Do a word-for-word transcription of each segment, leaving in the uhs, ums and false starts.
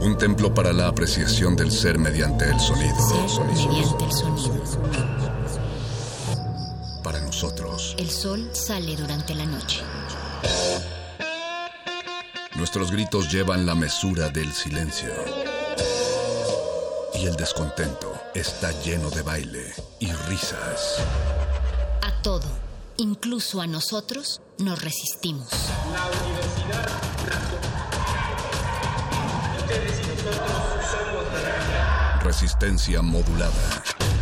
Un templo para la apreciación del ser mediante el sonido. Ser mediante el sonido. Para nosotros, el sol sale durante la noche. Nuestros gritos llevan la mesura del silencio. Y el descontento está lleno de baile y risas. A todo, incluso a nosotros, nos resistimos. La universidad ustedes y nosotros somos la realidad. Resistencia modulada.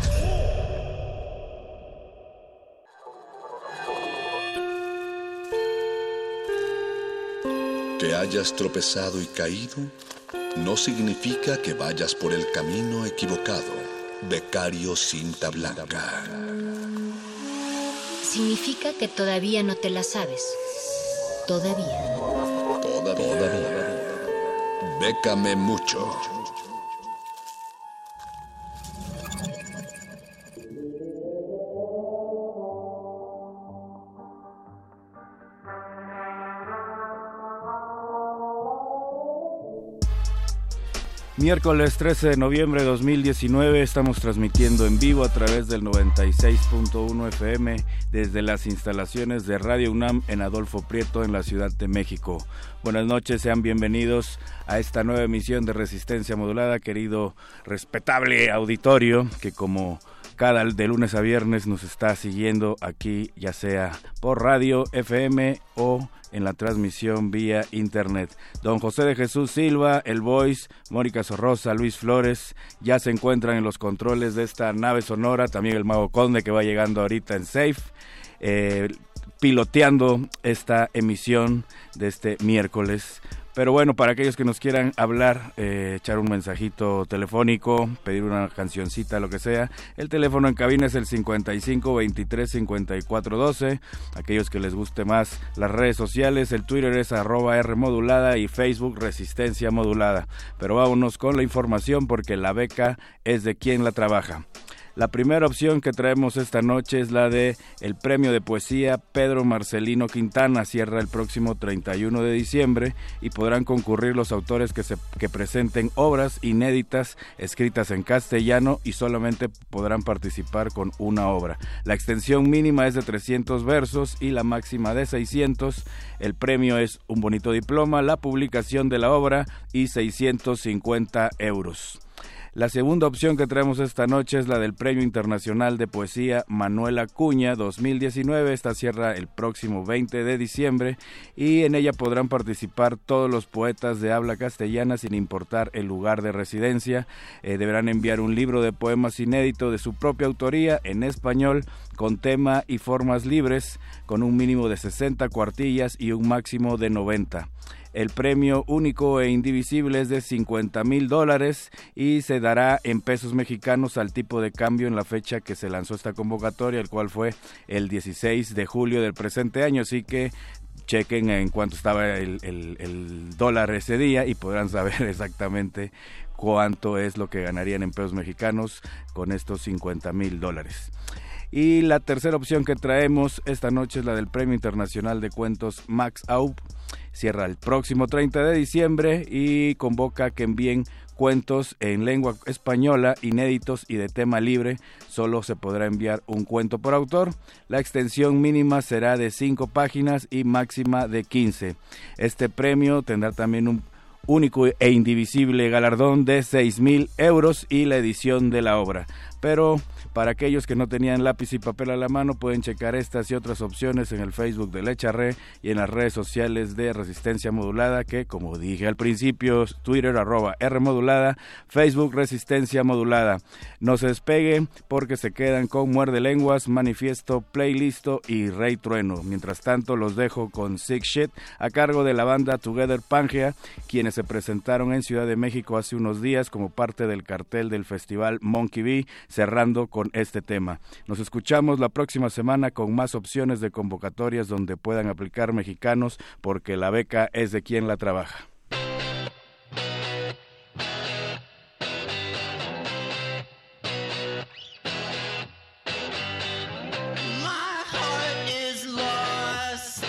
Que hayas tropezado y caído no significa que vayas por el camino equivocado. Becario Cinta Blanca. Significa que todavía no te la sabes. Todavía. Todavía. Todavía. Bécame mucho. Miércoles trece de noviembre de dos mil diecinueve, estamos transmitiendo en vivo a través del noventa y seis punto uno F M desde las instalaciones de Radio UNAM en Adolfo Prieto, en la Ciudad de México. Buenas noches, sean bienvenidos a esta nueva emisión de Resistencia Modulada, querido respetable auditorio que como cada de lunes a viernes nos está siguiendo aquí, ya sea por radio, F M o en la transmisión vía internet. Don José de Jesús Silva, el Voice, Mónica Sorrosa, Luis Flores, ya se encuentran en los controles de esta nave sonora, también el Mago Conde que va llegando ahorita en Safe, eh, piloteando esta emisión de este miércoles. Pero bueno, para aquellos que nos quieran hablar, eh, echar un mensajito telefónico, pedir una cancioncita, lo que sea, el teléfono en cabina es el cincuenta y cinco veintitrés cincuenta y cuatro doce. Aquellos que les guste más las redes sociales, el Twitter es arroba R modulada y Facebook Resistencia Modulada. Pero vámonos con la información porque la beca es de quien la trabaja. La primera opción que traemos esta noche es la de el Premio de Poesía Pedro Marcelino Quintana. Cierra el próximo treinta y uno de diciembre y podrán concurrir los autores que, se, que presenten obras inéditas escritas en castellano y solamente podrán participar con una obra. La extensión mínima es de trescientos versos y la máxima de seiscientos. El premio es un bonito diploma, la publicación de la obra y seiscientos cincuenta euros. La segunda opción que traemos esta noche es la del Premio Internacional de Poesía Manuel Acuña dos mil diecinueve. Esta cierra el próximo veinte de diciembre y en ella podrán participar todos los poetas de habla castellana sin importar el lugar de residencia. Eh, deberán enviar un libro de poemas inédito de su propia autoría en español con tema y formas libres, con un mínimo de sesenta cuartillas y un máximo de noventa. El premio único e indivisible es de cincuenta mil dólares y se dará en pesos mexicanos al tipo de cambio en la fecha que se lanzó esta convocatoria, el cual fue el dieciséis de julio del presente año, así que chequen en cuánto estaba el, el, el dólar ese día y podrán saber exactamente cuánto es lo que ganarían en pesos mexicanos con estos cincuenta mil dólares. Y la tercera opción que traemos esta noche es la del Premio Internacional de Cuentos Max Aub. Cierra el próximo treinta de diciembre y convoca que envíen cuentos en lengua española, inéditos y de tema libre. Solo se podrá enviar un cuento por autor. La extensión mínima será de cinco páginas y máxima de quince. Este premio tendrá también un único e indivisible galardón de seis mil euros y la edición de la obra. Pero para aquellos que no tenían lápiz y papel a la mano, pueden checar estas y otras opciones en el Facebook de Lecharre y en las redes sociales de Resistencia Modulada, que como dije al principio, Twitter arroba R Modulada, Facebook Resistencia Modulada. No se despegue porque se quedan con Muerde Lenguas, Manifiesto, Playlisto y Rey Trueno. Mientras tanto los dejo con Sick Shit a cargo de la banda Together Pangea, quienes se presentaron en Ciudad de México hace unos días como parte del cartel del festival Monkey Bee, cerrando con este tema. Nos escuchamos la próxima semana con más opciones de convocatorias donde puedan aplicar mexicanos, porque la beca es de quien la trabaja.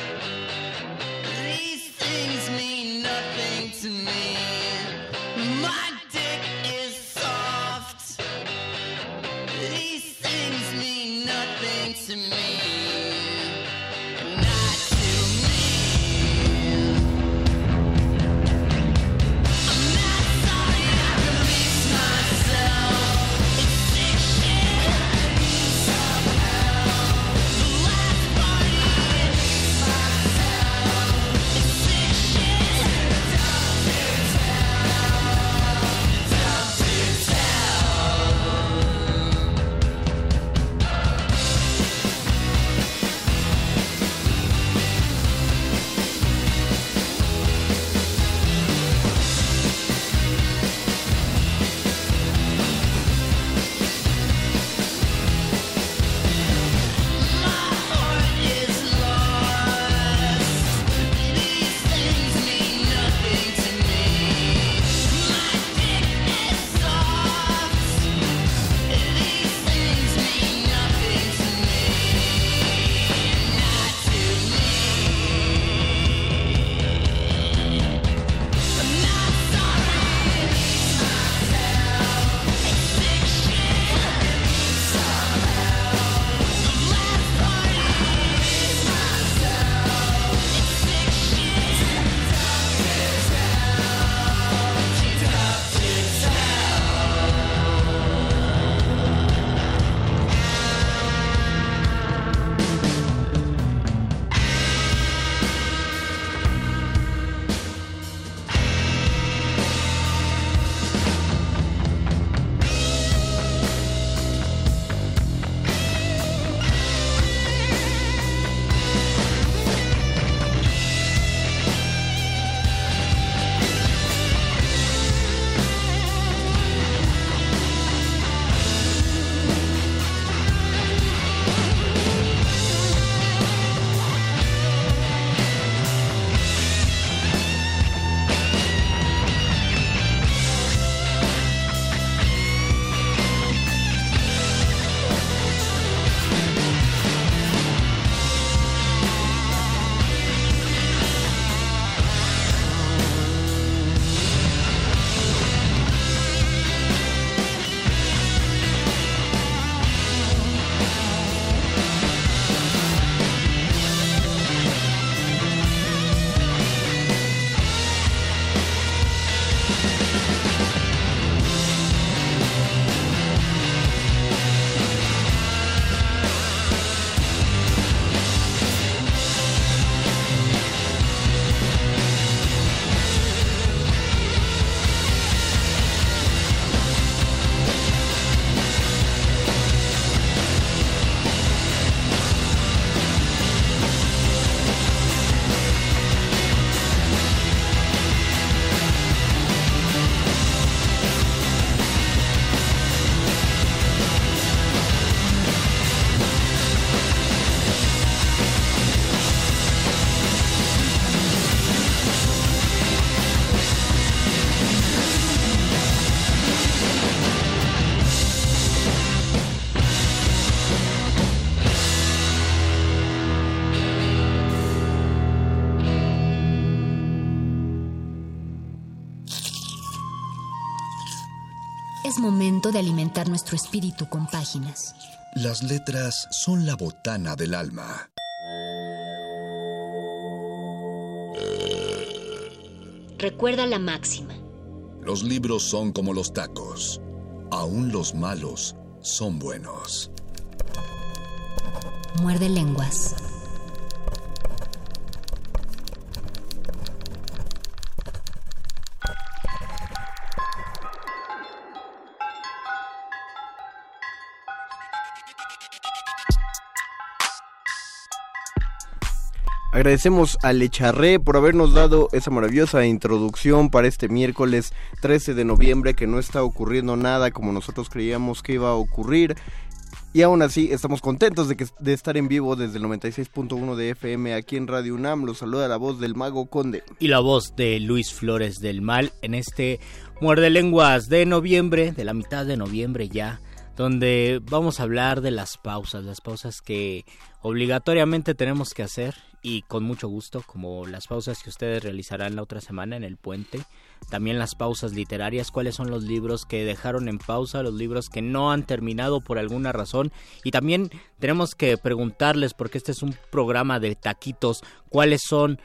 My Es momento de alimentar nuestro espíritu con páginas. Las letras son la botana del alma. Recuerda la máxima. Los libros son como los tacos. Aún los malos son buenos. Muerde lenguas. Agradecemos a Lecharré por habernos dado esa maravillosa introducción para este miércoles trece de noviembre, que no está ocurriendo nada como nosotros creíamos que iba a ocurrir. Y aún así estamos contentos de, que, de estar en vivo desde el noventa y seis punto uno de F M aquí en Radio UNAM. Los saluda la voz del Mago Conde. Y la voz de Luis Flores del Mal en este Muerde Lenguas de noviembre, de la mitad de noviembre ya, donde vamos a hablar de las pausas, las pausas que obligatoriamente tenemos que hacer y con mucho gusto, como las pausas que ustedes realizarán la otra semana en el puente. También las pausas literarias, cuáles son los libros que dejaron en pausa, los libros que no han terminado por alguna razón. Y también tenemos que preguntarles, porque este es un programa de taquitos, cuáles son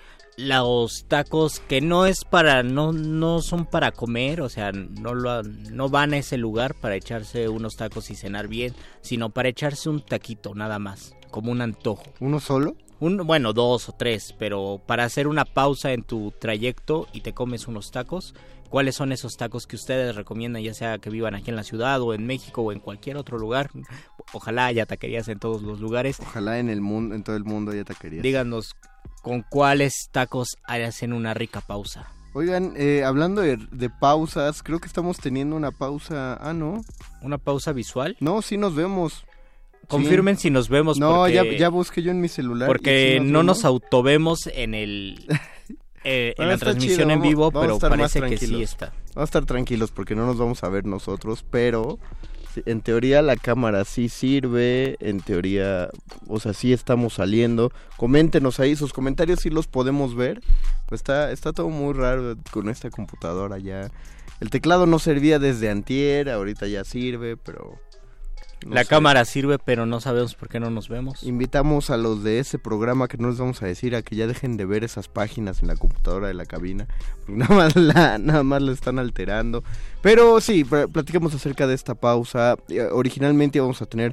los tacos que no es para no no son para comer, o sea, no lo, no van a ese lugar para echarse unos tacos y cenar bien, sino para echarse un taquito nada más, como un antojo. ¿Uno solo? Un, bueno, dos o tres, pero para hacer una pausa en tu trayecto y te comes unos tacos. ¿Cuáles son esos tacos que ustedes recomiendan, ya sea que vivan aquí en la ciudad o en México o en cualquier otro lugar? Ojalá haya taquerías en todos los lugares. Ojalá en el mundo, en todo el mundo haya taquerías. Díganos con cuáles tacos hacen una rica pausa. Oigan, eh, hablando de, de pausas, creo que estamos teniendo una pausa. Ah, ¿no? ¿Una pausa visual? No, sí nos vemos. Confirmen sí. si nos vemos. No, porque, ya, ya busqué yo en mi celular. Porque sí nos no vemos. nos autovemos en el eh, en la transmisión chido. en vamos, vivo, vamos pero parece que sí está. Vamos a estar tranquilos porque no nos vamos a ver nosotros, pero en teoría la cámara sí sirve, en teoría, o sea, sí estamos saliendo. Coméntenos ahí, sus comentarios sí los podemos ver. Pues está, está todo muy raro con esta computadora ya. El teclado no servía desde antier, ahorita ya sirve, pero... No la sé. Cámara sirve, pero no sabemos por qué no nos vemos. Invitamos a los de ese programa, que no les vamos a decir, a que ya dejen de ver esas páginas en la computadora de la cabina, porque nada más la, nada más la están alterando. Pero sí, platicamos acerca de esta pausa. Originalmente íbamos a tener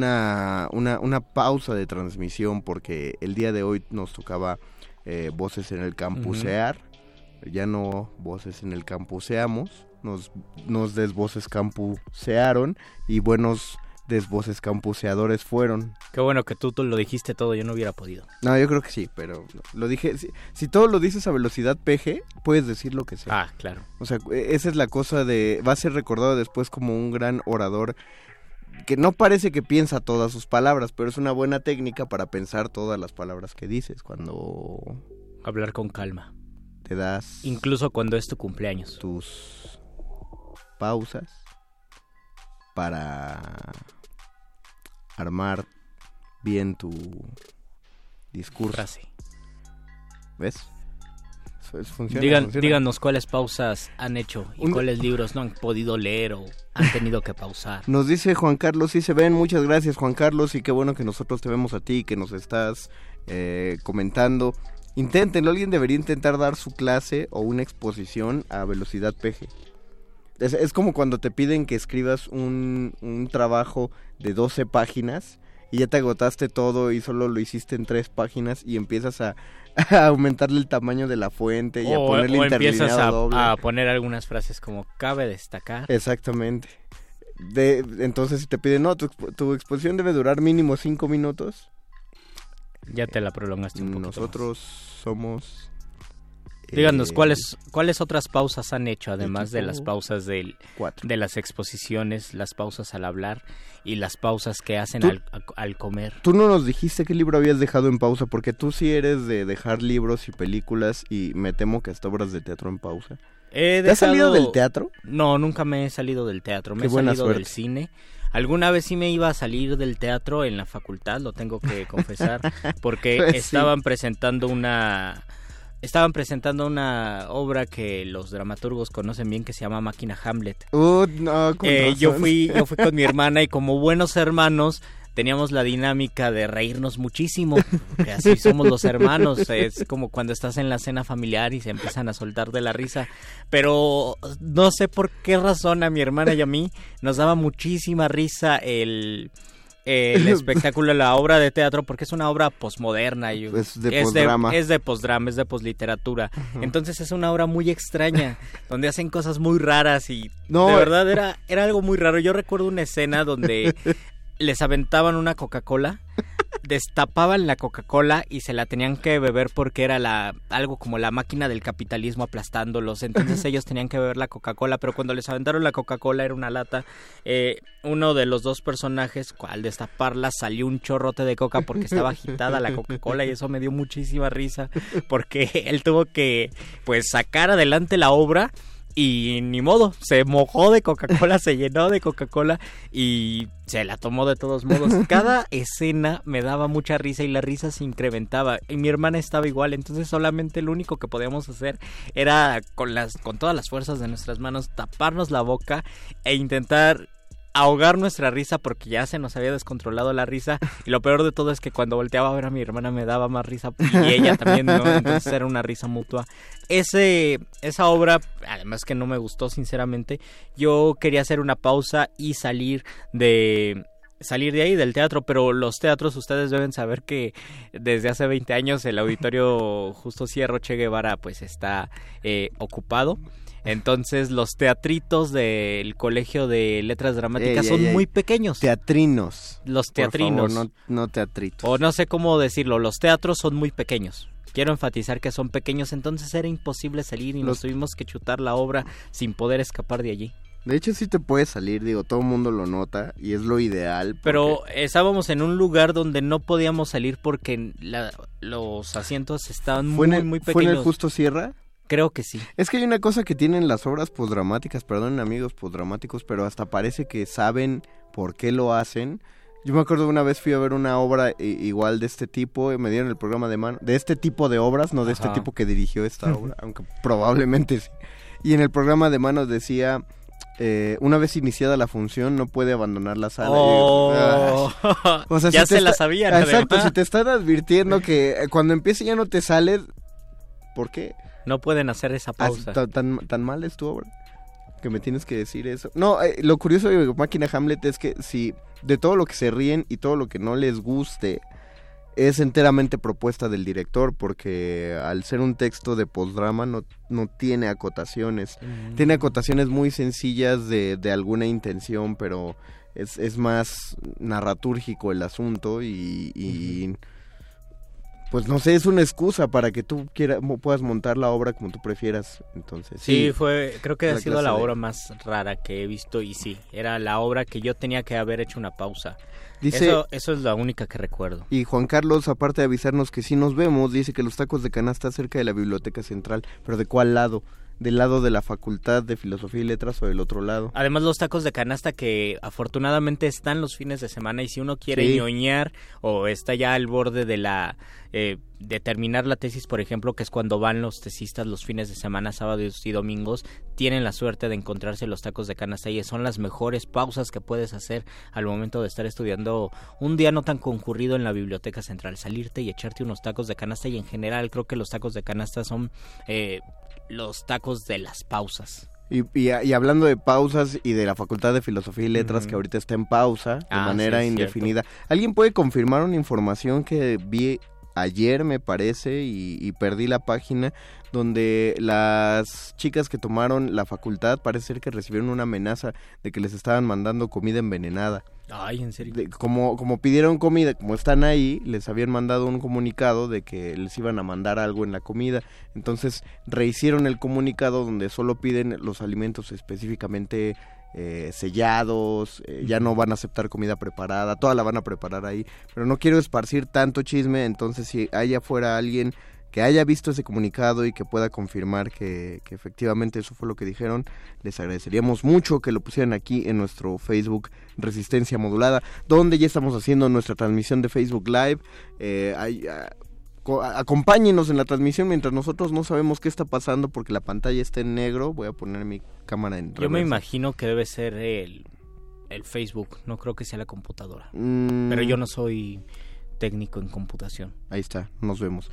una, una, una pausa de transmisión, porque el día de hoy nos tocaba eh, Voces en el Campusear. Uh-huh. Ya no Voces en el Campuseamos, nos, nos desvoces campusearon y buenos... desvoces campuseadores fueron. Qué bueno que tú, tú lo dijiste todo, yo no hubiera podido. No, yo creo que sí, pero lo dije, si, si todo lo dices a velocidad P G, puedes decir lo que sea. Ah, claro. O sea, esa es la cosa de, va a ser recordado después como un gran orador que no parece que piensa todas sus palabras, pero es una buena técnica para pensar todas las palabras que dices cuando... Hablar con calma. Te das... Incluso cuando es tu cumpleaños. Tus pausas para... armar bien tu discurso. Frase. ¿Ves? Eso es, funciona, Digan, funciona. Díganos cuáles pausas han hecho y Un... cuáles libros no han podido leer o han tenido que pausar. Nos dice Juan Carlos, sí se ven, muchas gracias Juan Carlos, y qué bueno que nosotros te vemos a ti, que nos estás eh, comentando. Inténtenlo, alguien debería intentar dar su clase o una exposición a velocidad P G. Es, es como cuando te piden que escribas un, un trabajo de doce páginas y ya te agotaste todo y solo lo hiciste en tres páginas y empiezas a, a aumentarle el tamaño de la fuente y o, a ponerle o interlineado empiezas a, doble. a poner algunas frases como cabe destacar. Exactamente. De, entonces si te piden, no, tu, tu exposición debe durar mínimo cinco minutos. Ya te la prolongaste un poquito Nosotros más. somos... Díganos, Eh, ¿cuáles cuáles otras pausas han hecho, además equipo de las pausas del, cuatro. de las exposiciones, las pausas al hablar y las pausas que hacen ¿Tú? al, al comer? Tú no nos dijiste qué libro habías dejado en pausa, porque tú sí eres de dejar libros y películas y me temo que hasta obras de teatro en pausa. He ¿Te has dejado... salido del teatro? No, nunca me he salido del teatro, me Qué he buena salido suerte. del cine. Alguna vez sí me iba a salir del teatro en la facultad, lo tengo que confesar, porque Pues sí. estaban presentando una... estaban presentando una obra que los dramaturgos conocen bien que se llama Máquina Hamlet. Uh, no, con eh, razón. yo fui yo fui con mi hermana y como buenos hermanos teníamos la dinámica de reírnos muchísimo, que así somos los hermanos, es como cuando estás en la cena familiar y se empiezan a soltar de la risa, pero no sé por qué razón a mi hermana y a mí nos daba muchísima risa el... el espectáculo, la obra de teatro, porque es una obra posmoderna y es de es posdrama, de, es de posdrama, es de posliteratura. Uh-huh. Entonces es una obra muy extraña, donde hacen cosas muy raras y no, de verdad era era algo muy raro. Yo recuerdo una escena donde les aventaban una Coca-Cola, destapaban la Coca-Cola y se la tenían que beber porque era la algo como la máquina del capitalismo aplastándolos, entonces ellos tenían que beber la Coca-Cola, pero cuando les aventaron la Coca-Cola era una lata, eh, uno de los dos personajes, al destaparla salió un chorrote de coca porque estaba agitada la Coca-Cola y eso me dio muchísima risa porque él tuvo que pues sacar adelante la obra. Y ni modo, se mojó de Coca-Cola, se llenó de Coca-Cola y se la tomó de todos modos. Cada escena me daba mucha risa y la risa se incrementaba. Y mi hermana estaba igual, entonces solamente lo único que podíamos hacer era con las con todas las fuerzas de nuestras manos taparnos la boca e intentar ahogar nuestra risa porque ya se nos había descontrolado la risa y lo peor de todo es que cuando volteaba a ver a mi hermana me daba más risa y ella también, ¿no? Entonces era una risa mutua. Ese, esa obra, además que no me gustó sinceramente, yo quería hacer una pausa y salir de... salir de ahí del teatro, pero los teatros ustedes deben saber que desde hace veinte años el auditorio Justo Sierra Che Guevara pues está eh, ocupado. Entonces los teatritos del Colegio de Letras Dramáticas ey, son ey, muy ey. pequeños. Teatrinos. Los teatrinos. Por favor, no, no teatritos. O no sé cómo decirlo, los teatros son muy pequeños. Quiero enfatizar que son pequeños, entonces era imposible salir y los... nos tuvimos que chutar la obra sin poder escapar de allí. De hecho sí te puedes salir, digo, todo el mundo lo nota y es lo ideal. Porque... Pero estábamos en un lugar donde no podíamos salir porque la, los asientos estaban muy, el, muy pequeños. ¿Fue en el Justo Sierra? Creo que sí. Es que hay una cosa que tienen las obras posdramáticas, perdonen amigos posdramáticos, pero hasta parece que saben por qué lo hacen. Yo me acuerdo una vez fui a ver una obra igual de este tipo, y me dieron el programa de mano, de este tipo de obras, no de Ajá. este tipo que dirigió esta obra, aunque probablemente sí. Y en el programa de mano decía... Eh, una vez iniciada la función no puede abandonar la sala. Oh, y, ah. o sea, ya si se la sabían. Exacto, además. Si te están advirtiendo que cuando empiece ya no te sales, ¿por qué? No pueden hacer esa pausa. ¿Tan, tan, tan mal es tu obra? Que me tienes que decir eso. No, eh, lo curioso de Máquina Hamlet es que si de todo lo que se ríen y todo lo que no les guste es enteramente propuesta del director, porque al ser un texto de postdrama no, no tiene acotaciones. Mm. Tiene acotaciones muy sencillas de, de alguna intención, pero es, es más narratúrgico el asunto y, y mm. pues no sé, es una excusa para que tú quieras, puedas montar la obra como tú prefieras. Entonces sí, sí fue, creo que ha sido la obra de... más rara que he visto y sí, era la obra que yo tenía que haber hecho una pausa. Dice, eso, eso es la única que recuerdo. Y Juan Carlos, aparte de avisarnos que sí nos vemos, dice que los tacos de canasta cerca de la Biblioteca Central. ¿Pero de cuál lado? ¿Del lado de la Facultad de Filosofía y Letras o del otro lado? Además los tacos de canasta que afortunadamente están los fines de semana y si uno quiere sí. ñoñar o está ya al borde de la eh, de terminar la tesis, por ejemplo, que es cuando van los tesistas los fines de semana, sábados y domingos, tienen la suerte de encontrarse los tacos de canasta y son las mejores pausas que puedes hacer al momento de estar estudiando un día no tan concurrido en la Biblioteca Central, salirte y echarte unos tacos de canasta y en general creo que los tacos de canasta son eh, los tacos de las pausas. Y, y, y hablando de pausas y de la Facultad de Filosofía y Letras uh-huh. que ahorita está en pausa de ah, manera sí, indefinida, cierto. ¿Alguien puede confirmar una información que vi ayer me parece y, y perdí la página donde las chicas que tomaron la facultad parece ser que recibieron una amenaza de que les estaban mandando comida envenenada? Ay, ¿en serio? De, como, como pidieron comida, como están ahí, les habían mandado un comunicado de que les iban a mandar algo en la comida. Entonces rehicieron el comunicado donde solo piden los alimentos específicamente eh, sellados, eh, ya no van a aceptar comida preparada, toda la van a preparar ahí. Pero no quiero esparcir tanto chisme, entonces si hay afuera alguien que haya visto ese comunicado y que pueda confirmar que, que efectivamente eso fue lo que dijeron, les agradeceríamos mucho que lo pusieran aquí en nuestro Facebook Resistencia Modulada, donde ya estamos haciendo nuestra transmisión de Facebook Live. Eh, hay, uh, co- acompáñenos en la transmisión mientras nosotros no sabemos qué está pasando porque la pantalla está en negro. Voy a poner mi cámara en reversa. Yo me imagino que debe ser el, el Facebook, no creo que sea la computadora. Mm. Pero yo no soy técnico en computación. Ahí está, nos vemos.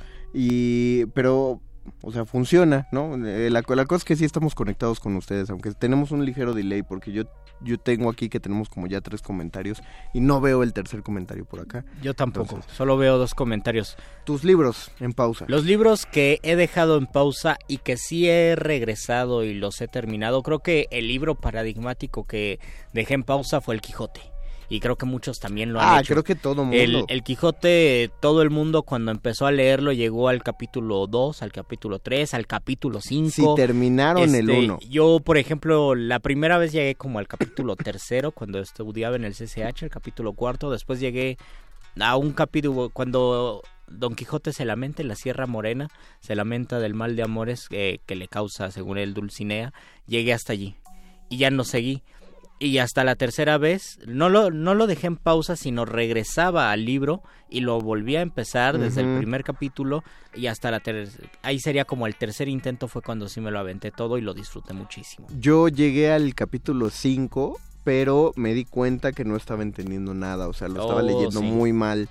Y pero, o sea, funciona, ¿no? Eh, la, la cosa es que sí estamos conectados con ustedes, aunque tenemos un ligero delay, porque yo yo tengo aquí que tenemos como ya tres comentarios y no veo el tercer comentario por acá. Yo tampoco, Entonces, solo veo dos comentarios. Tus libros en pausa. Los libros que he dejado en pausa y que sí he regresado y los he terminado, creo que el libro paradigmático que dejé en pausa fue El Quijote. Y creo que muchos también lo han ah, hecho. creo que todo mundo. El, el Quijote, todo el mundo cuando empezó a leerlo llegó al capítulo dos, al capítulo tres, al capítulo cinco. Sí, terminaron este, el uno. Yo, por ejemplo, la primera vez llegué como al capítulo tercero, cuando estudiaba en el C C H, el capítulo cuarto. Después llegué a un capítulo cuando Don Quijote se lamenta en la Sierra Morena, se lamenta del mal de amores eh, que le causa, según él, Dulcinea. Llegué hasta allí y ya no seguí. Y hasta la tercera vez, no lo, no lo dejé en pausa, sino regresaba al libro y lo volví a empezar desde uh-huh. el primer capítulo y hasta la tercera. Ahí sería como el tercer intento, fue cuando sí me lo aventé todo y lo disfruté muchísimo. Yo llegué al capítulo cinco, pero me di cuenta que no estaba entendiendo nada, o sea, lo estaba oh, leyendo sí. muy mal.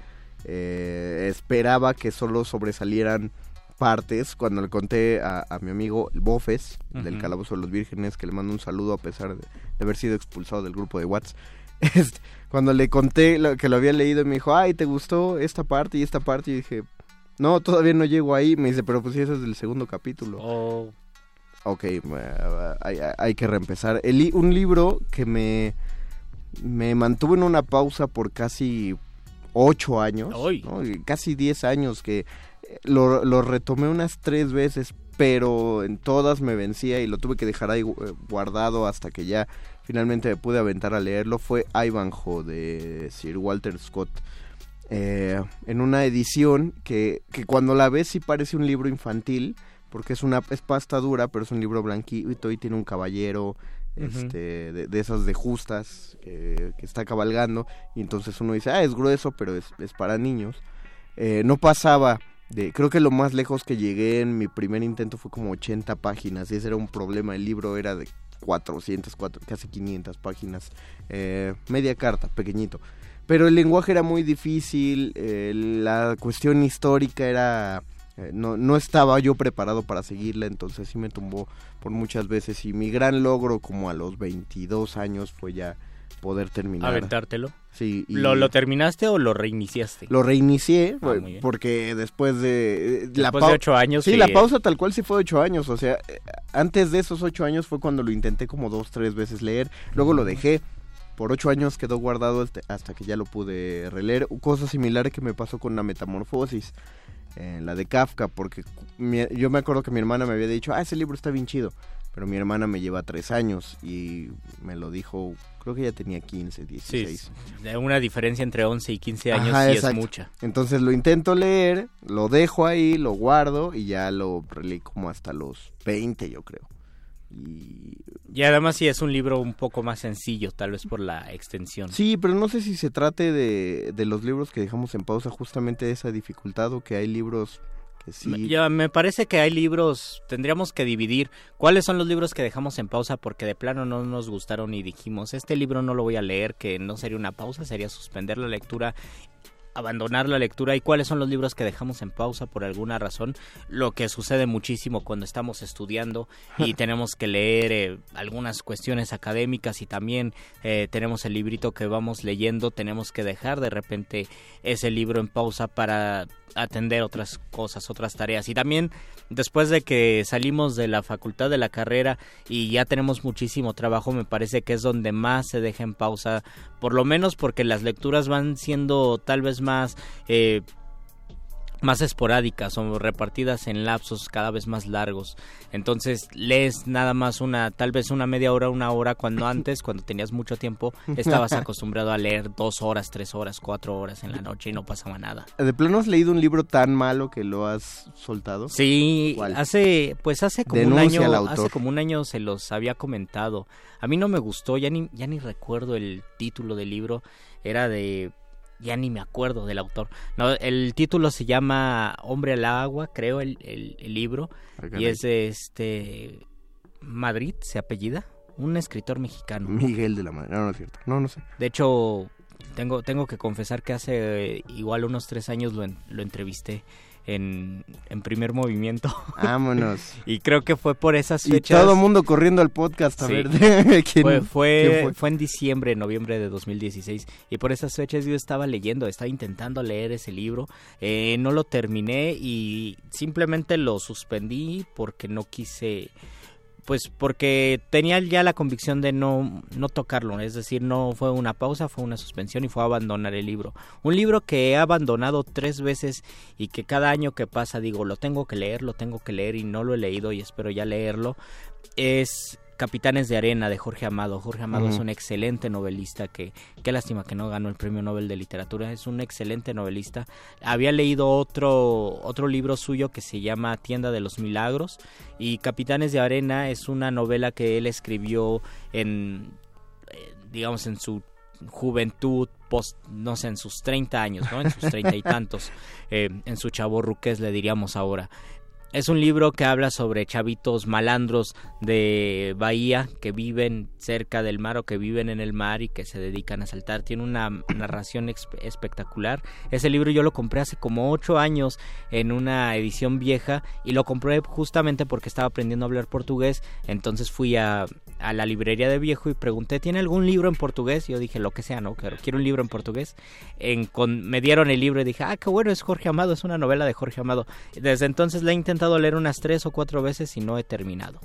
Eh, esperaba que solo sobresalieran partes. Cuando le conté a, a mi amigo Bofes, uh-huh. del Calabozo de los Vírgenes, que le mando un saludo a pesar de, de haber sido expulsado del grupo de WhatsApp, este, cuando le conté lo, que lo había leído, me dijo, ay, ¿te gustó esta parte y esta parte? Y dije, no, todavía no llego ahí. Me dice, pero pues sí, eso es del segundo capítulo. Oh. Ok, uh, hay, hay que reempezar. El, un libro que me, me mantuvo en una pausa por casi ocho años, ¿no? Casi diez años, que Lo, lo retomé unas tres veces, pero en todas me vencía y lo tuve que dejar ahí guardado hasta que ya finalmente me pude aventar a leerlo. Fue Ivanhoe de Sir Walter Scott, eh, en una edición que, que cuando la ves sí parece un libro infantil, porque es una es pasta dura, pero es un libro blanquito y tiene un caballero uh-huh. este de, de esas de justas eh, que está cabalgando, y entonces uno dice, ah, es grueso, pero es, es para niños. Eh, no pasaba de, creo que lo más lejos que llegué en mi primer intento fue como ochenta páginas, y ese era un problema. El libro era de cuatrocientas, cuatro, casi quinientas páginas, eh, media carta, pequeñito, pero el lenguaje era muy difícil, eh, la cuestión histórica era, eh, no, no estaba yo preparado para seguirla, entonces sí me tumbó por muchas veces, y mi gran logro como a los veintidós años fue ya poder terminar. ¿Aventártelo? Sí. Y ¿Lo, ¿Lo terminaste o lo reiniciaste? Lo reinicié, ah, porque después de... Después la pa- de ocho años. Sí, que... la pausa tal cual sí fue de ocho años, o sea, antes de esos ocho años fue cuando lo intenté como dos, tres veces leer, luego lo dejé, por ocho años quedó guardado hasta que ya lo pude releer. Cosa similar que me pasó con La Metamorfosis, eh, la de Kafka, porque mi, yo me acuerdo que mi hermana me había dicho, ah, ese libro está bien chido, pero mi hermana me lleva tres años y me lo dijo, creo que ya tenía quince, dieciséis. Sí, una diferencia entre once y quince años. Ajá, sí exacto. Es mucha. Entonces lo intento leer, lo dejo ahí, lo guardo y ya lo releí como hasta los veinte, yo creo. Y... y además sí es un libro un poco más sencillo, tal vez por la extensión. Sí, pero no sé si se trate de, de los libros que dejamos en pausa, justamente esa dificultad, o que hay libros... Sí. Ya, me parece que hay libros, tendríamos que dividir cuáles son los libros que dejamos en pausa porque de plano no nos gustaron y dijimos, este libro no lo voy a leer, que no sería una pausa, sería suspender la lectura, abandonar la lectura, y cuáles son los libros que dejamos en pausa por alguna razón, lo que sucede muchísimo cuando estamos estudiando y tenemos que leer eh, algunas cuestiones académicas, y también eh, tenemos el librito que vamos leyendo, tenemos que dejar de repente ese libro en pausa para atender otras cosas, otras tareas. Y también después de que salimos de la facultad, de la carrera, y ya tenemos muchísimo trabajo, me parece que es donde más se deja en pausa, por lo menos porque las lecturas van siendo tal vez más eh, más esporádicas o repartidas en lapsos cada vez más largos. Entonces lees nada más una, tal vez una media hora, una hora, cuando antes, cuando tenías mucho tiempo, estabas acostumbrado a leer dos horas, tres horas, cuatro horas en la noche y no pasaba nada. ¿De plano has leído un libro tan malo que lo has soltado? Sí, ¿cuál? hace, pues hace como Denuncia un al año, autor. hace como un año se los había comentado. A mí no me gustó, ya ni, ya ni recuerdo el título del libro, era de... ya ni me acuerdo del autor. No, el título se llama Hombre al agua, creo, el, el, el libro, okay. Y es de este Madrid, se apellida, un escritor mexicano. Miguel de la Madrid, no, no es cierto, no, no sé. De hecho, tengo, tengo que confesar que hace eh, igual unos tres años lo, en, lo entrevisté. En, en Primer Movimiento. Vámonos. Y creo que fue por esas fechas. Y todo el mundo corriendo al podcast a sí. ver de quién fue. Fue, ¿quién fue. Fue en diciembre, noviembre de dos mil dieciséis. Y por esas fechas yo estaba leyendo, estaba intentando leer ese libro. Eh, no lo terminé y simplemente lo suspendí porque no quise... Pues porque tenía ya la convicción de no, no tocarlo, es decir, no fue una pausa, fue una suspensión y fue abandonar el libro. Un libro que he abandonado tres veces y que cada año que pasa digo, lo tengo que leer, lo tengo que leer y no lo he leído y espero ya leerlo, es Capitanes de Arena de Jorge Amado. Jorge Amado uh-huh. es un excelente novelista que, qué lástima que no ganó el Premio Nobel de Literatura, es un excelente novelista. Había leído otro, otro libro suyo que se llama Tienda de los Milagros y Capitanes de Arena es una novela que él escribió en, eh, digamos, en su juventud, post, no sé, en sus treinta años, ¿no? En sus treinta y tantos, eh, en su chavorruqués le diríamos ahora. Es un libro que habla sobre chavitos malandros de Bahía que viven cerca del mar o que viven en el mar y que se dedican a saltar. Tiene una narración ex- espectacular. Ese libro yo lo compré hace como ocho años en una edición vieja y lo compré justamente porque estaba aprendiendo a hablar portugués. Entonces fui a, a la librería de viejo y pregunté, ¿tiene algún libro en portugués? Yo dije, lo que sea, ¿no? Claro, quiero un libro en portugués. En, con, me dieron el libro y dije, ah, qué bueno, es Jorge Amado, es una novela de Jorge Amado. Desde entonces la he intentado leer unas tres o cuatro veces y no he terminado.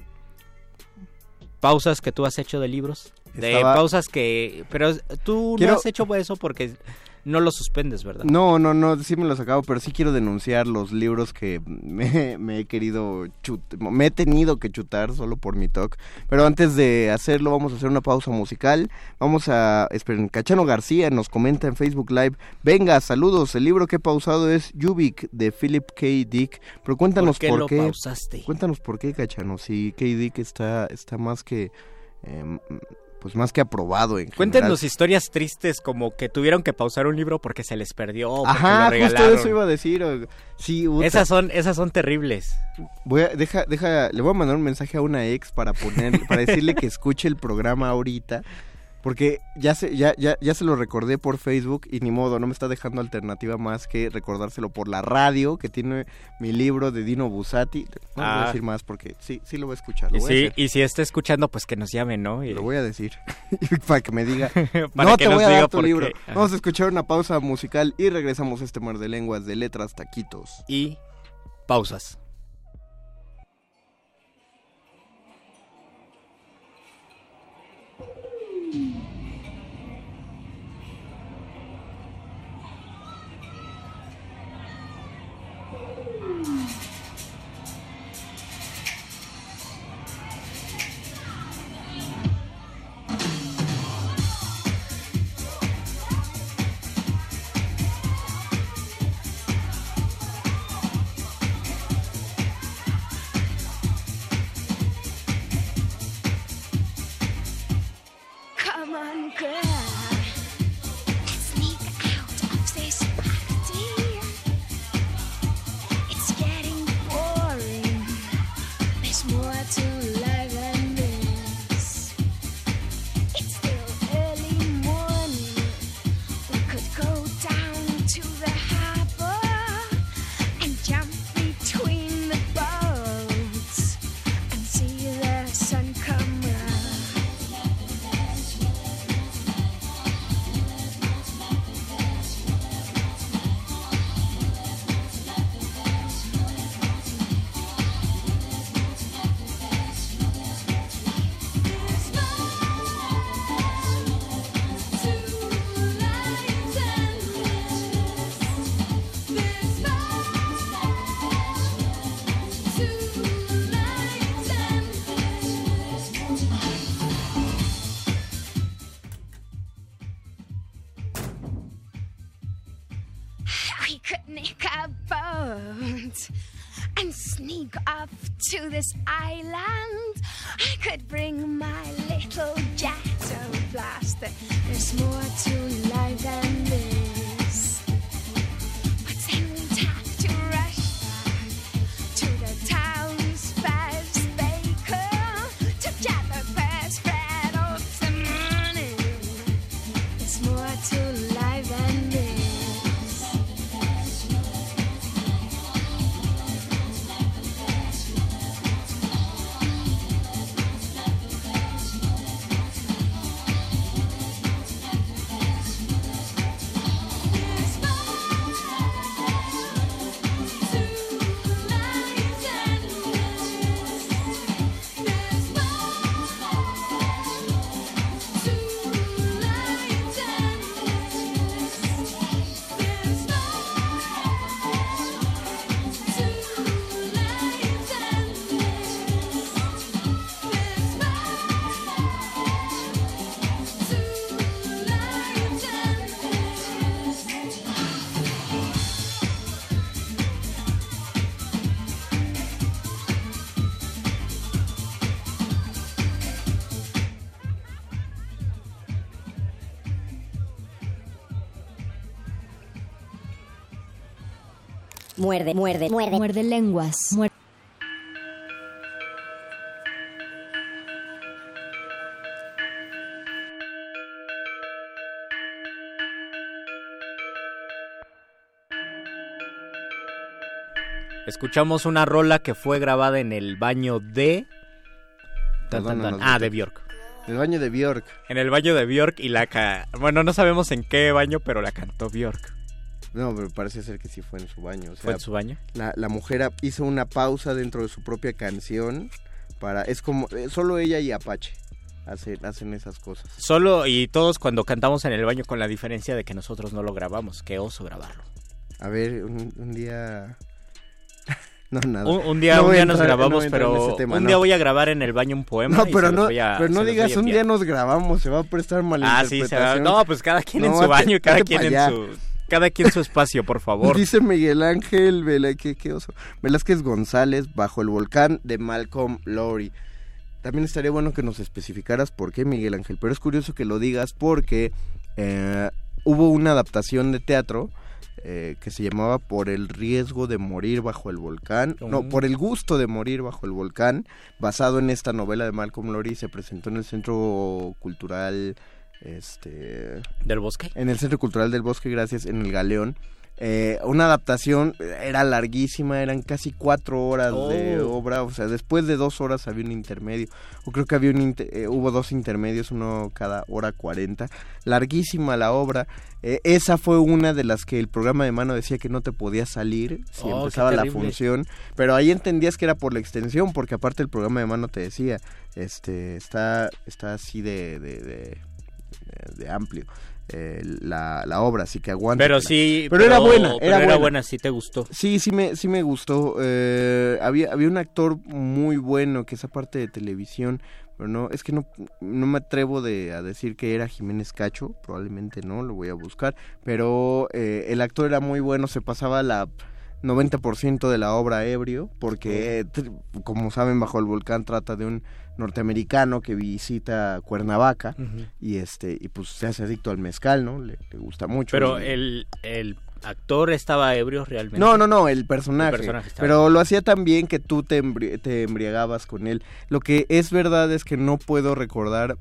Pausas que tú has hecho de libros, de Estaba... pausas que, pero tú quiero... no has hecho eso porque no los suspendes, ¿verdad? No, no, no, sí me los acabo, pero sí quiero denunciar los libros que me, me he querido chut, me he tenido que chutar solo por mi talk. Pero antes de hacerlo vamos a hacer una pausa musical. Vamos a, esperen, Cachano García nos comenta en Facebook Live, venga, saludos, el libro que he pausado es Yubik de Philip K. Dick, pero cuéntanos por qué, por lo qué pausaste. Cuéntanos por qué, Cachano, si K. Dick está, está más que... Eh, pues más que aprobado en general. Cuéntenos historias tristes como que tuvieron que pausar un libro porque se les perdió, porque Ajá, lo regalaron. Justo eso iba a decir. Sí, esas son esas son terribles. Voy a, deja deja le voy a mandar un mensaje a una ex para poner para decirle que escuche el programa ahorita. Porque ya se, ya, ya, ya se lo recordé por Facebook y ni modo, no me está dejando alternativa más que recordárselo por la radio, que tiene mi libro de Dino Buzzati. No ah. voy a decir más porque sí, sí lo voy a escuchar. Lo y, voy sí, a y si está escuchando, pues que nos llame, ¿no? Y... Lo voy a decir, para que me diga, no te voy a dar tu libro. Qué. Vamos a escuchar una pausa musical y regresamos a este mar de lenguas de letras, taquitos. Y pausas. And sneak off to this island. I could bring my little ghetto blaster. There's more to life than this. Muerde, muerde, muerde. Muerde lenguas. Muerde. Escuchamos una rola que fue grabada en el baño de... Tan, tan, tan. Ah, de Björk. El baño de Björk. En el baño de Björk y la... Ca... Bueno, no sabemos en qué baño, pero la cantó Björk. No, pero parece ser que sí fue en su baño. O sea, ¿Fue en su baño? La, la mujer hizo una pausa dentro de su propia canción para... Es como... Solo ella y Apache hacen, hacen esas cosas. Solo y todos cuando cantamos en el baño, con la diferencia de que nosotros no lo grabamos. Qué oso grabarlo. A ver, un, un día... No, nada. Un, un día, no un día entrar, nos grabamos, no pero tema, un no. día voy a grabar en el baño un poema. No, y pero se no, los voy a, pero no se los digas voy a un día nos grabamos, se va a prestar mala Ah, sí, se va. interpretación. No, pues cada quien No, en su vete- baño y cada vete quien pa' en allá. su cada quien su espacio, por favor. Dice Miguel Ángel Vela, ¿qué, qué oso? Velázquez González, Bajo el volcán de Malcolm Lowry. También estaría bueno que nos especificaras por qué, Miguel Ángel, pero es curioso que lo digas porque eh, hubo una adaptación de teatro eh, que se llamaba Por el riesgo de morir bajo el volcán, Oh. no, Por el gusto de morir bajo el volcán, basado en esta novela de Malcolm Lowry. Se presentó en el Centro Cultural este ¿Del Bosque? En el Centro Cultural del Bosque, gracias, en el Galeón. Eh, una adaptación, era larguísima, eran casi cuatro horas Oh. de obra, o sea, después de dos horas había un intermedio, o creo que había un inter- eh, hubo dos intermedios, uno cada hora cuarenta, larguísima la obra. Eh, esa fue una de las que el programa de mano decía que no te podías salir si Oh, empezaba qué la terrible. función, pero ahí entendías que era por la extensión, porque aparte el programa de mano te decía, este, está, está así de, de, de, de, de amplio. Eh, la, la obra, así que aguanta. Pero sí, pero, era buena, pero era, era buena. buena, sí te gustó. Sí, sí me, sí me gustó. Eh, había, había un actor muy bueno que esa parte de televisión, pero no, es que no, no me atrevo de, a decir que era Jiménez Cacho, probablemente no, lo voy a buscar, pero eh, el actor era muy bueno, se pasaba la noventa por ciento de la obra ebrio, porque eh, tr- como saben, Bajo el volcán trata de un norteamericano que visita Cuernavaca Ujú. y este y pues se hace adicto al mezcal, ¿no? Le, le gusta mucho. Pero y- el, el actor estaba ebrio realmente. No, no, no, el personaje. El personaje estaba pero lo hacía tan bien que tú te, embri- te embriagabas con él. Lo que es verdad es que no puedo recordar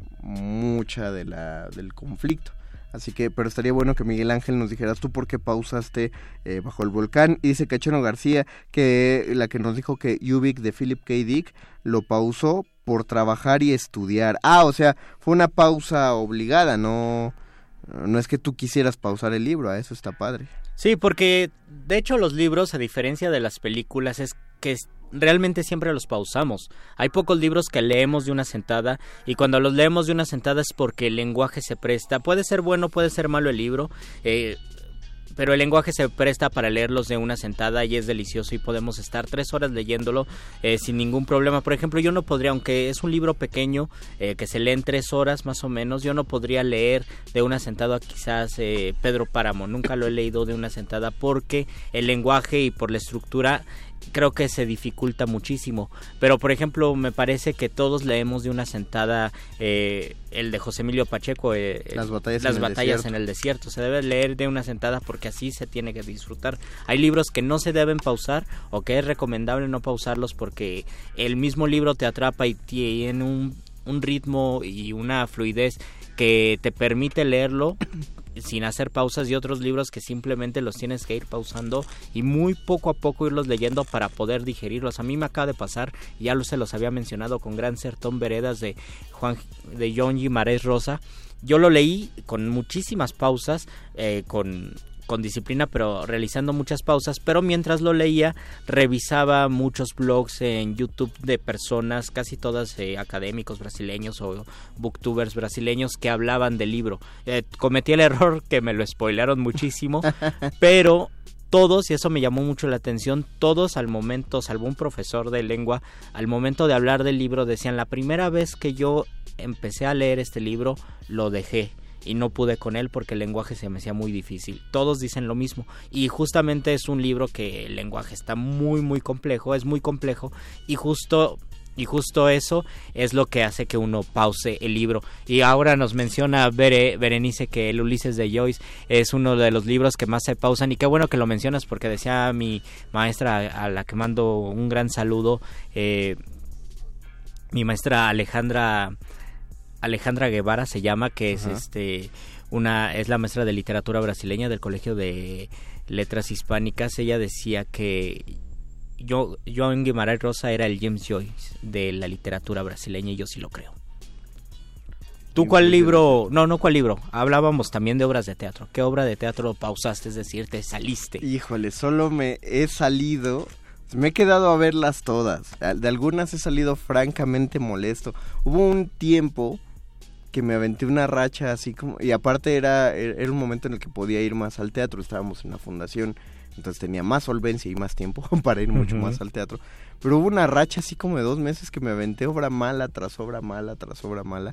mucha de la del conflicto. Así que, pero estaría bueno que Miguel Ángel nos dijeras tú por qué pausaste eh, Bajo el volcán. Y dice Cacheno García que la que nos dijo que Ubik de Philip K. Dick lo pausó por trabajar y estudiar. Ah, o sea, fue una pausa obligada, no, no es que tú quisieras pausar el libro, a eso está padre. Sí, porque de hecho los libros, a diferencia de las películas, es que es- realmente siempre los pausamos. Hay pocos libros que leemos de una sentada y cuando los leemos de una sentada es porque el lenguaje se presta. Puede ser bueno, puede ser malo el libro, eh, pero el lenguaje se presta para leerlos de una sentada y es delicioso y podemos estar tres horas leyéndolo eh, sin ningún problema. Por ejemplo, yo no podría, aunque es un libro pequeño eh, que se lee en tres horas más o menos, yo no podría leer de una sentada quizás eh, Pedro Páramo. Nunca lo he leído de una sentada porque el lenguaje y por la estructura creo que se dificulta muchísimo. Pero por ejemplo me parece que todos leemos de una sentada eh, el de José Emilio Pacheco, eh, Las batallas, las en, el batallas desierto. en el desierto. Se debe leer de una sentada porque así se tiene que disfrutar. Hay libros que no se deben pausar o que es recomendable no pausarlos porque el mismo libro te atrapa y tiene un, un ritmo y una fluidez que te permite leerlo sin hacer pausas, y otros libros que simplemente los tienes que ir pausando y muy poco a poco irlos leyendo para poder digerirlos. A mí me acaba de pasar, ya lo, se los había mencionado, con Gran Sertón Veredas de Juan de John Guimarães Rosa. Yo lo leí con muchísimas pausas, eh, con con disciplina, pero realizando muchas pausas, pero mientras lo leía revisaba muchos blogs en YouTube de personas, casi todas eh, académicos brasileños o booktubers brasileños que hablaban del libro. Eh, cometí el error que me lo spoilearon muchísimo, pero todos, y eso me llamó mucho la atención, todos al momento, salvo un profesor de lengua, al momento de hablar del libro decían: la primera vez que yo empecé a leer este libro, lo dejé y no pude con él porque el lenguaje se me hacía muy difícil. Todos dicen lo mismo y justamente es un libro que el lenguaje está muy muy complejo, es muy complejo y justo Y justo eso es lo que hace que uno pause el libro. Y ahora nos menciona Bere, Berenice que el Ulises de Joyce es uno de los libros que más se pausan. Y qué bueno que lo mencionas porque decía mi maestra, a la que mando un gran saludo, eh, mi maestra Alejandra Alejandra Guevara se llama, que es Ajá. este una es la maestra de literatura brasileña del Colegio de Letras Hispánicas. Ella decía que Yo, Joan Guimarães Rosa era el James Joyce de la literatura brasileña y yo sí lo creo. ¿Tú cuál libro? No, no cuál libro. Hablábamos también de obras de teatro. ¿Qué obra de teatro pausaste? Es decir, te saliste. Híjole, solo me he salido, me he quedado a verlas todas. De algunas he salido francamente molesto. Hubo un tiempo que me aventé una racha así como... Y aparte era, era un momento en el que podía ir más al teatro. Estábamos en la fundación... Entonces tenía más solvencia y más tiempo para ir mucho uh-huh. más al teatro. Pero hubo una racha así como de dos meses que me aventé obra mala tras obra mala tras obra mala.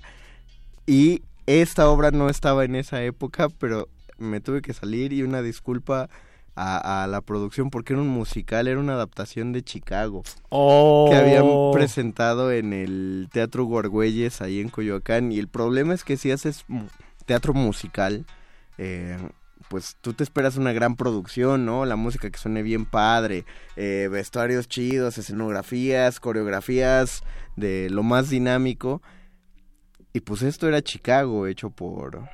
Y esta obra no estaba en esa época, pero me tuve que salir y una disculpa a, a la producción porque era un musical, era una adaptación de Chicago. Oh. Que habían presentado en el Teatro Gorgüelles ahí en Coyoacán. Y el problema es que si haces teatro musical... Eh, pues tú te esperas una gran producción, ¿no? La música que suene bien padre, eh, vestuarios chidos, escenografías, coreografías de lo más dinámico. Y pues esto era Chicago, hecho por...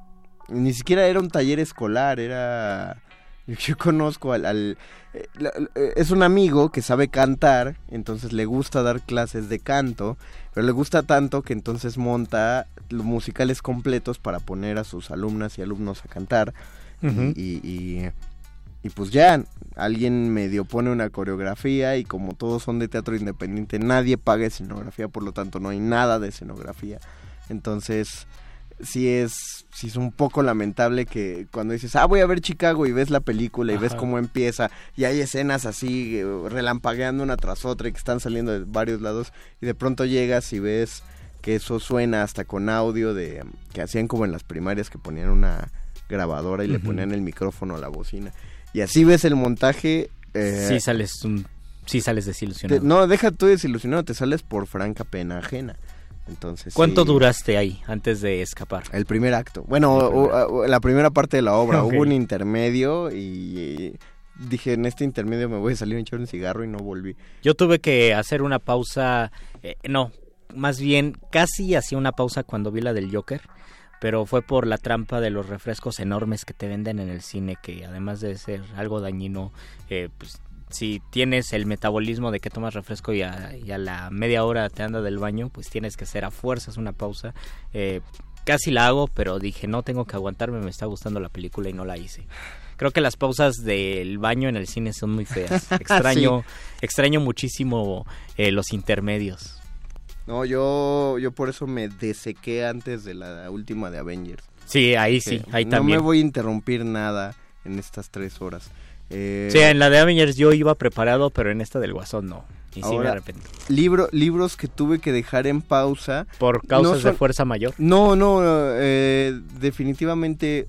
Ni siquiera era un taller escolar, era... Yo conozco al... al eh, la, es un amigo que sabe cantar, entonces le gusta dar clases de canto, pero le gusta tanto que entonces monta los musicales completos para poner a sus alumnas y alumnos a cantar. Uh-huh. y, y, y, y pues ya, alguien medio pone una coreografía y como todos son de teatro independiente, nadie paga escenografía, por lo tanto no hay nada de escenografía. Entonces... sí es sí es un poco lamentable que cuando dices, ah, voy a ver Chicago y ves la película y Ajá. ves cómo empieza y hay escenas así relampagueando una tras otra y que están saliendo de varios lados y de pronto llegas y ves que eso suena hasta con audio de que hacían como en las primarias que ponían una grabadora y uh-huh. le ponían el micrófono a la bocina y así ves el montaje. Eh, sí sales un, sí sales desilusionado. Te, no, deja tú desilusionado, te sales por franca pena ajena. Entonces, ¿cuánto sí. duraste ahí antes de escapar? El primer acto. Bueno, primer acto. O, o, la primera parte de la obra. Okay. Hubo un intermedio y, y dije, en este intermedio me voy a salir a echar un cigarro y no volví. Yo tuve que hacer una pausa, eh, no, más bien casi hacía una pausa cuando vi la del Joker, pero fue por la trampa de los refrescos enormes que te venden en el cine, que además de ser algo dañino, eh, pues... si tienes el metabolismo de que tomas refresco y a, y a la media hora te anda del baño, pues tienes que hacer a fuerzas una pausa. Eh, casi la hago, pero dije, no tengo que aguantarme, me está gustando la película y no la hice. Creo que las pausas del baño en el cine son muy feas. Extraño, sí. extraño muchísimo eh, los intermedios. No, yo, yo por eso me desequé antes de la última de Avengers. Sí, ahí sí, ahí no también. No me voy a interrumpir nada en estas tres horas. Eh, sí, en la de Avengers yo iba preparado, pero en esta del Guasón no. Y ahora, sí me arrepentí. Libro, libros que tuve que dejar en pausa. ¿Por causas no son, de fuerza mayor? No, no, eh, definitivamente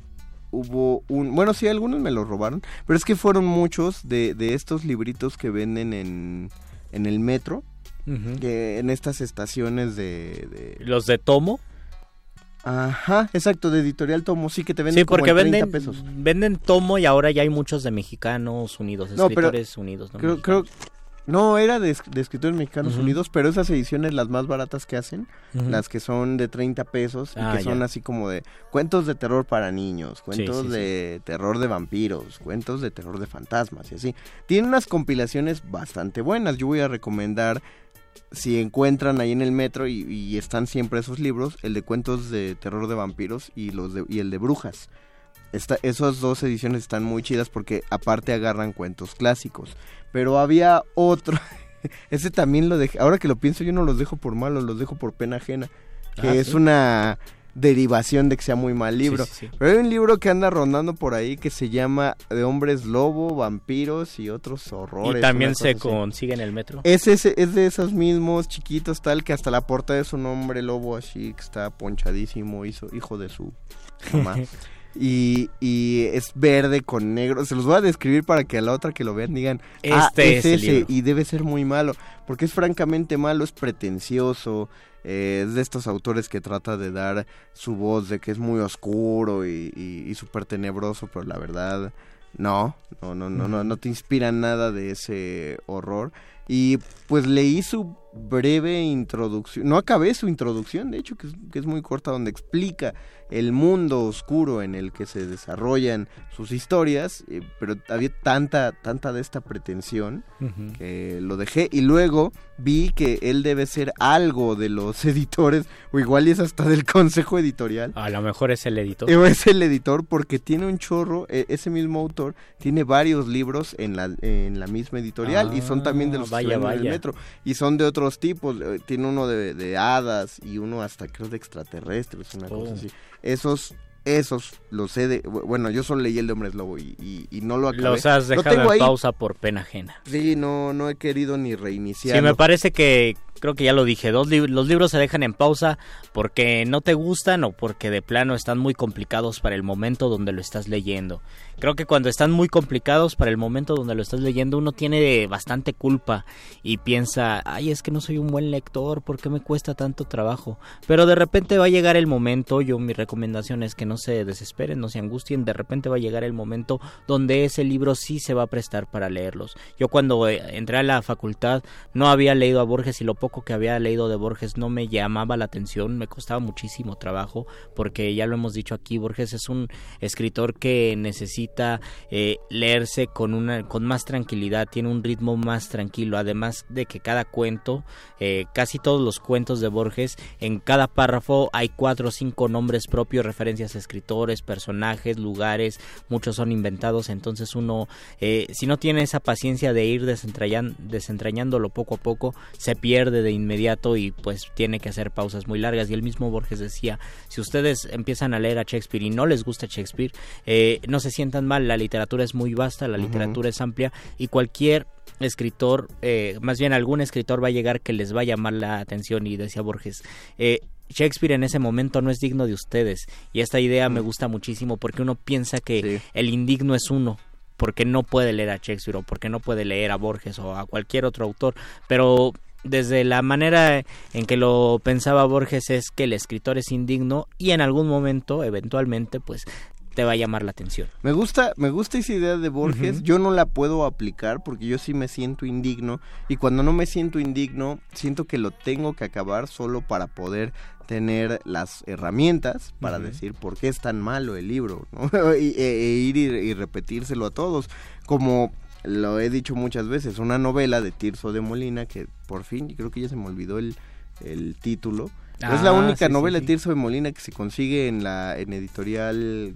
hubo un... Bueno, sí, algunos me los robaron, pero es que fueron muchos de, de estos libritos que venden en, en el metro, uh-huh. que en estas estaciones de, de... ¿Los de Tomo? Ajá, exacto, de Editorial Tomo, sí, que te venden sí, porque como en treinta venden, pesos. Venden Tomo y ahora ya hay muchos de Mexicanos Unidos, no, Escritores pero Unidos. ¿no? Creo, creo, no, era de, de Escritores Mexicanos uh-huh. Unidos, pero esas ediciones las más baratas que hacen, uh-huh. las que son de treinta pesos y ah, que son ya. así como de cuentos de terror para niños, cuentos sí, sí, de sí. terror de vampiros, cuentos de terror de fantasmas y así. Tienen unas compilaciones bastante buenas, yo voy a recomendar... Si encuentran ahí en el metro y, y están siempre esos libros, el de cuentos de terror de vampiros y los de, y el de brujas. Esta, esas dos ediciones están muy chidas porque aparte agarran cuentos clásicos. Pero había otro, ese también lo dejé, ahora que lo pienso yo no los dejo por malos, los dejo por pena ajena. Que ah, es ¿sí? una derivación de que sea muy mal libro. Sí, sí, sí. Pero hay un libro que anda rondando por ahí que se llama De hombres lobo, vampiros y otros horrores. ¿Y también se consigue en el metro? Es, ese, es de esos mismos chiquitos tal que hasta la portada es un hombre lobo así que está ponchadísimo, hizo, hijo de su mamá. Y, y es verde con negro. Se los voy a describir para que a la otra que lo vean digan, ah, este es, es ese, y debe ser muy malo, porque es francamente malo, es pretencioso, eh, es de estos autores que trata de dar su voz de que es muy oscuro y, y, y súper tenebroso, pero la verdad, no, no, no, no, no, no te inspira nada de ese horror. Y pues leí su breve introducción, no acabé su introducción, de hecho, que es, que es muy corta, donde explica el mundo oscuro en el que se desarrollan sus historias, eh, pero había tanta, tanta de esta pretensión uh-huh. que lo dejé, y luego vi que él debe ser algo de los editores, o igual es hasta del consejo editorial. A lo mejor es el editor. O es el editor porque tiene un chorro, eh, ese mismo autor tiene varios libros en la, en la misma editorial, ah, y son también de los vaya, que vaya. en el metro, y son de otros tipos, tiene uno de, de hadas y uno hasta creo de extraterrestres, una oh. cosa así. Esos, esos los sé de, bueno, yo solo leí el de Hombres Lobo y, y, y no lo acabé. Los has dejado en ahí. Pausa por pena ajena. Sí, no, no he querido ni reiniciar. Sí, me parece que, creo que ya lo dije, dos li- los libros se dejan en pausa porque no te gustan o porque de plano están muy complicados para el momento donde lo estás leyendo. Creo que cuando están muy complicados para el momento donde lo estás leyendo, uno tiene bastante culpa y piensa, ay, es que no soy un buen lector, ¿por qué me cuesta tanto trabajo? Pero de repente va a llegar el momento, yo mi recomendación es que no se desesperen, no se angustien, de repente va a llegar el momento donde ese libro sí se va a prestar para leerlos. Yo cuando entré a la facultad no había leído a Borges y lo poco que había leído de Borges no me llamaba la atención, me costaba muchísimo trabajo, porque ya lo hemos dicho aquí, Borges es un escritor que necesita Eh, leerse con una con más tranquilidad, tiene un ritmo más tranquilo, además de que cada cuento, eh, casi todos los cuentos de Borges, en cada párrafo hay cuatro o cinco nombres propios, referencias a escritores, personajes, lugares, muchos son inventados, entonces uno, eh, si no tiene esa paciencia de ir desentrañan, desentrañándolo poco a poco, se pierde de inmediato y pues tiene que hacer pausas muy largas. Y el mismo Borges decía, si ustedes empiezan a leer a Shakespeare y no les gusta Shakespeare, eh, no se sientan mal, la literatura es muy vasta, la literatura uh-huh. es amplia y cualquier escritor, eh, más bien algún escritor va a llegar que les va a llamar la atención. Y decía Borges, eh, Shakespeare en ese momento no es digno de ustedes, y esta idea uh-huh. me gusta muchísimo porque uno piensa que sí. el indigno es uno, porque no puede leer a Shakespeare o porque no puede leer a Borges o a cualquier otro autor, pero desde la manera en que lo pensaba Borges es que el escritor es indigno y en algún momento, eventualmente, pues te va a llamar la atención. Me gusta, me gusta esa idea de Borges, uh-huh. yo no la puedo aplicar porque yo sí me siento indigno, y cuando no me siento indigno, siento que lo tengo que acabar solo para poder tener las herramientas para uh-huh. decir por qué es tan malo el libro, ¿no? y, e, e ir y, y repetírselo a todos, como lo he dicho muchas veces, una novela de Tirso de Molina, que por fin, creo que ya se me olvidó el, el título, ah, es la única sí, novela sí, sí. de Tirso de Molina que se consigue en la en editorial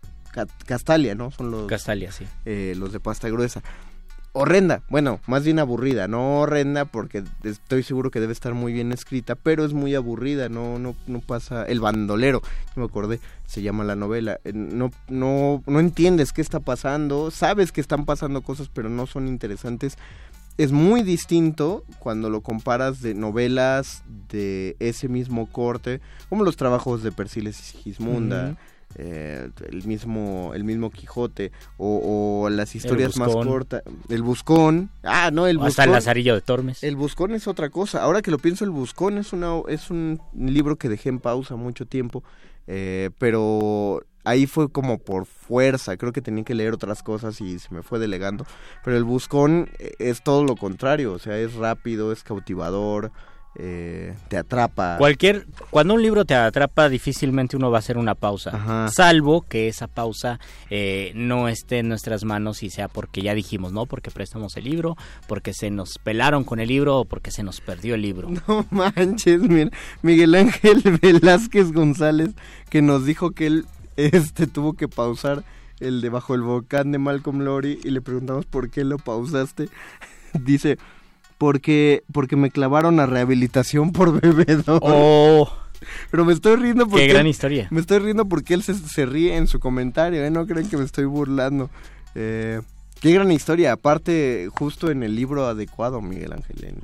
Castalia, ¿no? Son los Castalia, sí. Eh, los de pasta gruesa. Horrenda, bueno, más bien aburrida, no horrenda porque estoy seguro que debe estar muy bien escrita, pero es muy aburrida, no no no pasa. El bandolero, me acordé, se llama la novela. No no no entiendes qué está pasando, sabes que están pasando cosas, pero no son interesantes. Es muy distinto cuando lo comparas de novelas de ese mismo corte, como los trabajos de Persiles y Sigismunda. Uh-huh. Eh, el mismo el mismo Quijote o, o las historias más cortas, el Buscón, ah no el o Buscón, hasta el Lazarillo de Tormes. El Buscón es otra cosa. Ahora que lo pienso, el Buscón es una es un libro que dejé en pausa mucho tiempo, eh, pero ahí fue como por fuerza, creo que tenía que leer otras cosas y se me fue delegando, pero el Buscón es todo lo contrario, o sea, es rápido, es cautivador. Eh, te atrapa. Cualquier, cuando un libro te atrapa, difícilmente uno va a hacer una pausa, Ajá. salvo que esa pausa eh, no esté en nuestras manos y sea porque ya dijimos, ¿no? Porque prestamos el libro, porque se nos pelaron con el libro o porque se nos perdió el libro. No manches, mira, Miguel Ángel Velázquez González, que nos dijo que él este tuvo que pausar el de Bajo el Volcán de Malcolm Lowry y le preguntamos por qué lo pausaste. Dice... Porque porque me clavaron a rehabilitación por bebedor. Oh, pero me estoy riendo porque... Qué gran historia. Me estoy riendo porque él se, se ríe en su comentario, ¿eh? No creen que me estoy burlando. Eh, qué gran historia. Aparte, justo en el libro adecuado, Miguel Ángel. En...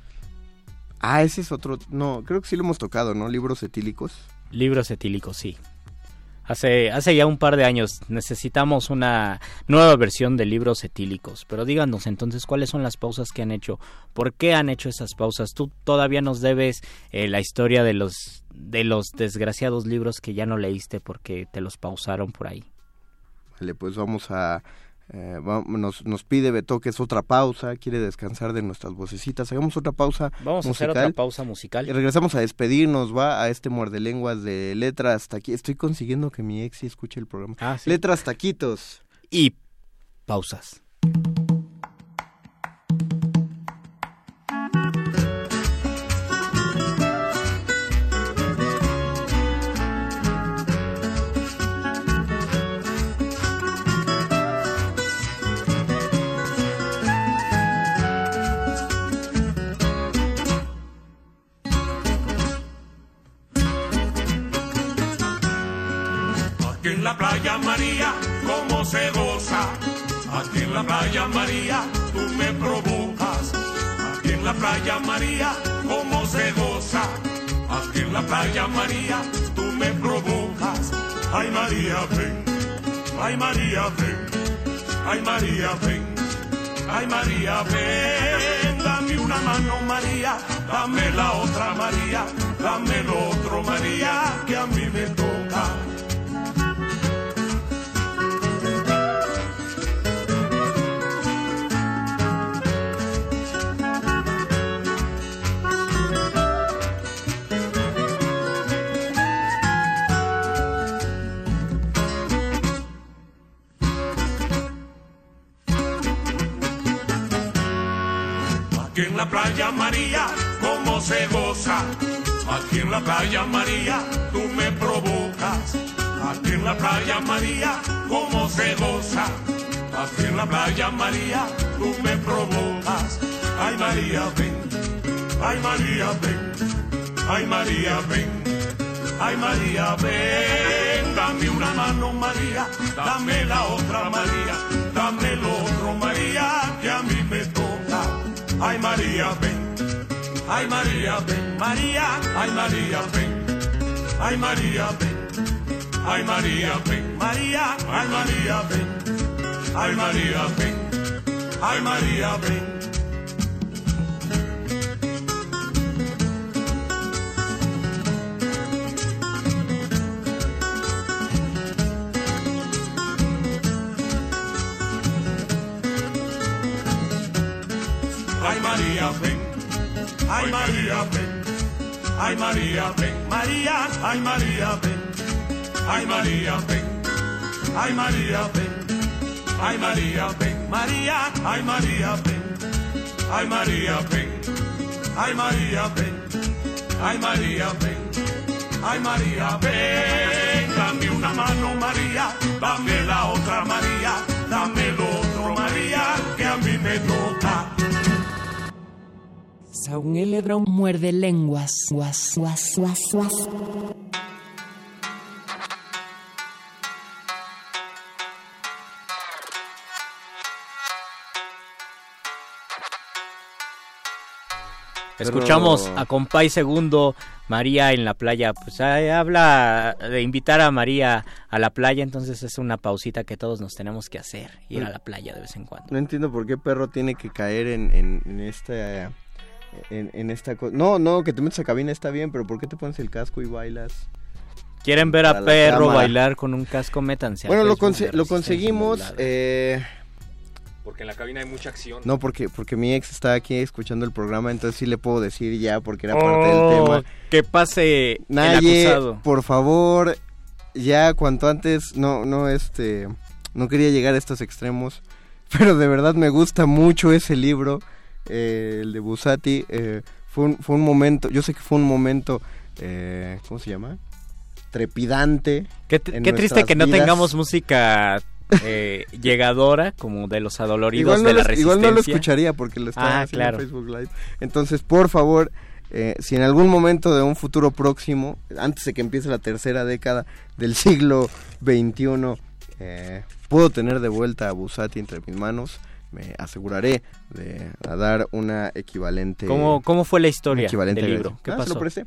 Ah, ese es otro... No, creo que sí lo hemos tocado, ¿no? Libros etílicos. Libros etílicos, sí. Hace, hace ya un par de años necesitamos una nueva versión de libros etílicos, pero díganos entonces cuáles son las pausas que han hecho, por qué han hecho esas pausas. Tú todavía nos debes eh, la historia de los de los desgraciados libros que ya no leíste porque te los pausaron por ahí. Vale, pues vamos a eh, vamos, nos, nos pide Beto que es otra pausa, quiere descansar de nuestras vocecitas, hagamos otra pausa Vamos musical, a hacer otra pausa musical. Y regresamos a despedirnos, va a este muerdelenguas de letras taqui. Estoy consiguiendo que mi ex sí escuche el programa. Ah, ¿sí? Letras taquitos. Y pausas. Aquí en la playa María, cómo se goza. Aquí en la playa María, tú me provocas. Aquí en la playa María, cómo se goza. Aquí en la playa María, tú me provocas. Ay María, ven. Ay María, ven. Ay María, ven. Ay María, ven. Dame una mano María, dame la otra María, dame lo otro María, que a mí me toca. Aquí en la playa María, cómo se goza. Aquí en la playa María, tú me provocas. Aquí en la playa María, cómo se goza. Aquí en la playa María, tú me provocas. Ay María, ven. Ay María, ven. Ay María, ven. Ay María, ven. Dame una mano María, dame la otra María, dame lo otro María, que a mí me toca. Ay María, ven. Ay María, ven. María. Ay María, ven. Ay María, ven. Ay María, ven. María. Ay María, ven. Ay María, ven. Ay María, ven. Ay María, ven. Ay María, ven. Ay María, ven. María. Ay María, ven. Ay María, ven. Ay María, ven. Ay María, ven. María. Ay María, ven. Ay María, ven. Ay María, ven. Ay María, ven. Ay María, ven. Dame una mano María, dame la otra María, dame lo otro María, que a mí me toca. Muerde lenguas. Guas, guas, guas, guas. Escuchamos a Compay Segundo, María en la playa. Pues ahí habla de invitar a María a la playa, entonces es una pausita que todos nos tenemos que hacer, ir a la playa de vez en cuando. No entiendo por qué Perro tiene que caer en, en, en esta... En, en esta cosa. No, no, que te metes a cabina está bien, pero ¿por qué te pones el casco y bailas? ¿Quieren ver a Perro bailar con un casco? Métanse. Bueno, lo, conse- lo conseguimos. Eh... Porque en la cabina hay mucha acción. No, porque porque mi ex está aquí escuchando el programa, entonces sí le puedo decir ya, porque era oh, parte del tema. Que pase Naye, el acusado. Por favor, ya cuanto antes, no, no, este, no quería llegar a estos extremos, pero de verdad me gusta mucho ese libro. Eh, el de Buzzati, eh, fue, un, fue un momento, yo sé que fue un momento, eh, ¿cómo se llama? Trepidante. Qué, t- qué triste que no vidas. Tengamos música eh, llegadora, como de los adoloridos no de la lo, resistencia. Igual no lo escucharía porque lo está ah, haciendo claro. en Facebook Live. Entonces, por favor, eh, si en algún momento de un futuro próximo, antes de que empiece la tercera década del siglo veintiuno, eh, puedo tener de vuelta a Buzzati entre mis manos, me aseguraré de dar una equivalente. ¿Cómo, cómo fue la historia del libro? ¿Qué ah, pasó? ¿Se lo presté?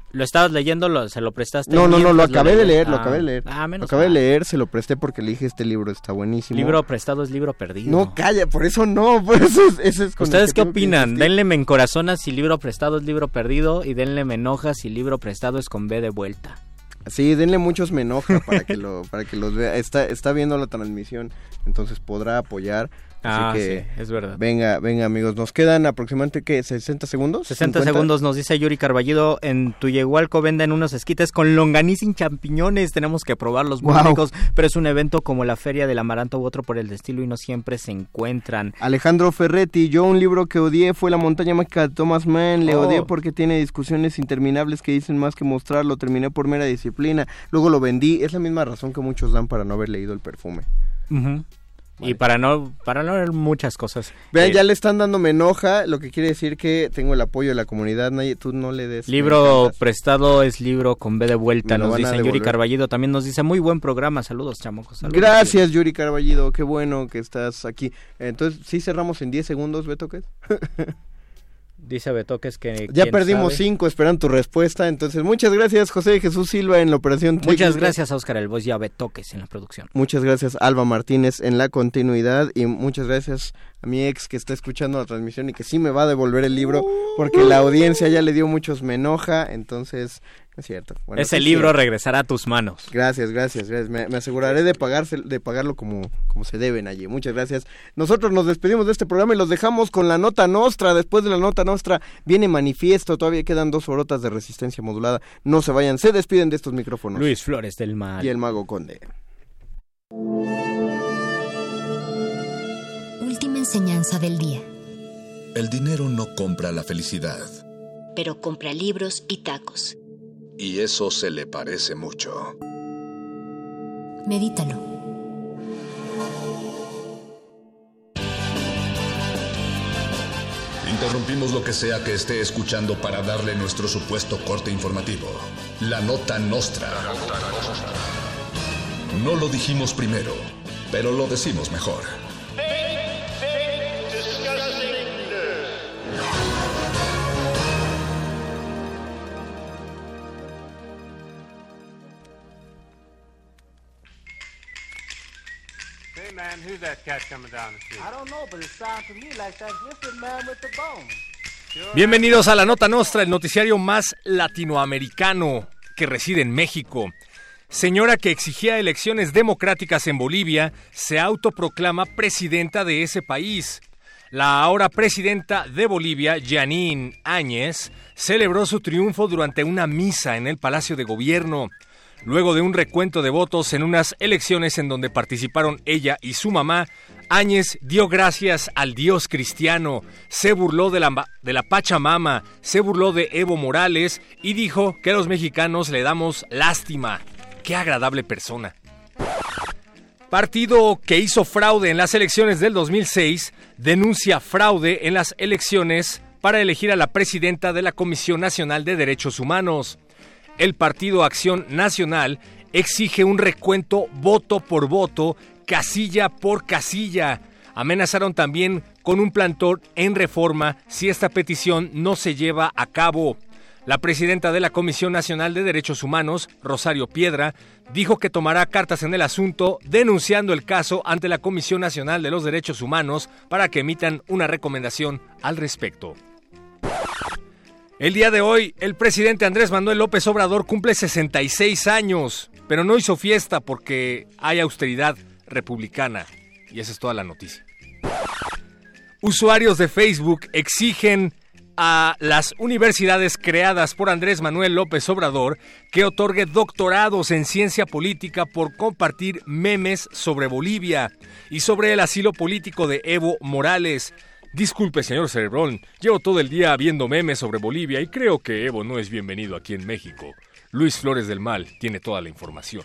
¿Lo estabas leyendo? Lo, ¿Se lo prestaste? No, no, no, lo acabé lo de leer, ah, lo acabé de leer. Ah, menos lo acabé de mal. leer, se lo presté porque le dije, este libro está buenísimo. Libro prestado es libro perdido. No, calla, por eso no, por eso es, eso es con ¿Ustedes el qué que opinan? Denle me encorazonas si libro prestado es libro perdido y denle me enojas si libro prestado es con B de vuelta. Sí, denle muchos me enoja para que lo para que los vea. Está está viendo la transmisión, entonces podrá apoyar. Ah, Así que sí, es verdad. Venga, venga amigos, nos quedan aproximadamente ¿qué? ¿sesenta segundos? sesenta ¿cincuenta? segundos nos dice Yuri Carballido, en Tuyehualco venden unos esquites con longaniza sin champiñones, tenemos que probarlos muy Wow. ricos, pero es un evento como la Feria del Amaranto u otro por el estilo y no siempre se encuentran. Alejandro Ferretti, yo un libro que odié fue La montaña mágica de Thomas Mann, le Oh. odié porque tiene discusiones interminables que dicen más que mostrar, lo terminé por mera disciplina, luego lo vendí, es la misma razón que muchos dan para no haber leído El perfume. Uh-huh. Vale. Y para no para no ver muchas cosas. Vean, eh, ya le están dando me enoja, lo que quiere decir que tengo el apoyo de la comunidad, nadie, tú no le des... Libro prestado es libro con B de vuelta, Me lo nos van a dice Yuri devolver. Carballido, también nos dice muy buen programa, saludos chamocos. Saludos, Gracias Yuri Carballido, qué bueno que estás aquí. Entonces, ¿sí cerramos en diez segundos, Beto? ¿Qué? Dice Betoques que... Ya ¿quién perdimos sabe? cinco, esperan tu respuesta. Entonces, muchas gracias José Jesús Silva en la operación técnica. Muchas gracias a Óscar El Voz y a Betoques en la producción. Muchas gracias Alba Martínez en la continuidad y muchas gracias a mi ex que está escuchando la transmisión y que sí me va a devolver el libro porque la audiencia ya le dio muchos me enoja, entonces no es cierto. Bueno, Ese sí, libro sí. regresará a tus manos. Gracias, gracias, gracias. Me, me aseguraré de pagarse, de pagarlo como, como se deben allí. Muchas gracias. Nosotros nos despedimos de este programa y los dejamos con la nota nostra. Después de la nota nostra viene Manifiesto. Todavía quedan dos horotas de resistencia modulada. No se vayan, se despiden de estos micrófonos. Luis Flores del Mal. Y el Mago Conde. Última enseñanza del día. El dinero no compra la felicidad. Pero compra libros y tacos. Y eso se le parece mucho. Medítalo. Interrumpimos lo que sea que esté escuchando para darle nuestro supuesto corte informativo. La nota nostra. No lo dijimos primero, pero lo decimos mejor. Hey man, who's that cat coming down the street? I don't know, but it sounds to me like that lizard man with the bone. Bienvenidos a La Nota Nostra, el noticiario más latinoamericano que reside en México. Señora que exigía elecciones democráticas en Bolivia se autoproclama presidenta de ese país. La ahora presidenta de Bolivia, Janine Áñez, celebró su triunfo durante una misa en el Palacio de Gobierno. Luego de un recuento de votos en unas elecciones en donde participaron ella y su mamá, Áñez dio gracias al Dios cristiano, se burló de la, de la Pachamama, se burló de Evo Morales y dijo que a los mexicanos le damos lástima. ¡Qué agradable persona! Partido que hizo fraude en las elecciones del dos mil seis denuncia fraude en las elecciones para elegir a la presidenta de la Comisión Nacional de Derechos Humanos. El Partido Acción Nacional exige un recuento voto por voto, casilla por casilla. Amenazaron también con un plantón en reforma si esta petición no se lleva a cabo. La presidenta de la Comisión Nacional de Derechos Humanos, Rosario Piedra, dijo que tomará cartas en el asunto, denunciando el caso ante la Comisión Nacional de los Derechos Humanos para que emitan una recomendación al respecto. El día de hoy, el presidente Andrés Manuel López Obrador cumple sesenta y seis años, pero no hizo fiesta porque hay austeridad republicana. Y esa es toda la noticia. Usuarios de Facebook exigen a las universidades creadas por Andrés Manuel López Obrador que otorgue doctorados en ciencia política por compartir memes sobre Bolivia y sobre el asilo político de Evo Morales. Disculpe, señor Cerebrón, llevo todo el día viendo memes sobre Bolivia y creo que Evo no es bienvenido aquí en México. Luis Flores del Mal tiene toda la información.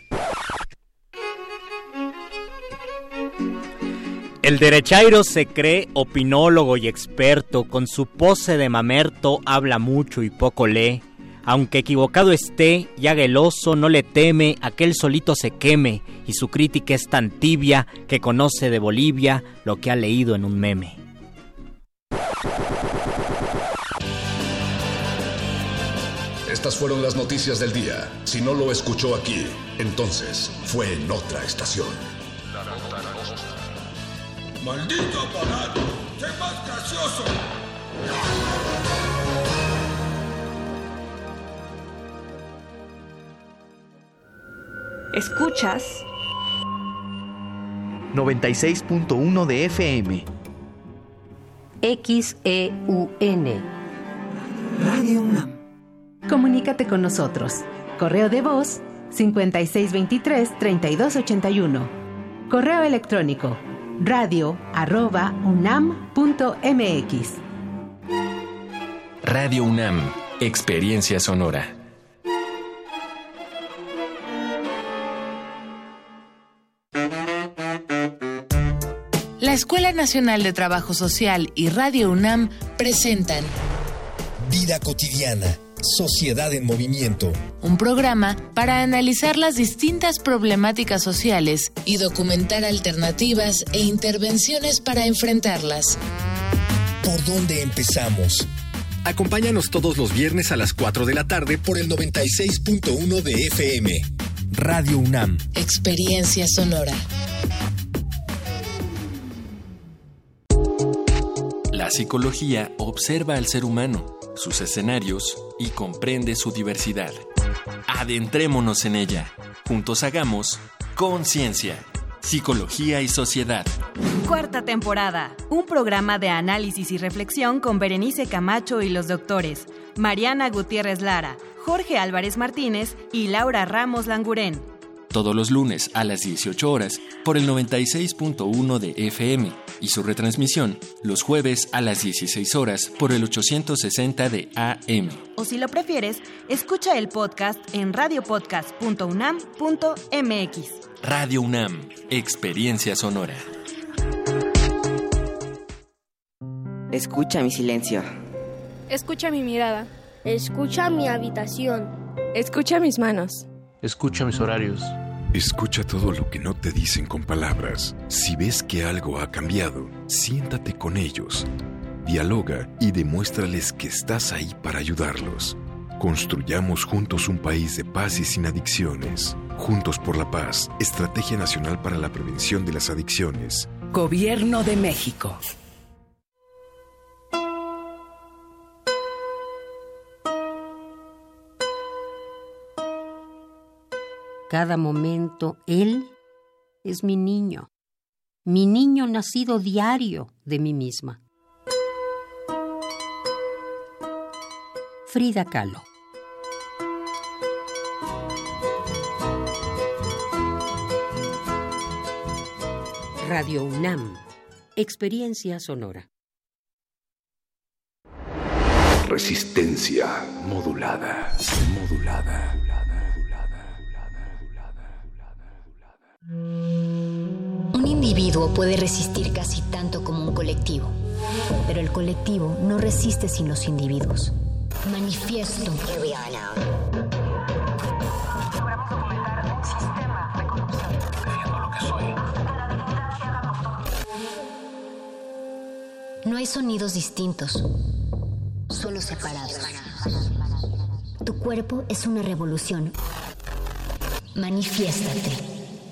El derechairo se cree opinólogo y experto, con su pose de mamerto habla mucho y poco lee. Aunque equivocado esté y haga el oso, no le teme a que él solito se queme, y su crítica es tan tibia que conoce de Bolivia lo que ha leído en un meme. Estas fueron las noticias del día. Si no lo escuchó aquí, entonces fue en otra estación. ¡Maldito aparato! ¡Sé más gracioso! Escuchas noventa y seis punto uno de F M. X E U N. Radio UNAM. Comunícate con nosotros. Correo de voz cincuenta y seis veintitrés, treinta y dos ochenta y uno. Correo electrónico radio arroba unam punto mx. Radio UNAM, experiencia sonora. La Escuela Nacional de Trabajo Social y Radio UNAM presentan Vida cotidiana, sociedad en movimiento. Un programa para analizar las distintas problemáticas sociales y documentar alternativas e intervenciones para enfrentarlas. ¿Por dónde empezamos? Acompáñanos todos los viernes a las cuatro de la tarde por el noventa y seis punto uno de F M. Radio UNAM. Experiencia sonora. La psicología observa al ser humano, sus escenarios y comprende su diversidad. Adentrémonos en ella. Juntos hagamos Conciencia, Psicología y Sociedad. Cuarta temporada. Un programa de análisis y reflexión con Berenice Camacho y los doctores Mariana Gutiérrez Lara, Jorge Álvarez Martínez y Laura Ramos Langurén. Todos los lunes a las dieciocho horas por el noventa y seis punto uno de F M y su retransmisión los jueves a las dieciséis horas por el ochocientos sesenta de A M. O si lo prefieres, escucha el podcast en radiopodcast punto unam punto mx. Radio UNAM, experiencia sonora. Escucha mi silencio. Escucha mi mirada. Escucha mi habitación. Escucha mis manos. Escucha mis horarios. Escucha todo lo que no te dicen con palabras. Si ves que algo ha cambiado, siéntate con ellos. Dialoga y demuéstrales que estás ahí para ayudarlos. Construyamos juntos un país de paz y sin adicciones. Juntos por la paz. Estrategia Nacional para la Prevención de las Adicciones. Gobierno de México. Cada momento, él es mi niño, mi niño nacido diario de mí misma. Frida Kahlo. Radio UNAM, experiencia sonora. Resistencia modulada, modulada. Un individuo puede resistir casi tanto como un colectivo, pero el colectivo no resiste sin los individuos. Manifiesto. Logramos documentar un sistema de corrupción. Defiendo lo que soy. No hay sonidos distintos, solo separados. Tu cuerpo es una revolución. Manifiéstate.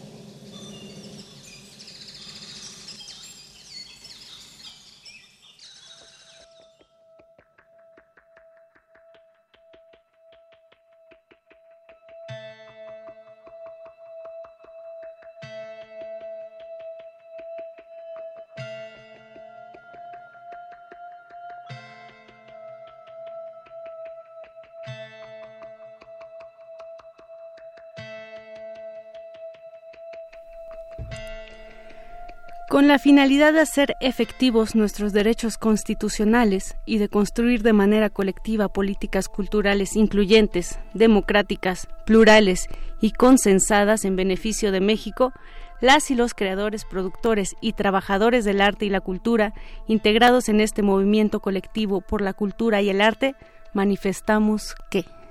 Con la finalidad de hacer efectivos nuestros derechos constitucionales y de construir de manera colectiva políticas culturales incluyentes, democráticas, plurales y consensadas en beneficio de México, las y los creadores, productores y trabajadores del arte y la cultura, integrados en este movimiento colectivo por la cultura y el arte, manifestamos que...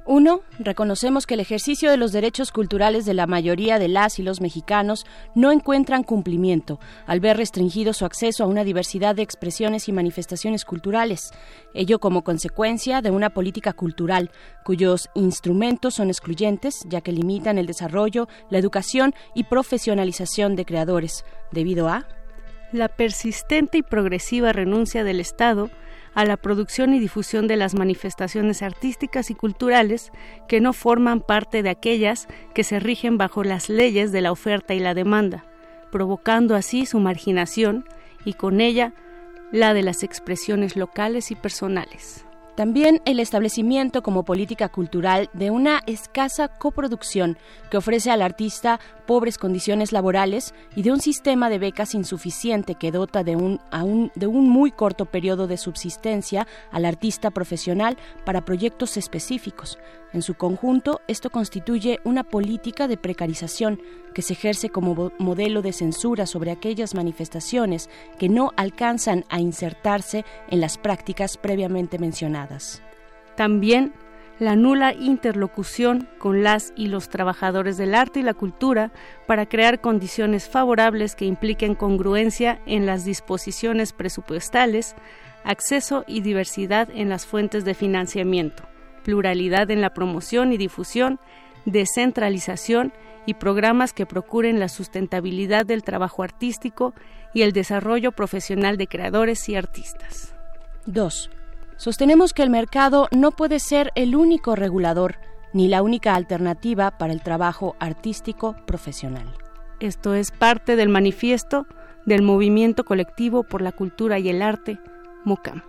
Uno, reconocemos que el ejercicio de los derechos culturales de la mayoría de las y los mexicanos no encuentran cumplimiento al ver restringido su acceso a una diversidad de expresiones y manifestaciones culturales, ello como consecuencia de una política cultural cuyos instrumentos son excluyentes, ya que limitan el desarrollo, la educación y profesionalización de creadores, debido a la persistente y progresiva renuncia del Estado a la producción y difusión de las manifestaciones artísticas y culturales que no forman parte de aquellas que se rigen bajo las leyes de la oferta y la demanda, provocando así su marginación y con ella la de las expresiones locales y personales. También el establecimiento como política cultural de una escasa coproducción que ofrece al artista pobres condiciones laborales y de un sistema de becas insuficiente que dota de un, a un, de un muy corto periodo de subsistencia al artista profesional para proyectos específicos. En su conjunto, esto constituye una política de precarización que se ejerce como modelo de censura sobre aquellas manifestaciones que no alcanzan a insertarse en las prácticas previamente mencionadas. También la nula interlocución con las y los trabajadores del arte y la cultura para crear condiciones favorables que impliquen congruencia en las disposiciones presupuestales, acceso y diversidad en las fuentes de financiamiento, pluralidad en la promoción y difusión, descentralización y programas que procuren la sustentabilidad del trabajo artístico y el desarrollo profesional de creadores y artistas. dos. Sostenemos que el mercado no puede ser el único regulador ni la única alternativa para el trabajo artístico profesional. Esto es parte del manifiesto del Movimiento Colectivo por la Cultura y el Arte, MOCAM.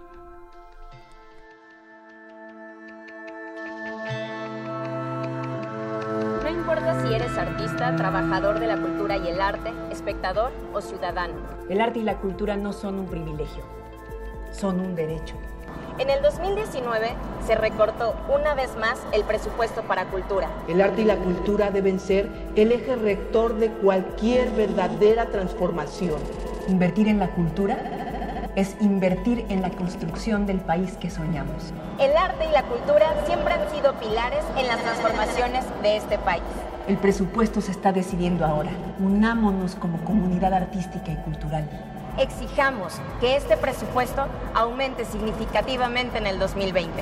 No importa si eres artista, trabajador de la cultura y el arte, espectador o ciudadano. El arte y la cultura no son un privilegio, son un derecho. En el dos mil diecinueve se recortó una vez más el presupuesto para cultura. El arte y la cultura deben ser el eje rector de cualquier verdadera transformación. Invertir en la cultura es invertir en la construcción del país que soñamos. El arte y la cultura siempre han sido pilares en las transformaciones de este país. El presupuesto se está decidiendo ahora. Unámonos como comunidad artística y cultural. Exijamos que este presupuesto aumente significativamente en el dos mil veinte.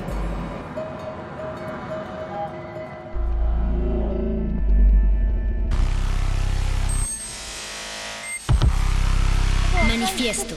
Manifiesto.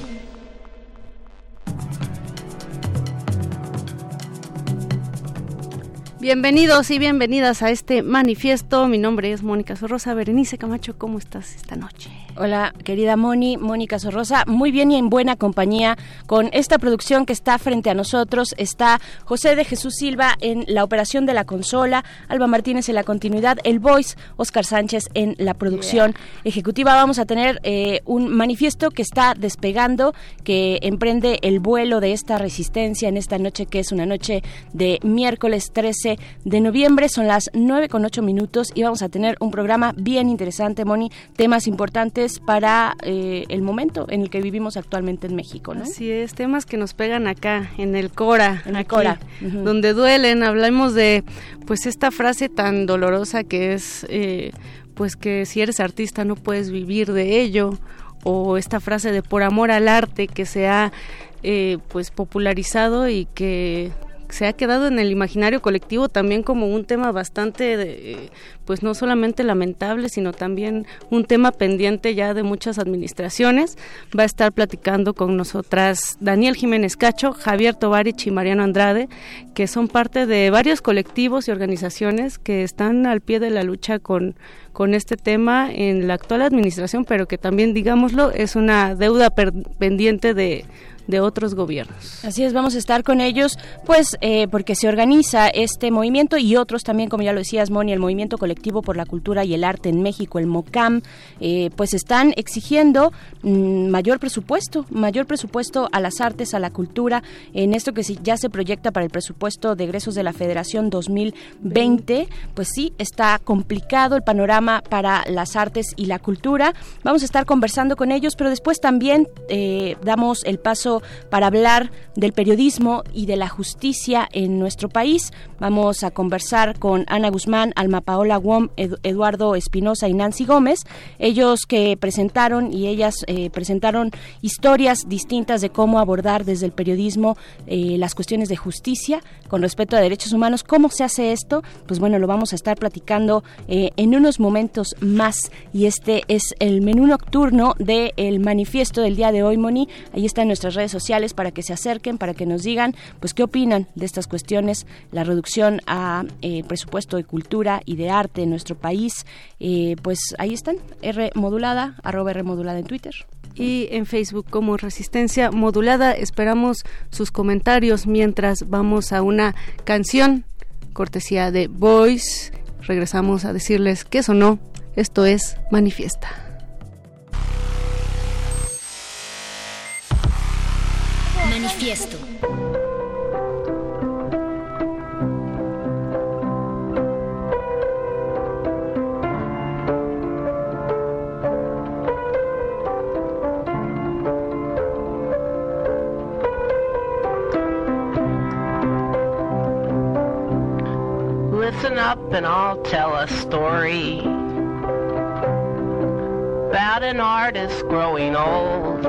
Bienvenidos y bienvenidas a este manifiesto. Mi nombre es Mónica Sorrosa. Berenice Camacho, ¿cómo estás esta noche? Hola, querida Moni, Mónica Sorrosa, muy bien y en buena compañía con esta producción que está frente a nosotros. Está José de Jesús Silva en la operación de la consola, Alba Martínez en la continuidad, el Voice, Oscar Sánchez en la producción yeah. ejecutiva. Vamos a tener eh, un manifiesto que está despegando, que emprende el vuelo de esta resistencia en esta noche, que es una noche de miércoles trece de noviembre. Son las nueve con ocho minutos y vamos a tener un programa bien interesante, Moni, temas importantes para eh, el momento en el que vivimos actualmente en México, ¿no? Así es, temas que nos pegan acá, en el Cora, en el aquí, Cora. Uh-huh. Donde duelen. Hablamos de, pues, esta frase tan dolorosa que es, eh, pues, que si eres artista no puedes vivir de ello, o esta frase de por amor al arte que se ha, eh, pues, popularizado y que se ha quedado en el imaginario colectivo también como un tema bastante, de, pues no solamente lamentable, sino también un tema pendiente ya de muchas administraciones. Va a estar platicando con nosotras Daniel Jiménez Cacho, Javier Tovarich y Mariano Andrade, que son parte de varios colectivos y organizaciones que están al pie de la lucha con, con este tema en la actual administración, pero que también, digámoslo, es una deuda per- pendiente de de otros gobiernos. Así es, vamos a estar con ellos, pues eh, porque se organiza este movimiento y otros también, como ya lo decías, Moni, el Movimiento Colectivo por la Cultura y el Arte en México, el MOCAM, eh, pues están exigiendo mm, mayor presupuesto, mayor presupuesto a las artes, a la cultura, en esto que ya se proyecta para el presupuesto de egresos de la Federación dos mil veinte, pues sí, está complicado el panorama para las artes y la cultura. Vamos a estar conversando con ellos, pero después también eh, damos el paso espacio para hablar del periodismo y de la justicia en nuestro país. Vamos a conversar con Ana Guzmán, Alma Paola Wong, Ed- Eduardo Espinosa y Nancy Gómez, ellos que presentaron y ellas eh, presentaron historias distintas de cómo abordar desde el periodismo eh, las cuestiones de justicia con respecto a derechos humanos. ¿Cómo se hace esto? Pues bueno, lo vamos a estar platicando eh, en unos momentos más, y este es el menú nocturno del manifiesto del día de hoy, Moni. Ahí está en nuestras redes sociales para que se acerquen, para que nos digan pues qué opinan de estas cuestiones, la reducción a eh, presupuesto de cultura y de arte en nuestro país. Eh, pues ahí están, R modulada, arroba R modulada en Twitter. Y en Facebook como Resistencia Modulada. Esperamos sus comentarios mientras vamos a una canción cortesía de Voice. Regresamos a decirles qué sonó. Esto es Manifiesta. Manifiesto. Listen up and I'll tell a story about an artist growing old.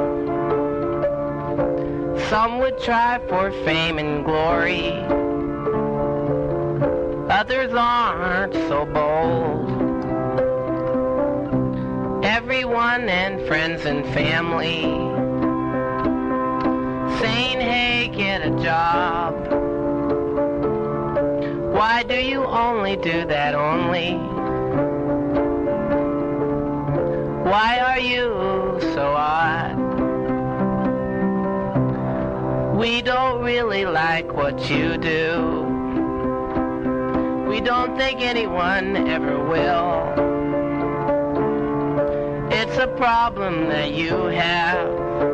Some would try for fame and glory, others aren't so bold. Everyone and friends and family saying, hey, get a job. Why do you only do that only? Why are you so odd? We don't really like what you do. We don't think anyone ever will. It's a problem that you have,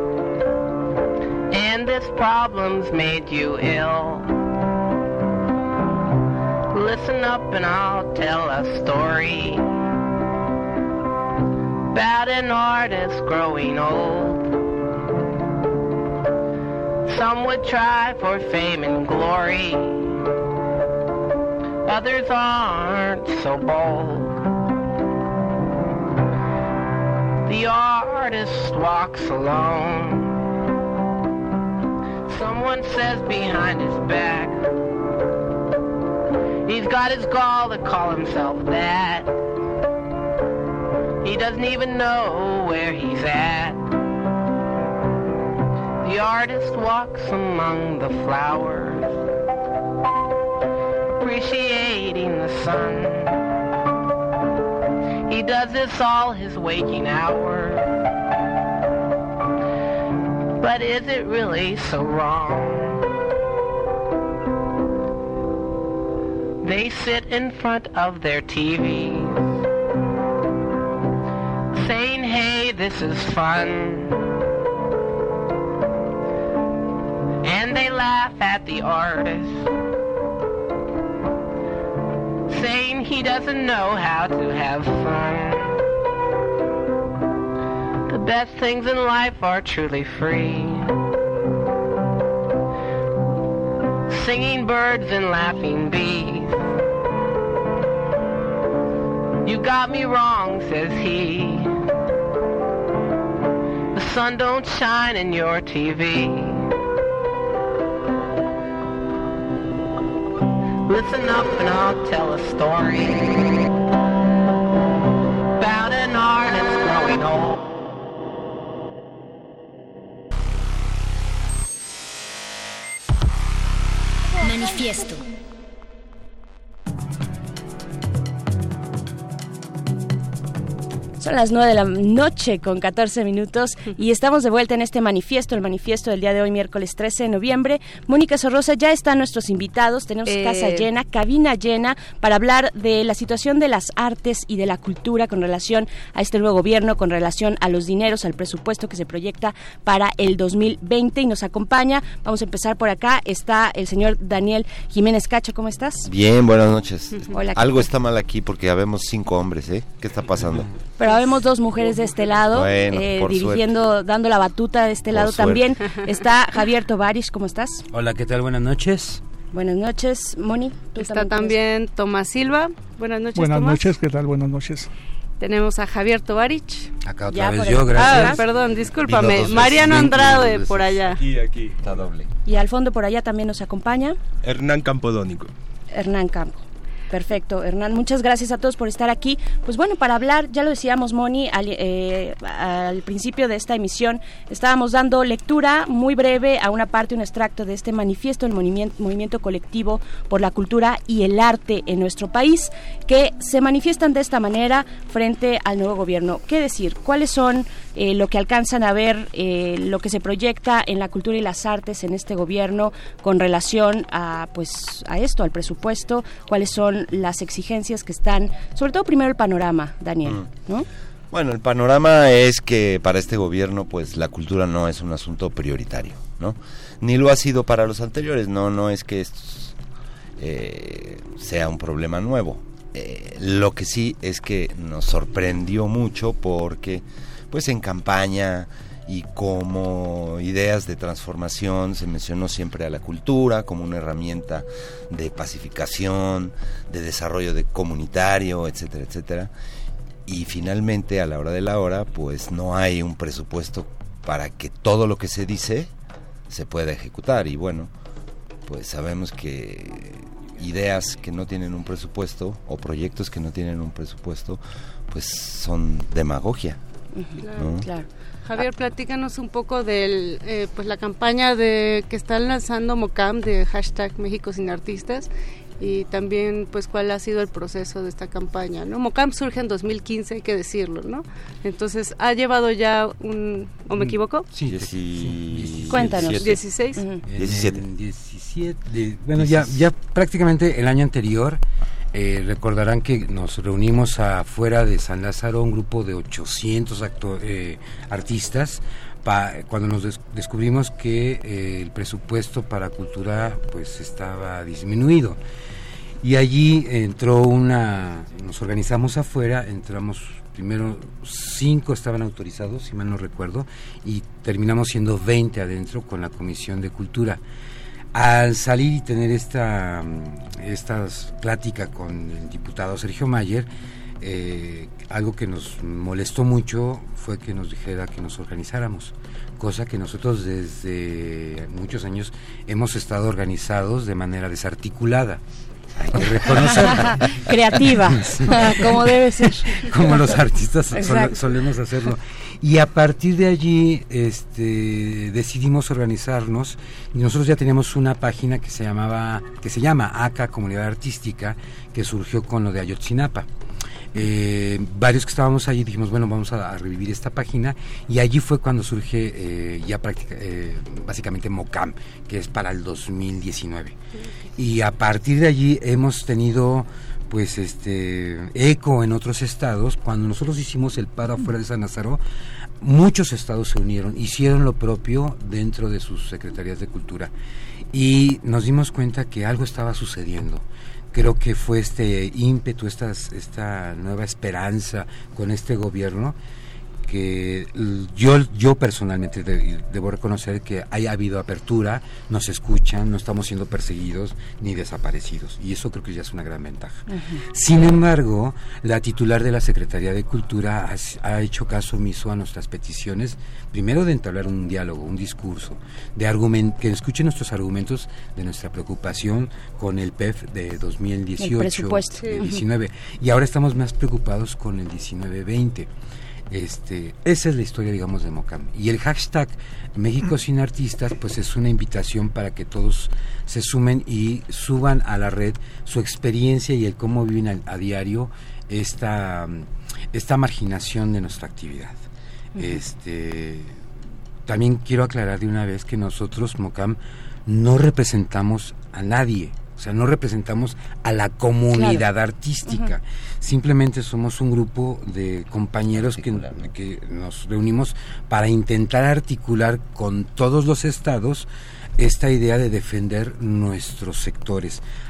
and this problem's made you ill. Listen up and I'll tell a story about an artist growing old. Some would try for fame and glory, others aren't so bold. The artist walks alone. Someone says behind his back he's got his gall to call himself that. He doesn't even know where he's at. The artist walks among the flowers, appreciating the sun. He does this all his waking hours. But is it really so wrong? They sit in front of their T Vs, saying, hey, this is fun. And they laugh at the artist, saying he doesn't know how to have fun. The best things in life are truly free. Singing birds and laughing bees. You got me wrong, says he. The sun don't shine in your T V. Listen up and I'll tell a story about an artist growing old. Manifiesto. Son las nueve de la noche con catorce minutos y estamos de vuelta en este manifiesto, el manifiesto del día de hoy, miércoles trece de noviembre. Mónica Sorrosa, ya están nuestros invitados, tenemos eh... casa llena, cabina llena para hablar de la situación de las artes y de la cultura con relación a este nuevo gobierno, con relación a los dineros, al presupuesto que se proyecta para el dos mil veinte, y nos acompaña, vamos a empezar por acá, está el señor Daniel Jiménez Cacho. ¿Cómo estás? Bien, buenas noches. Hola. Algo está mal aquí porque ya vemos cinco hombres, ¿eh? ¿Qué está pasando? Pero habemos dos mujeres de este lado, bueno, eh, por dirigiendo, suerte. dando la batuta de este Por lado suerte. también. Está Javier Tovarich, ¿cómo estás? Hola, ¿qué tal? Buenas noches. Buenas noches, Moni. ¿tú Está también también Tomás Silva. Buenas noches, Buenas Tomás. noches, ¿qué tal? Buenas noches. Tenemos a Javier Tovarich. Acá Ya otra vez por yo, el- gracias. Ah, perdón, discúlpame. Vino dos Mariano veces, Andrade, vino dos por veces. allá. Aquí, aquí. Está doble. Y al fondo por allá también nos acompaña Hernán Campodónico. Hernán Campo. Perfecto, Hernán, muchas gracias a todos por estar aquí. Pues bueno, para hablar, ya lo decíamos, Moni, al, eh, al principio de esta emisión, estábamos dando lectura muy breve a una parte, un extracto de este manifiesto, el movimiento, movimiento colectivo por la cultura y el arte en nuestro país, que se manifiestan de esta manera frente al nuevo gobierno. ¿Qué decir? ¿Cuáles son eh, lo que alcanzan a ver, eh, lo que se proyecta en la cultura y las artes en este gobierno con relación a, pues, a esto, al presupuesto? ¿Cuáles son las exigencias que están, sobre todo primero el panorama, Daniel, ¿no? Bueno, el panorama es que para este gobierno, pues la cultura no es un asunto prioritario, ¿no? Ni lo ha sido para los anteriores, no, no es que esto eh, sea un problema nuevo. Eh, lo que sí es que nos sorprendió mucho porque, pues en campaña y como ideas de transformación se mencionó siempre a la cultura como una herramienta de pacificación, de desarrollo de comunitario, etcétera, etcétera. Y finalmente, a la hora de la hora, pues no hay un presupuesto para que todo lo que se dice se pueda ejecutar. Y bueno, pues sabemos que ideas que no tienen un presupuesto o proyectos que no tienen un presupuesto, pues son demagogia. Claro, ¿no? claro. Javier, platícanos un poco de eh, pues la campaña de que están lanzando MOCAM de hashtag México sin artistas y también pues cuál ha sido el proceso de esta campaña, ¿no? MOCAM surge en dos mil quince, hay que decirlo, ¿no? Entonces, ¿ha llevado ya un... ¿o me equivoco? Sí, Dieci... Cuéntanos. dieciséis. En diecisiete. el diecisiete. De, bueno, ya, ya prácticamente el año anterior, eh, recordarán que nos reunimos afuera de San Lázaro, un grupo de ochocientos acto, eh, artistas, pa, cuando nos des, descubrimos que eh, el presupuesto para cultura pues estaba disminuido. Y allí entró una, nos organizamos afuera, entramos primero cinco estaban autorizados, si mal no recuerdo, y terminamos siendo veinte adentro con la Comisión de Cultura. Al salir y tener esta, esta plática con el diputado Sergio Mayer, eh, algo que nos molestó mucho fue que nos dijera que nos organizáramos, cosa que nosotros desde muchos años hemos estado organizados de manera desarticulada. Hay que reconocerlo. Creativa, sí. Como debe ser. Como los artistas sol, solemos hacerlo. Y a partir de allí este, decidimos organizarnos y nosotros ya teníamos una página que se llamaba, que se llama A C A Comunidad Artística, que surgió con lo de Ayotzinapa. Eh, varios que estábamos allí dijimos, bueno, vamos a, a revivir esta página, y allí fue cuando surge eh, ya práctica, eh, básicamente MOCAM, que es para el dos mil diecinueve. Y a partir de allí hemos tenido pues este eco en otros estados. Cuando nosotros hicimos el paro afuera de San Lázaro, muchos estados se unieron, hicieron lo propio dentro de sus secretarías de cultura, y nos dimos cuenta que algo estaba sucediendo. Creo que fue este ímpetu, esta, esta nueva esperanza con este gobierno, que yo yo personalmente de, debo reconocer que haya habido apertura, nos escuchan, no estamos siendo perseguidos ni desaparecidos, y eso creo que ya es una gran ventaja. Uh-huh. Sin embargo, la titular de la Secretaría de Cultura ha, ha hecho caso omiso a nuestras peticiones, primero de entablar un diálogo, un discurso, de argument, que escuchen nuestros argumentos de nuestra preocupación con el P E F de dos mil dieciocho, de diecinueve, uh-huh. Y ahora estamos más preocupados con el diecinueve veinte. Este, esa es la historia, digamos, de MOCAM. Y el hashtag México sin artistas, pues es una invitación para que todos se sumen y suban a la red su experiencia y el cómo viven a, a diario esta, esta marginación de nuestra actividad. Uh-huh. Este, también quiero aclarar de una vez que nosotros, MOCAM, no representamos a nadie. O sea, no representamos a la comunidad claro. artística. Uh-huh. Simplemente somos un grupo de compañeros que, que nos reunimos para intentar articular con todos los estados esta idea de defender nuestros sectores.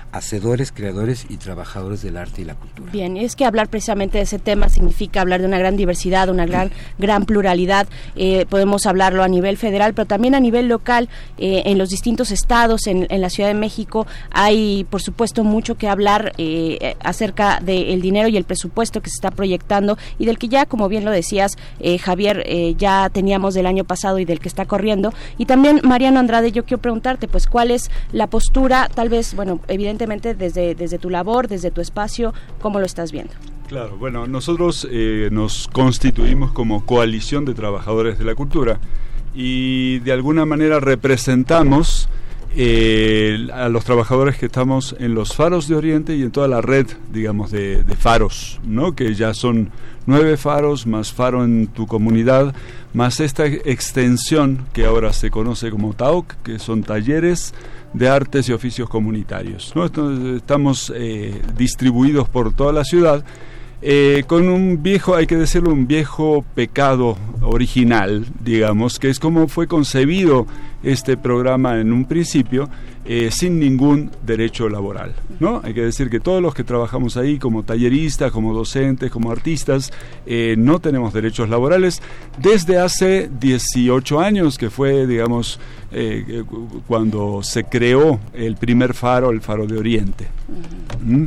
hacedores, creadores y trabajadores del arte y la cultura. Bien, es que hablar precisamente de ese tema significa hablar de una gran diversidad, una gran gran pluralidad. Eh, podemos hablarlo a nivel federal, pero también a nivel local, eh, en los distintos estados, en, en la Ciudad de México, hay por supuesto mucho que hablar eh, acerca del dinero y el presupuesto que se está proyectando y del que ya, como bien lo decías, eh, Javier, eh, ya teníamos del año pasado y del que está corriendo. Y también, Mariano Andrade, yo quiero preguntarte, pues, ¿cuál es la postura, tal vez, bueno, evidentemente desde, desde tu labor, desde tu espacio, cómo lo estás viendo? Claro, bueno, nosotros eh, nos constituimos como coalición de trabajadores de la cultura y de alguna manera representamos eh, a los trabajadores que estamos en los faros de Oriente y en toda la red, digamos, de, de faros, ¿no? Que ya son nueve faros, más faro en tu comunidad, más esta extensión que ahora se conoce como T A O C, que son talleres de artes y oficios comunitarios, ¿no? Entonces, estamos eh, distribuidos por toda la ciudad, eh, con un viejo, hay que decirlo, un viejo pecado original, digamos, que es como fue concebido este programa en un principio, eh, sin ningún derecho laboral, ¿no? Hay que decir que todos los que trabajamos ahí, como talleristas, como docentes, como artistas, eh, no tenemos derechos laborales desde hace dieciocho años, que fue, digamos, eh, cuando se creó el primer faro, el Faro de Oriente. ¿Mm?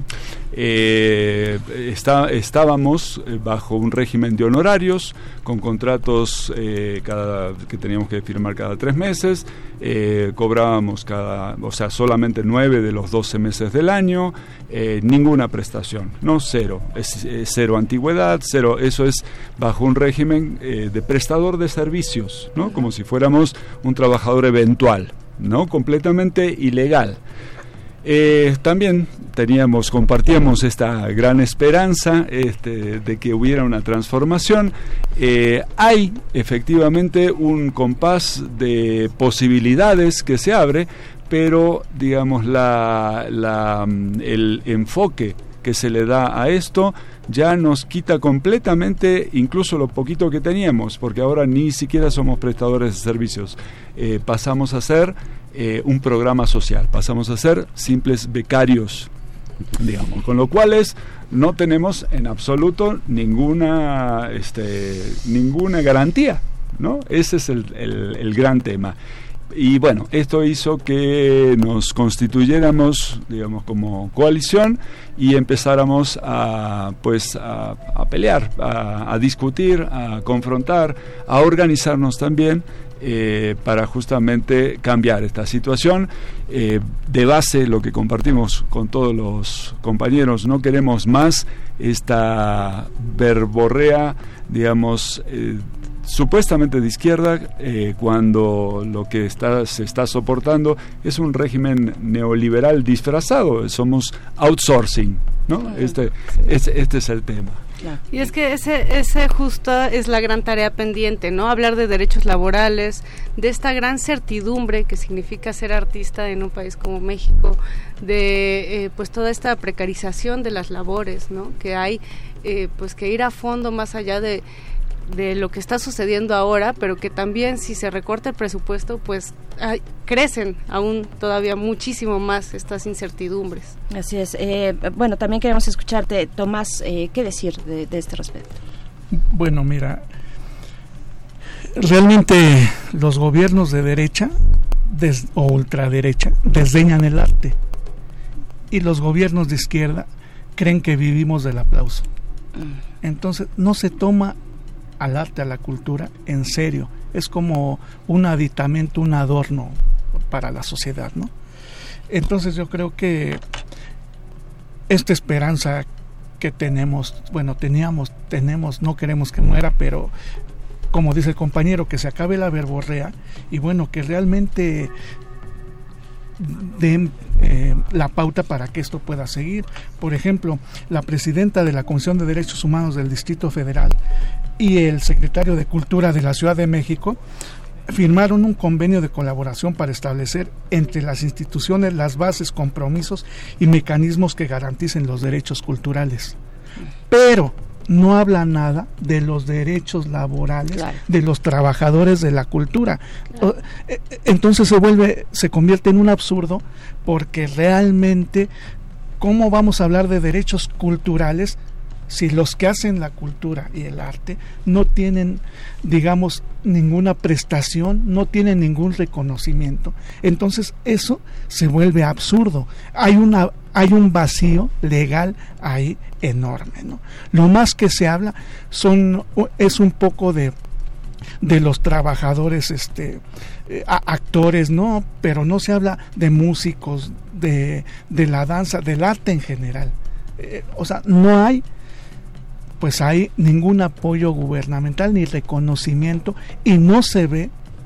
Eh, está, estábamos bajo un régimen de honorarios, con contratos eh, cada, que teníamos que firmar cada tres meses, eh, cobrábamos cada, o sea, solamente nueve de los doce meses del año, eh, ninguna prestación, no, cero, es, es cero antigüedad, cero, eso es bajo un régimen eh, de prestador de servicios, ¿no? Como si fuéramos un trabajador eventual, ¿no? Completamente ilegal. Eh, también teníamos, compartíamos esta gran esperanza este, de que hubiera una transformación. Eh, hay efectivamente un compás de posibilidades que se abre, pero digamos la, la, el enfoque que se le da a esto ya nos quita completamente incluso lo poquito que teníamos, porque ahora ni siquiera somos prestadores de servicios, eh, pasamos a ser eh, un programa social, pasamos a ser simples becarios, digamos, con lo cual es, no tenemos en absoluto ninguna este, ninguna garantía, ¿no? Ese es el, el, el gran tema. Y bueno, esto hizo que nos constituyéramos, digamos, como coalición y empezáramos a, pues, a, a pelear, a, a discutir, a confrontar, a organizarnos también eh, para justamente cambiar esta situación. Eh, de base, lo que compartimos con todos los compañeros, no queremos más esta verborrea, digamos, eh, supuestamente de izquierda, eh, cuando lo que está, se está soportando es un régimen neoliberal disfrazado, somos outsourcing, ¿no? Este, este, este es el tema. Y es que ese, ese justo es la gran tarea pendiente, ¿no? Hablar de derechos laborales, de esta gran certidumbre que significa ser artista en un país como México, de eh, pues toda esta precarización de las labores, ¿no? Que hay eh, pues que ir a fondo más allá de de lo que está sucediendo ahora, pero que también si se recorta el presupuesto, pues ay, crecen aún todavía muchísimo más estas incertidumbres. Así es. Eh, bueno, también queremos escucharte, Tomás, eh, ¿qué decir de, de este respecto? Bueno, mira, realmente los gobiernos de derecha des, o ultraderecha desdeñan el arte y los gobiernos de izquierda creen que vivimos del aplauso. Entonces no se toma al arte, a la cultura, en serio. Es como un aditamento, un adorno para la sociedad, ¿no? Entonces yo creo que esta esperanza que tenemos, bueno, teníamos, tenemos, no queremos que muera, pero como dice el compañero, que se acabe la verborrea y bueno, que realmente den eh, la pauta para que esto pueda seguir. Por ejemplo, la presidenta de la Comisión de Derechos Humanos del Distrito Federal y el secretario de Cultura de la Ciudad de México firmaron un convenio de colaboración para establecer entre las instituciones las bases, compromisos y mecanismos que garanticen los derechos culturales. Pero no habla nada de los derechos laborales claro. de los trabajadores de la cultura. Claro. Entonces se vuelve, se convierte en un absurdo, porque realmente, ¿cómo vamos a hablar de derechos culturales si los que hacen la cultura y el arte no tienen, digamos, ninguna prestación, no tienen ningún reconocimiento? Entonces eso se vuelve absurdo. Hay una hay un vacío legal ahí enorme, ¿no? Lo más que se habla son es un poco de de los trabajadores, este eh, actores, no, pero no se habla de músicos, de de la danza, del arte en general. Eh, o sea, no hay pues hay ningún apoyo gubernamental ni reconocimiento, y no se ve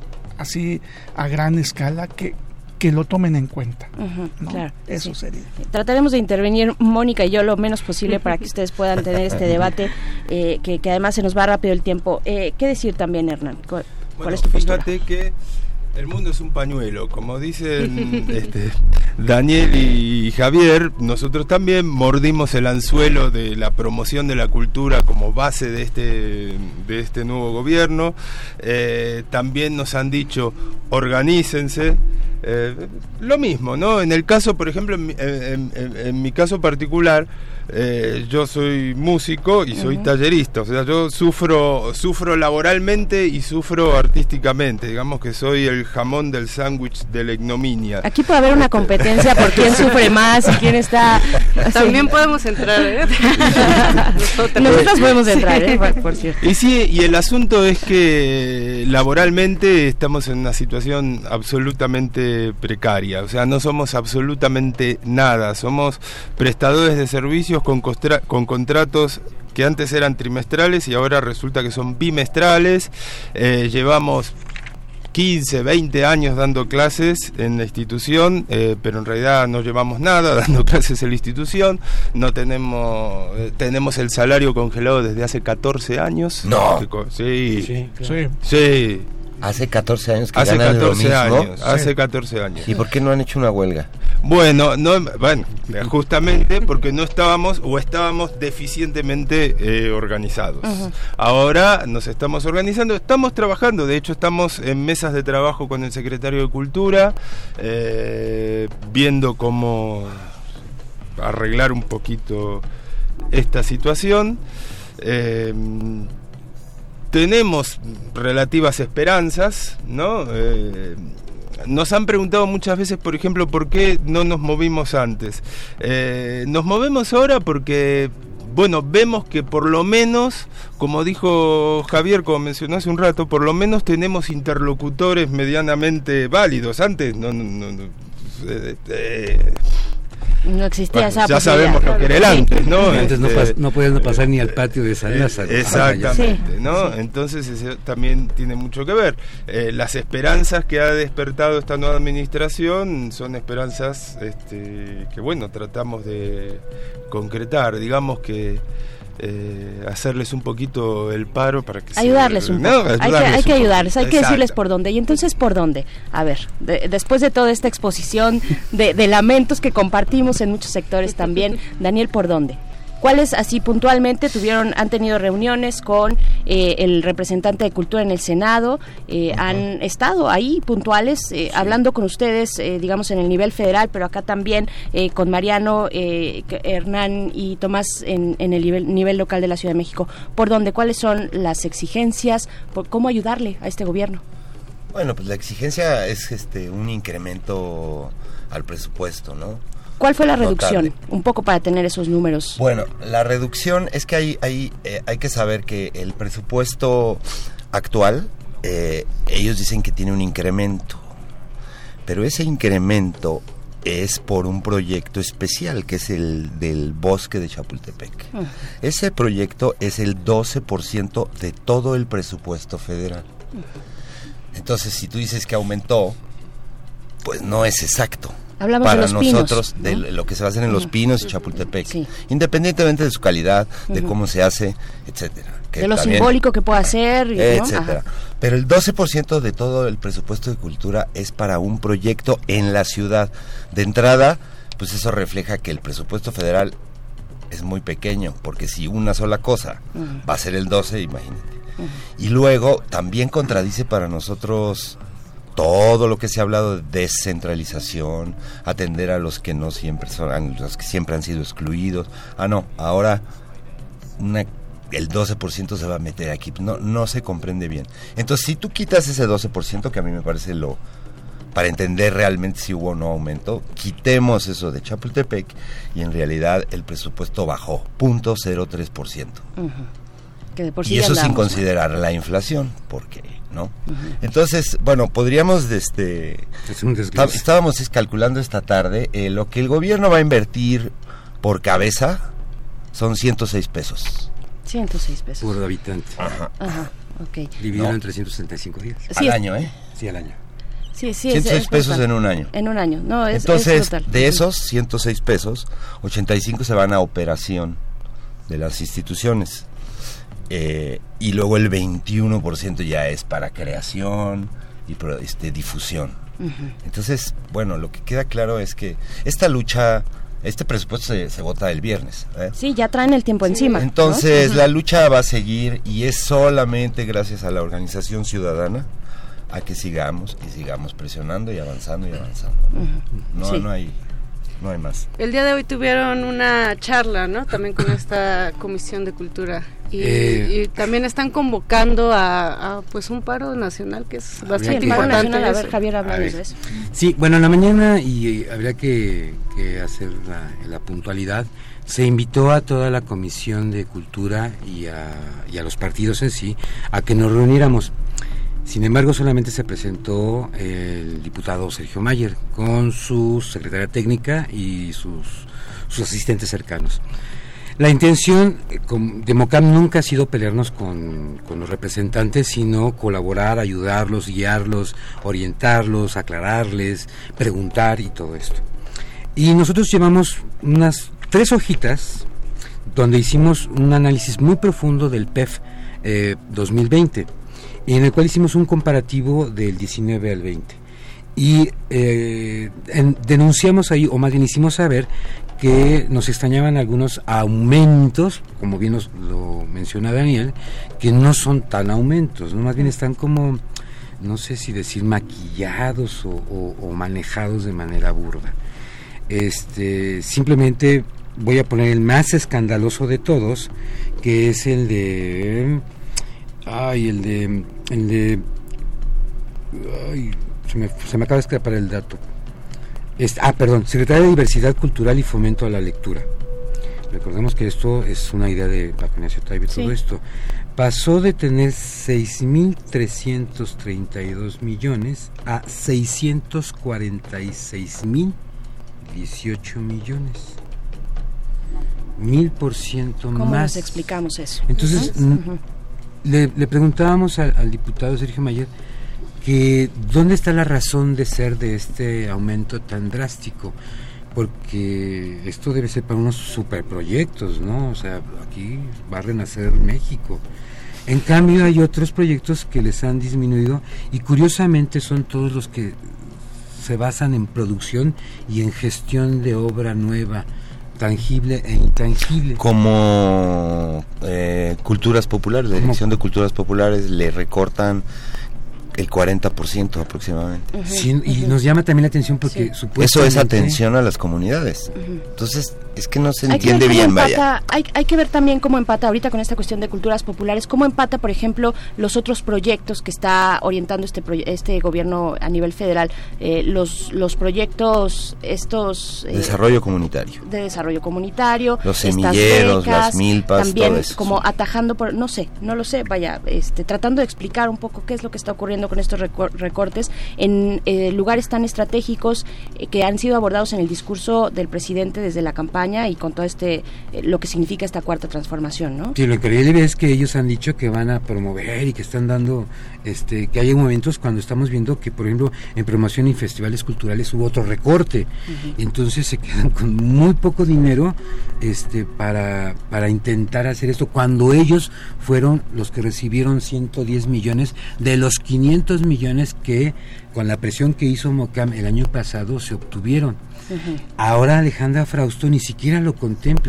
así a gran escala que, que lo tomen en cuenta. Uh-huh, ¿no? Claro, eso sí. sería. Trataremos de intervenir Mónica y yo lo menos posible para que ustedes puedan tener este debate, eh, que, que además se nos va rápido el tiempo. Eh, ¿Qué decir también, Hernán? ¿Cuál, bueno, cuál es tu postura? Fíjate que el mundo es un pañuelo, como dicen este, Daniel y Javier. Nosotros también mordimos el anzuelo de la promoción de la cultura como base de este, de este nuevo gobierno. Eh, también nos han dicho, organícense. Eh, lo mismo, ¿no? En el caso, por ejemplo, en, en, en, en mi caso particular, eh, yo soy músico y soy uh-huh. tallerista, o sea, yo sufro sufro laboralmente y sufro artísticamente, digamos que soy el jamón del sándwich de la ignominia. Aquí puede haber una competencia por quién sufre más y quién está... También podemos entrar, ¿eh? Nosotros, Nosotros podemos entrar, ¿eh? Por, por cierto. Y sí, y el asunto es que laboralmente estamos en una situación absolutamente precaria, o sea, no somos absolutamente nada, somos prestadores de servicios con, costra- con contratos que antes eran trimestrales y ahora resulta que son bimestrales. Eh, llevamos quince, veinte años dando clases en la institución, eh, pero en realidad no llevamos nada dando clases en la institución. No tenemos eh, tenemos el salario congelado desde hace catorce años. No. Sí. Sí. Claro. Sí. Hace catorce años que hace ganan catorce lo mismo. Años, sí. Hace catorce años. ¿Y por qué no han hecho una huelga? Bueno, no, bueno, justamente porque no estábamos o estábamos deficientemente eh, organizados. Uh-huh. Ahora nos estamos organizando, estamos trabajando, de hecho estamos en mesas de trabajo con el secretario de Cultura, eh, viendo cómo arreglar un poquito esta situación. Eh, tenemos relativas esperanzas, ¿no? Eh, Nos han preguntado muchas veces, por ejemplo, por qué no nos movimos antes. Eh, nos movemos ahora porque, bueno, vemos que por lo menos, como dijo Javier, como mencionó hace un rato, por lo menos tenemos interlocutores medianamente válidos. Antes no... no, no, no eh, eh, No existía bueno, esa ya posibilidad. sabemos lo que era el antes, ¿no? Antes este, no, pas, no podían pasar ni al patio de San Lázaro. Eh, exactamente, sí. ¿no? Sí. Entonces eso también tiene mucho que ver. Eh, las esperanzas que ha despertado esta nueva administración son esperanzas este, que, bueno, tratamos de concretar. Digamos que Eh, hacerles un poquito el paro para que ayudarles se, un no, poco hay que, hay que un ayudarles poco. hay que Exacto. decirles por dónde. Y entonces, ¿por dónde? A ver, de, después de toda esta exposición de, de lamentos que compartimos en muchos sectores también, Daniel, ¿por dónde? ¿Cuáles así puntualmente tuvieron, han tenido reuniones con eh, el representante de Cultura en el Senado? Eh, uh-huh. ¿Han estado ahí puntuales, eh, sí. hablando con ustedes, eh, digamos, en el nivel federal, pero acá también eh, con Mariano, eh, Hernán y Tomás en, en el nivel, nivel local de la Ciudad de México? ¿Por dónde? ¿Cuáles son las exigencias? ¿Por cómo ayudarle a este gobierno? Bueno, pues la exigencia es este un incremento al presupuesto, ¿no? ¿Cuál fue la reducción? Notable. Un poco para tener esos números. Bueno, la reducción es que hay hay, eh, hay que saber que el presupuesto actual, eh, ellos dicen que tiene un incremento, pero ese incremento es por un proyecto especial, que es el del bosque de Chapultepec. Uh. Ese proyecto es el doce por ciento de todo el presupuesto federal. Uh. Entonces, si tú dices que aumentó, pues no es exacto. Hablamos para de los nosotros, pinos, de ¿no? lo que se va a hacer en Los Pinos y Chapultepec, sí. independientemente de su calidad, de uh-huh. cómo se hace, etcétera. Que de lo también, simbólico que pueda ser, ¿no? etcétera. Ajá. Pero el doce por ciento de todo el presupuesto de cultura es para un proyecto en la ciudad. De entrada, pues eso refleja que el presupuesto federal es muy pequeño, porque si una sola cosa uh-huh. va a ser el doce, imagínate. Uh-huh. Y luego también contradice para nosotros todo lo que se ha hablado de descentralización, atender a los que no siempre son, los que siempre han sido excluidos. Ah, no, ahora una, el doce por ciento se va a meter aquí. No, no se comprende bien. Entonces, si tú quitas ese doce por ciento, que a mí me parece lo... para entender realmente si hubo o no aumento, quitemos eso de Chapultepec y en realidad el presupuesto bajó, punto cero tres por ciento. Uh-huh. Que de por sí y eso andamos, sin considerar ¿no? la inflación, porque ¿no? Uh-huh. Entonces, bueno, podríamos desde es un está, estábamos calculando esta tarde eh, lo que el gobierno va a invertir por cabeza son ciento seis pesos. ciento seis pesos por habitante. Ajá. Ajá, okay. Dividido ¿no? en trescientos sesenta y cinco días. Sí, al es... año, ¿eh? Sí, al año. Sí, sí, ciento seis es, es pesos total. en un año. En un año, no, es Entonces, es total. de esos ciento seis pesos, ochenta y cinco se van a operación de las instituciones. Eh, y luego el veintiuno por ciento ya es para creación y pro, este, difusión. Uh-huh. Entonces, bueno, lo que queda claro es que esta lucha, este presupuesto se, se vota el viernes. ¿eh? Sí, ya traen el tiempo sí. encima. Entonces, ¿no? la lucha va a seguir y es solamente gracias a la organización ciudadana a que sigamos y sigamos presionando y avanzando y avanzando. Uh-huh. No, sí. no hay... No hay más. El día de hoy tuvieron una charla, ¿no? También con esta Comisión de Cultura y, eh, y también están convocando a, a pues un paro nacional que es bastante importante. Nacional, a ver, Javier, hablamos de eso. Sí, bueno, en la mañana y, y habría que, que hacer la, la puntualidad. Se invitó a toda la Comisión de Cultura y a, y a los partidos en sí a que nos reuniéramos. Sin embargo, solamente se presentó el diputado Sergio Mayer con su secretaria técnica y sus, sus asistentes cercanos. La intención de MOCAM nunca ha sido pelearnos con, con los representantes, sino colaborar, ayudarlos, guiarlos, orientarlos, aclararles, preguntar y todo esto. Y nosotros llevamos unas tres hojitas donde hicimos un análisis muy profundo del P E F eh, dos mil veinte. En el cual hicimos un comparativo del diecinueve al veinte y eh, en, denunciamos ahí, o más bien hicimos saber que nos extrañaban algunos aumentos, como bien nos lo menciona Daniel, que no son tan aumentos, ¿no? Más bien están como, no sé si decir maquillados o, o, o manejados de manera burda. Este, simplemente voy a poner el más escandaloso de todos, que es el de... Ay, el de... El de ay, se me, se me acaba de escapar el dato. Este, ah, perdón, Secretaría de Diversidad Cultural y Fomento a la Lectura. Recordemos que esto es una idea de Paconacio Taibe, sí. Todo esto. Pasó de tener seis mil trescientos treinta y dos millones a seiscientos cuarenta y seis mil dieciocho millones. Mil por ciento más. ¿Cómo nos explicamos eso? Entonces... Uh-huh. N- Le, le preguntábamos al, al diputado Sergio Mayer que dónde está la razón de ser de este aumento tan drástico, porque esto debe ser para unos superproyectos, ¿no? O sea, aquí va a renacer México. En cambio hay otros proyectos que les han disminuido y curiosamente son todos los que se basan en producción y en gestión de obra nueva, tangible e intangible. Como eh, culturas populares, la Dirección de Culturas Populares le recortan el cuarenta por ciento aproximadamente. Uh-huh, sí, y uh-huh. nos llama también la atención porque sí. supuestamente... Eso es atención a las comunidades. Uh-huh. Entonces, es que no se hay entiende bien, empata, vaya. Hay, hay que ver también cómo empata ahorita con esta cuestión de culturas populares, cómo empata, por ejemplo, los otros proyectos que está orientando este proye- este gobierno a nivel federal, eh, los los proyectos estos... Eh, desarrollo comunitario. De desarrollo comunitario. Los semilleros, becas, las milpas, también todo eso. Como atajando, por, no sé, no lo sé, vaya, este, tratando de explicar un poco qué es lo que está ocurriendo con estos recor- recortes en eh, lugares tan estratégicos eh, que han sido abordados en el discurso del presidente desde la campaña y con todo este eh, lo que significa esta cuarta transformación, ¿no? Sí, lo increíble es que ellos han dicho que van a promover y que están dando, este, que hay momentos cuando estamos viendo que, por ejemplo, en promoción y festivales culturales hubo otro recorte, uh-huh. Entonces se quedan con muy poco dinero, este, para para intentar hacer esto cuando ellos fueron los que recibieron ciento diez millones de los quinientos millones que con la presión que hizo MOCAM el año pasado se obtuvieron. Uh-huh. Ahora Alejandra Frausto ni siquiera lo contempla.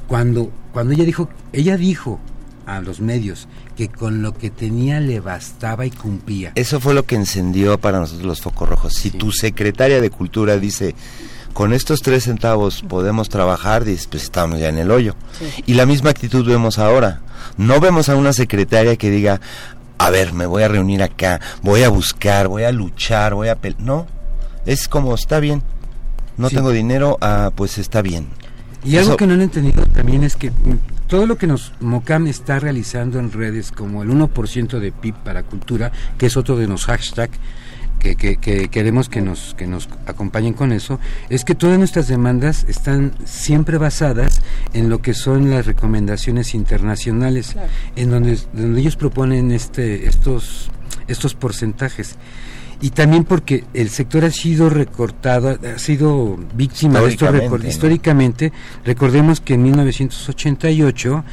cuando, cuando ella dijo, ella dijo a los medios que con lo que tenía le bastaba y cumplía. Eso fue lo que encendió para nosotros los focos rojos. Si sí. tu secretaria de Cultura dice, con estos tres centavos podemos trabajar, dices, pues estamos ya en el hoyo. Sí. Y la misma actitud vemos ahora. No vemos a una secretaria que diga, a ver, me voy a reunir acá, voy a buscar, voy a luchar, voy a... Pel-. No, es como, está bien, no sí. tengo dinero, ah, pues está bien. Y Eso... algo que no han entendido también es que todo lo que nos MOCAM está realizando en redes, como el uno por ciento de P I B para cultura, que es otro de los hashtags que, que, que queremos que nos, que nos acompañen con eso, es que todas nuestras demandas están siempre basadas en lo que son las recomendaciones internacionales, claro. en donde, donde ellos proponen este, estos, estos porcentajes. Y también porque el sector ha sido recortado, ha sido víctima de estos recortes. ¿No? Históricamente, recordemos que en mil novecientos ochenta y ocho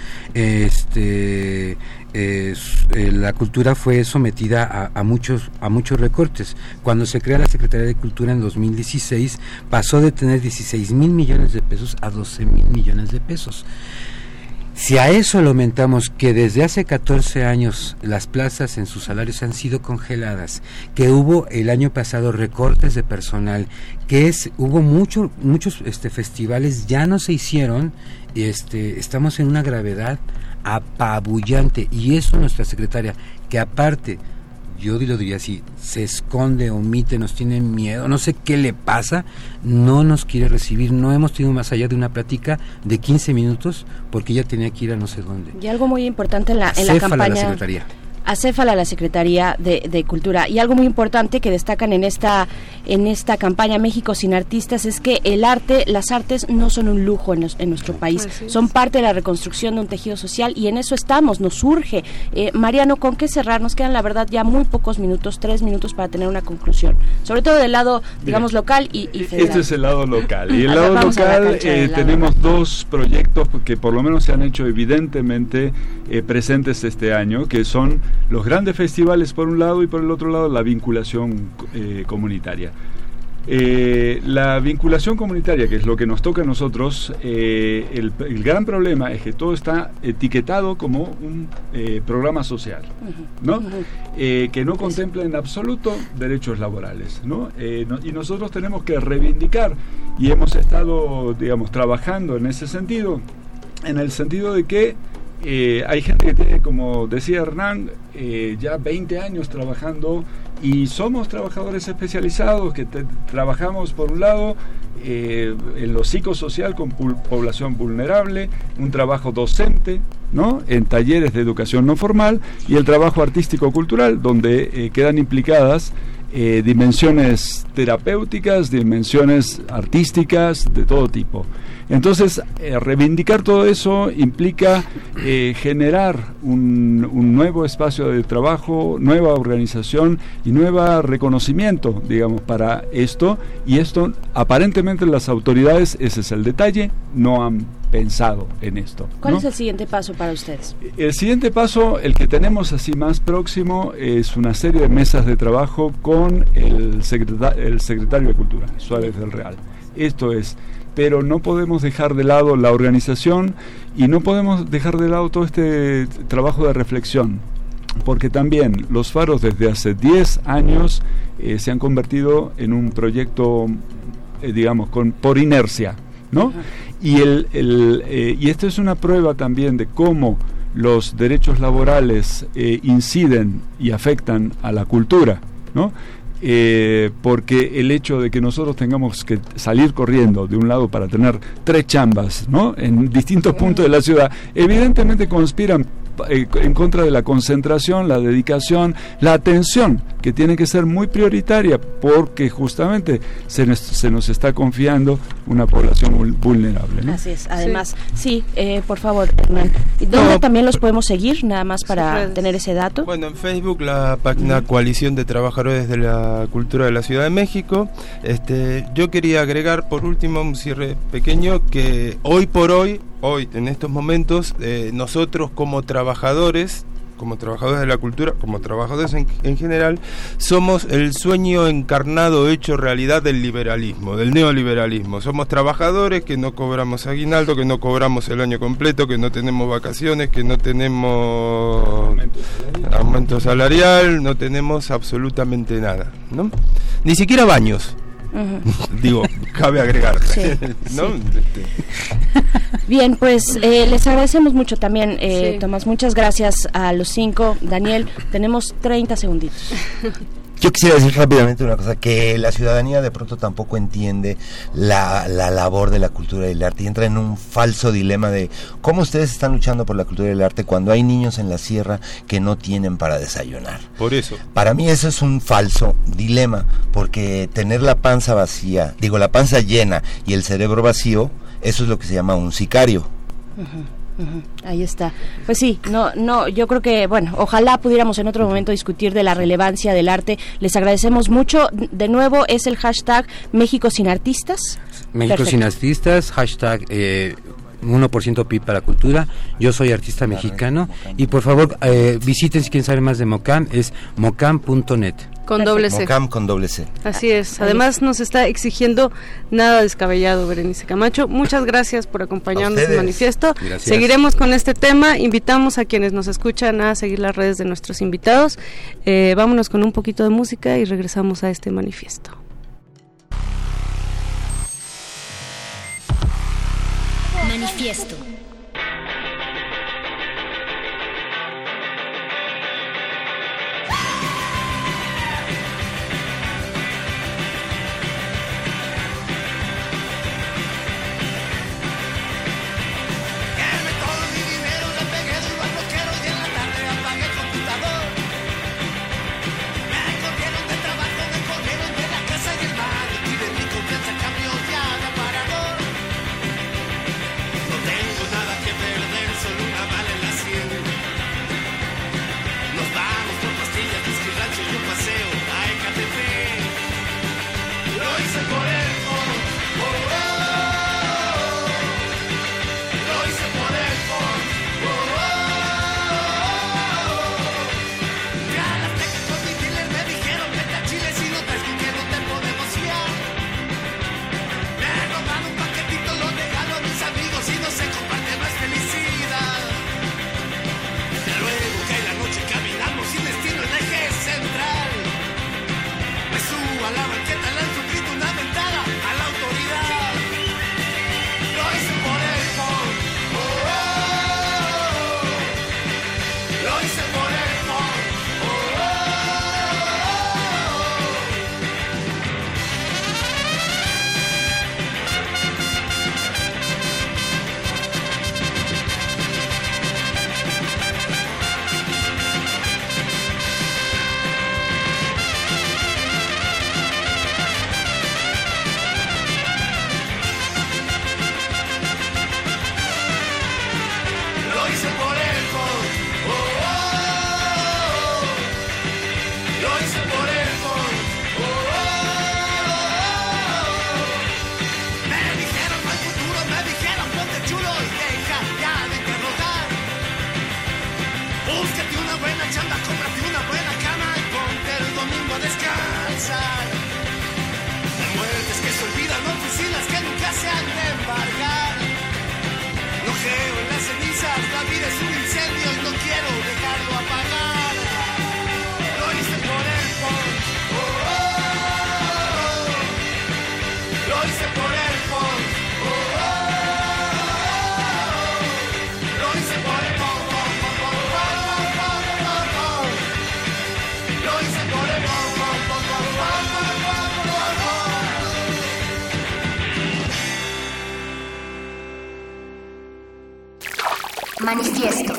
este, eh, la cultura fue sometida a, a muchos a muchos recortes. Cuando se crea la Secretaría de Cultura en dos mil dieciséis, pasó de tener dieciséis mil millones de pesos a doce mil millones de pesos. Si a eso le aumentamos que desde hace catorce años las plazas en sus salarios han sido congeladas, que hubo el año pasado recortes de personal, que es hubo mucho, muchos este, festivales ya no se hicieron, este, estamos en una gravedad apabullante, y eso nuestra secretaria, que aparte, yo lo diría así, se esconde, omite, nos tiene miedo, no sé qué le pasa, no nos quiere recibir, no hemos tenido más allá de una plática de quince minutos, porque ella tenía que ir a no sé dónde. Y algo muy importante en la, en la campaña... La secretaría. Acéfala la Secretaría de, de Cultura. Y algo muy importante que destacan en esta en esta campaña México sin artistas es que el arte, las artes no son un lujo en, nos, en nuestro país, pues son parte de la reconstrucción de un tejido social, y en eso estamos, nos surge. Eh, Mariano, ¿con qué cerrar? Nos quedan la verdad ya muy pocos minutos, tres minutos para tener una conclusión, sobre todo del lado, digamos, Mira, local y, y federal. Este es el lado local, y el lado local eh, lado tenemos local. dos proyectos que por lo menos se han hecho evidentemente eh, presentes este año, que son los grandes festivales por un lado y por el otro lado la vinculación eh, comunitaria. Eh, la vinculación comunitaria, que es lo que nos toca a nosotros, eh, el, el gran problema es que todo está etiquetado como un eh, programa social, ¿no? Eh, que no contempla en absoluto derechos laborales, ¿no? Eh, no, y nosotros tenemos que reivindicar, y hemos estado, digamos, trabajando en ese sentido, en el sentido de que Eh, hay gente que tiene, como decía Hernán, eh, ya veinte años trabajando, y somos trabajadores especializados que te, trabajamos por un lado eh, en lo psicosocial con pu- población vulnerable, un trabajo docente, ¿no?, en talleres de educación no formal, y el trabajo artístico-cultural, donde eh, quedan implicadas eh, dimensiones terapéuticas, dimensiones artísticas de todo tipo. Entonces, eh, reivindicar todo eso implica eh, generar un, un nuevo espacio de trabajo, nueva organización y nuevo reconocimiento, digamos, para esto. Y esto, aparentemente, las autoridades, ese es el detalle, no han pensado en esto, ¿Cuál ¿no? es el siguiente paso para ustedes? El siguiente paso, el que tenemos así más próximo, es una serie de mesas de trabajo con el, secreta- el secretario de Cultura, Suárez del Real. Esto es... pero no podemos dejar de lado la organización y no podemos dejar de lado todo este trabajo de reflexión, porque también los faros desde hace diez años eh, se han convertido en un proyecto, eh, digamos, con, por inercia, ¿no? Y, el, el, eh, y esto es una prueba también de cómo los derechos laborales eh, inciden y afectan a la cultura, ¿no? Eh, porque el hecho de que nosotros tengamos que salir corriendo de un lado para tener tres chambas, ¿no?, en distintos puntos de la ciudad, evidentemente conspiran eh, en contra de la concentración, la dedicación, la atención, que tiene que ser muy prioritaria, porque justamente se nos, se nos está confiando una población vulnerable, ¿no? Así es, además, sí, sí eh, por favor, Hernán. ¿Dónde no, también los podemos seguir, nada más para sí, tener ese dato? Bueno, en Facebook, la página Coalición de Trabajadores de la Cultura de la Ciudad de México. Este, yo quería agregar, por último, un cierre pequeño, que hoy por hoy, hoy, en estos momentos, eh, nosotros como trabajadores como trabajadores de la cultura, como trabajadores en, en general, somos el sueño encarnado, hecho realidad del liberalismo, del neoliberalismo. Somos trabajadores que no cobramos aguinaldo, que no cobramos el año completo, que no tenemos vacaciones, que no tenemos aumento salarial, aumento salarial no tenemos absolutamente nada, ¿no? Ni siquiera baños. Uh-huh. Digo, cabe agregar, sí, ¿no? Sí. Bien, pues eh, les agradecemos mucho también, eh, sí. Tomás, muchas gracias a los cinco. Daniel, tenemos treinta segunditos. Yo quisiera decir rápidamente una cosa, que la ciudadanía de pronto tampoco entiende la, la labor de la cultura y el arte y entra en un falso dilema de cómo ustedes están luchando por la cultura y el arte cuando hay niños en la sierra que no tienen para desayunar. Por eso. Para mí eso es un falso dilema, porque tener la panza vacía, digo la panza llena y el cerebro vacío, eso es lo que se llama un sicario. Uh-huh. Uh-huh. Ahí está. Pues sí, no, no, yo creo que, bueno, ojalá pudiéramos en otro momento discutir de la relevancia del arte. Les agradecemos mucho. De nuevo es el hashtag México sin artistas. México Perfecto. Sin artistas, hashtag eh, uno por ciento P I B para cultura. Yo soy artista mexicano y por favor eh, visiten si quieren saber más de Mocam, es mocam punto net. Con doble C. Mocam con doble C. Así es. Además nos está exigiendo nada descabellado, Berenice Camacho. Muchas gracias por acompañarnos en Manifiesto. Gracias. Seguiremos con este tema. Invitamos a quienes nos escuchan a seguir las redes de nuestros invitados. Eh, vámonos con un poquito de música y regresamos a este Manifiesto. Manifiesto. Manifiesto.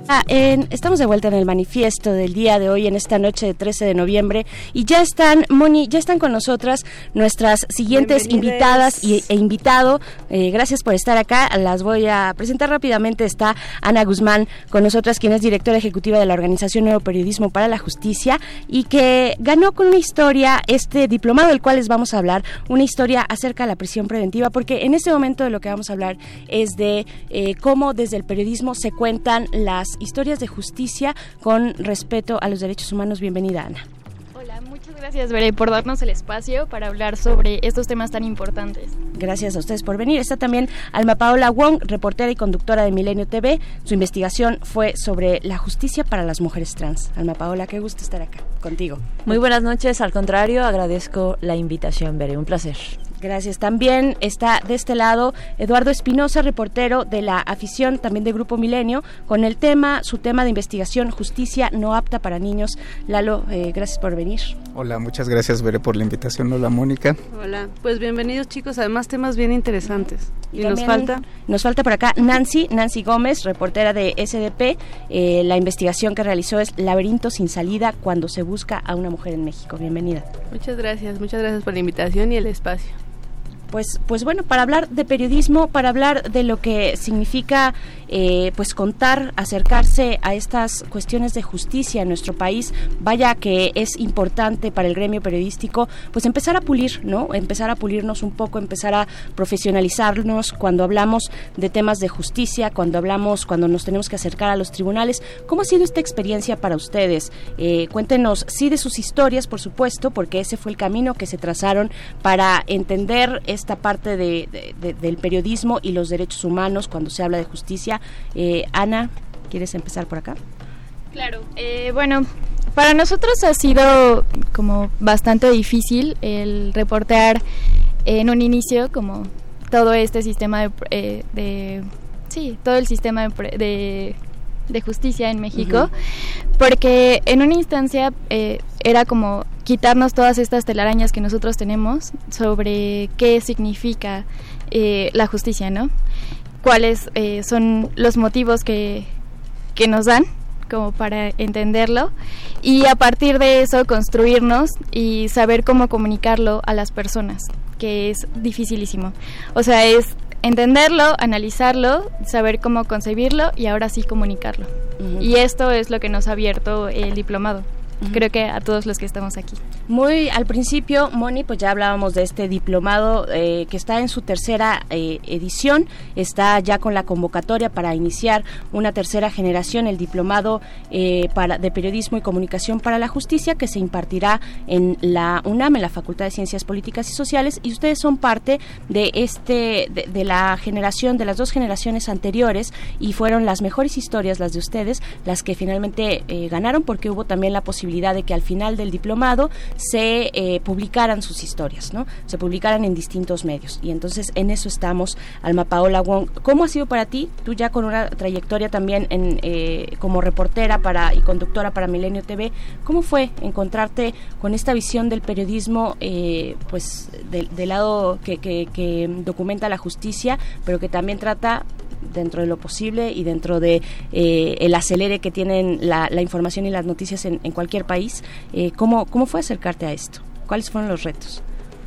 En, estamos de vuelta en el manifiesto del día de hoy, en esta noche de trece de noviembre, y ya están, Moni, ya están con nosotras nuestras siguientes invitadas y, e invitado. Eh, gracias por estar acá. Las voy a presentar rápidamente. Está Ana Guzmán con nosotras, quien es directora ejecutiva de la organización Nuevo Periodismo para la Justicia y que ganó con una historia este diplomado del cual les vamos a hablar, una historia acerca de la prisión preventiva, porque en este momento de lo que vamos a hablar es de eh, cómo desde el periodismo se cuentan las historias de justicia con respeto a los derechos humanos. Bienvenida, Ana. Hola, muchas gracias, Veré, por darnos el espacio para hablar sobre estos temas tan importantes. Gracias a ustedes por venir. Está también Alma Paola Wong, reportera y conductora de Milenio T V. Su investigación fue sobre la justicia para las mujeres trans. Alma Paola, qué gusto estar acá contigo. Muy buenas noches, al contrario, agradezco la invitación, Veré, un placer. Gracias. También está de este lado Eduardo Espinosa, reportero de La Afición, también de Grupo Milenio, con el tema, su tema de investigación, justicia no apta para niños. Lalo, eh, gracias por venir. Hola, muchas gracias, Veré, por la invitación. Hola, Mónica. Hola, pues bienvenidos, chicos, además temas bien interesantes. Y, y nos falta... Nos falta por acá Nancy, Nancy Gómez, reportera de S D P. Eh, la investigación que realizó es Laberinto sin salida cuando se busca a una mujer en México. Bienvenida. Muchas gracias, muchas gracias por la invitación y el espacio. Pues, pues bueno, para hablar de periodismo, para hablar de lo que significa eh, pues contar, acercarse a estas cuestiones de justicia en nuestro país, vaya que es importante para el gremio periodístico, pues empezar a pulir, ¿no? Empezar a pulirnos un poco, empezar a profesionalizarnos cuando hablamos de temas de justicia, cuando hablamos, cuando nos tenemos que acercar a los tribunales. ¿Cómo ha sido esta experiencia para ustedes? Eh, cuéntenos, sí, de sus historias, por supuesto, porque ese fue el camino que se trazaron para entender esta parte de, de, de, del periodismo y los derechos humanos cuando se habla de justicia. Eh, Ana, ¿quieres empezar por acá? Claro, eh, bueno, para nosotros ha sido como bastante difícil el reportear en un inicio como todo este sistema de, eh, de sí, todo el sistema de, de, de justicia en México, uh-huh. porque en una instancia eh, era como quitarnos todas estas telarañas que nosotros tenemos sobre qué significa eh, la justicia, ¿no? Cuáles eh, son los motivos que, que nos dan como para entenderlo y a partir de eso construirnos y saber cómo comunicarlo a las personas, que es dificilísimo. O sea, es entenderlo, analizarlo, saber cómo concebirlo y ahora sí comunicarlo. Uh-huh. Y esto es lo que nos ha abierto el diplomado. Uh-huh. Creo que a todos los que estamos aquí. Muy al principio, Moni, pues ya hablábamos de este diplomado eh, que está en su tercera eh, edición, está ya con la convocatoria para iniciar una tercera generación, el diplomado eh, para, de Periodismo y Comunicación para la Justicia, que se impartirá en la UNAM, en la Facultad de Ciencias Políticas y Sociales, y ustedes son parte de este de, de la generación, de las dos generaciones anteriores, y fueron las mejores historias, las de ustedes, las que finalmente eh, ganaron, porque hubo también la posibilidad de que al final del diplomado se eh, publicaran sus historias, ¿no? Se publicaran en distintos medios. Y entonces en eso estamos. Alma Paola Wong, ¿cómo ha sido para ti? Tú ya con una trayectoria también en, eh, como reportera para y conductora para Milenio T V, ¿cómo fue encontrarte con esta visión del periodismo, eh, pues del de lado que, que, que documenta la justicia, pero que también trata dentro de lo posible y dentro de eh, el acelere que tienen la, la información y las noticias en, en cualquier país? Eh, ¿cómo, ¿Cómo fue acercarte a esto? ¿Cuáles fueron los retos?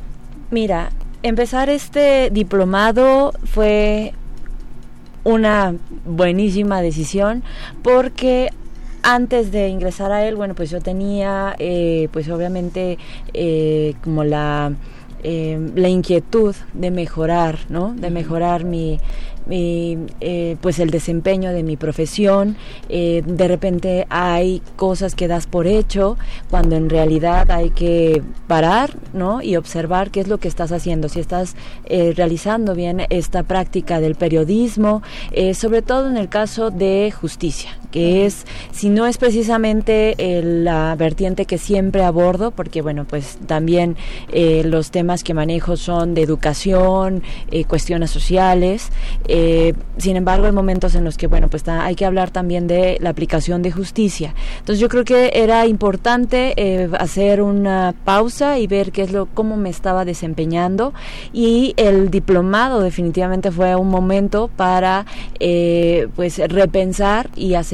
Mira, empezar este diplomado fue una buenísima decisión porque antes de ingresar a él, bueno, pues yo tenía, eh, pues obviamente, eh, como la... Eh, la inquietud de mejorar, ¿no? De mejorar mi, mi eh, pues el desempeño de mi profesión. Eh, de repente hay cosas que das por hecho cuando en realidad hay que parar, ¿no? Y observar qué es lo que estás haciendo, si estás eh, realizando bien esta práctica del periodismo, eh, sobre todo en el caso de justicia, que es, si no es precisamente eh, la vertiente que siempre abordo, porque bueno, pues también eh, los temas que manejo son de educación, eh, cuestiones sociales, eh, sin embargo hay momentos en los que bueno, pues ta, hay que hablar también de la aplicación de justicia. Entonces yo creo que era importante eh, hacer una pausa y ver qué es lo, cómo me estaba desempeñando, y el diplomado definitivamente fue un momento para eh, pues repensar y hacer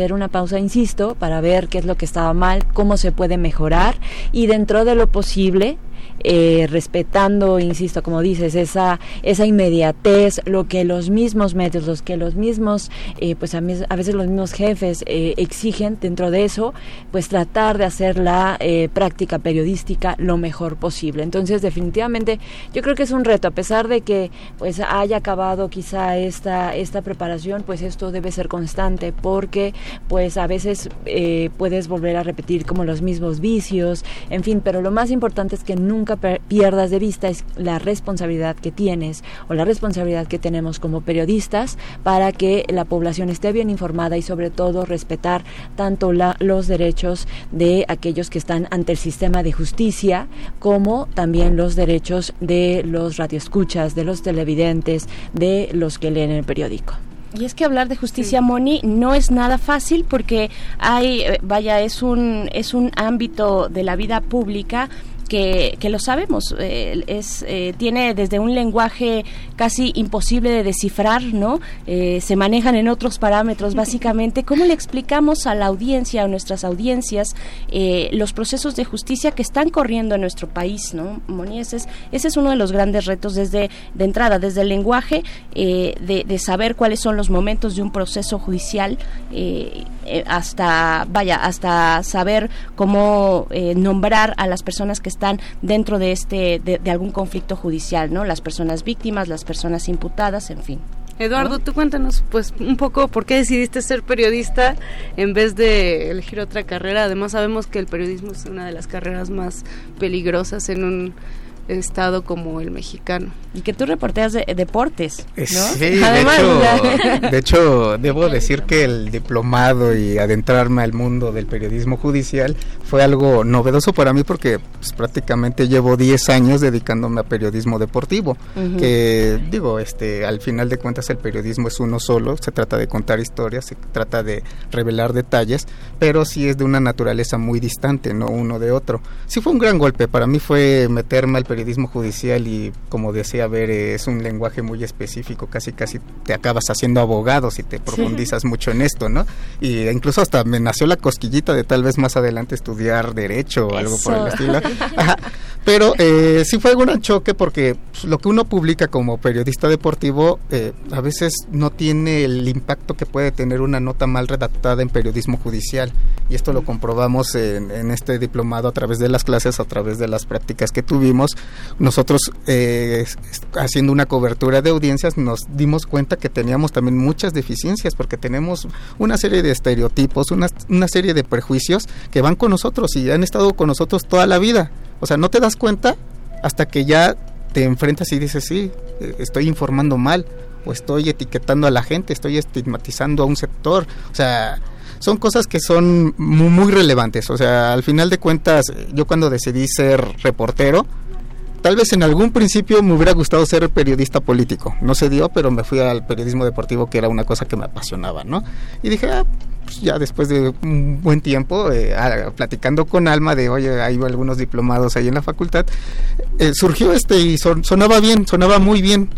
hacer una pausa, insisto, para ver qué es lo que estaba mal, cómo se puede mejorar y dentro de lo posible, Eh, respetando, insisto, como dices, esa esa inmediatez, lo que los mismos medios, los que los mismos, eh, pues a, mis, a veces los mismos jefes eh, exigen dentro de eso, pues tratar de hacer la eh, práctica periodística lo mejor posible. Entonces, definitivamente, yo creo que es un reto, a pesar de que pues haya acabado quizá esta esta preparación, pues esto debe ser constante, porque pues a veces eh, puedes volver a repetir como los mismos vicios, en fin, pero lo más importante es que nunca pierdas de vista es la responsabilidad que tienes o la responsabilidad que tenemos como periodistas para que la población esté bien informada y sobre todo respetar tanto la, los derechos de aquellos que están ante el sistema de justicia como también los derechos de los radioescuchas, de los televidentes, de los que leen el periódico. Y es que hablar de justicia, Moni, no es nada fácil porque hay, vaya, es un es un ámbito de la vida pública que, que lo sabemos, eh, es eh, tiene desde un lenguaje casi imposible de descifrar, ¿no? Eh, se manejan en otros parámetros, básicamente. ¿Cómo le explicamos a la audiencia, a nuestras audiencias, eh, los procesos de justicia que están corriendo en nuestro país, ¿no, Moni? Ese es, ese es uno de los grandes retos desde de entrada, desde el lenguaje, eh, de, de saber cuáles son los momentos de un proceso judicial, eh, eh, hasta, vaya, hasta saber cómo eh, nombrar a las personas que están dentro de este de, de algún conflicto judicial, ¿no? Las personas víctimas, las personas imputadas, en fin. Eduardo, ¿no? Tú cuéntanos pues un poco por qué decidiste ser periodista en vez de elegir otra carrera. Además sabemos que el periodismo es una de las carreras más peligrosas en un estado como el mexicano. Y que tú reporteas de, deportes, ¿no? Sí, Además, de, hecho, de hecho, debo decir que el diplomado y adentrarme al mundo del periodismo judicial fue algo novedoso para mí porque pues, prácticamente llevo diez años dedicándome a periodismo deportivo, uh-huh. que digo, este, al final de cuentas el periodismo es uno solo, se trata de contar historias, se trata de revelar detalles, pero sí es de una naturaleza muy distante, no uno de otro. Sí fue un gran golpe, para mí fue meterme al periodismo periodismo judicial y como decía Ver, es un lenguaje muy específico, casi casi te acabas haciendo abogado si te profundizas sí. mucho en esto, ¿no? Y incluso hasta me nació la cosquillita de tal vez más adelante estudiar derecho o algo Eso. por el estilo. Ajá. Pero eh, sí fue un gran choque porque pues, lo que uno publica como periodista deportivo eh, a veces no tiene el impacto que puede tener una nota mal redactada en periodismo judicial, y esto lo comprobamos en, en este diplomado a través de las clases, a través de las prácticas que tuvimos. Nosotros eh, haciendo una cobertura de audiencias nos dimos cuenta que teníamos también muchas deficiencias porque tenemos una serie de estereotipos, una, una serie de prejuicios que van con nosotros y han estado con nosotros toda la vida. O sea, no te das cuenta hasta que ya te enfrentas y dices, sí, estoy informando mal o estoy etiquetando a la gente, estoy estigmatizando a un sector. O sea, son cosas que son muy, muy relevantes. O sea, al final de cuentas, yo cuando decidí ser reportero, tal vez en algún principio me hubiera gustado ser periodista político, no se dio, pero me fui al periodismo deportivo, que era una cosa que me apasionaba, ¿no? Y dije, ah, pues ya después de un buen tiempo, eh, ah, platicando con Alma de, oye, hay algunos diplomados ahí en la facultad, eh, surgió este y son, sonaba bien, sonaba muy bien.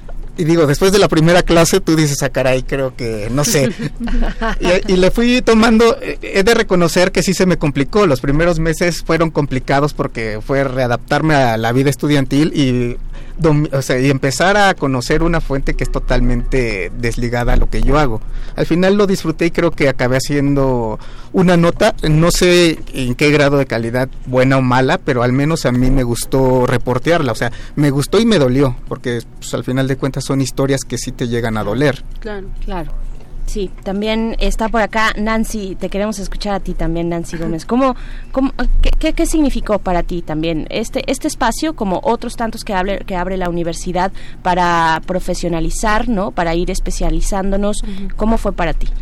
Y digo, después de la primera clase tú dices, ah, caray, creo que, no sé. y, y le fui tomando, eh, he de reconocer que sí se me complicó. Los primeros meses fueron complicados porque fue readaptarme a la vida estudiantil y, dom- o sea, y empezar a conocer una fuente que es totalmente desligada a lo que yo hago. Al final lo disfruté y creo que acabé haciendo una nota, no sé en qué grado de calidad, buena o mala, pero al menos a mí me gustó reportearla. O sea, me gustó y me dolió, porque pues, al final de cuentas son historias que sí te llegan a doler. Claro, claro. Sí, también está por acá Nancy, te queremos escuchar a ti también, Nancy Gómez. ¿Cómo, cómo, qué, qué, qué significó para ti también este este espacio, como otros tantos que abre, que abre la universidad para profesionalizar, ¿no? Para ir especializándonos? Uh-huh. ¿Cómo fue para ti?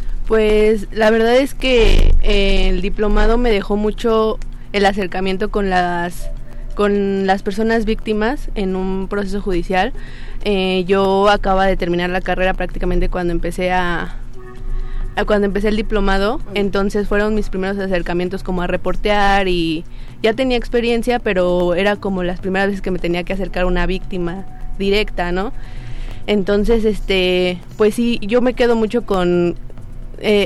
Pues la verdad es que eh, el diplomado me dejó mucho el acercamiento con las con las personas víctimas en un proceso judicial. Eh, yo acababa de terminar la carrera prácticamente cuando empecé a, a cuando empecé el diplomado, entonces fueron mis primeros acercamientos como a reportear y ya tenía experiencia, pero era como las primeras veces que me tenía que acercar a una víctima directa, ¿no? Entonces, este, pues sí, yo me quedo mucho con eh,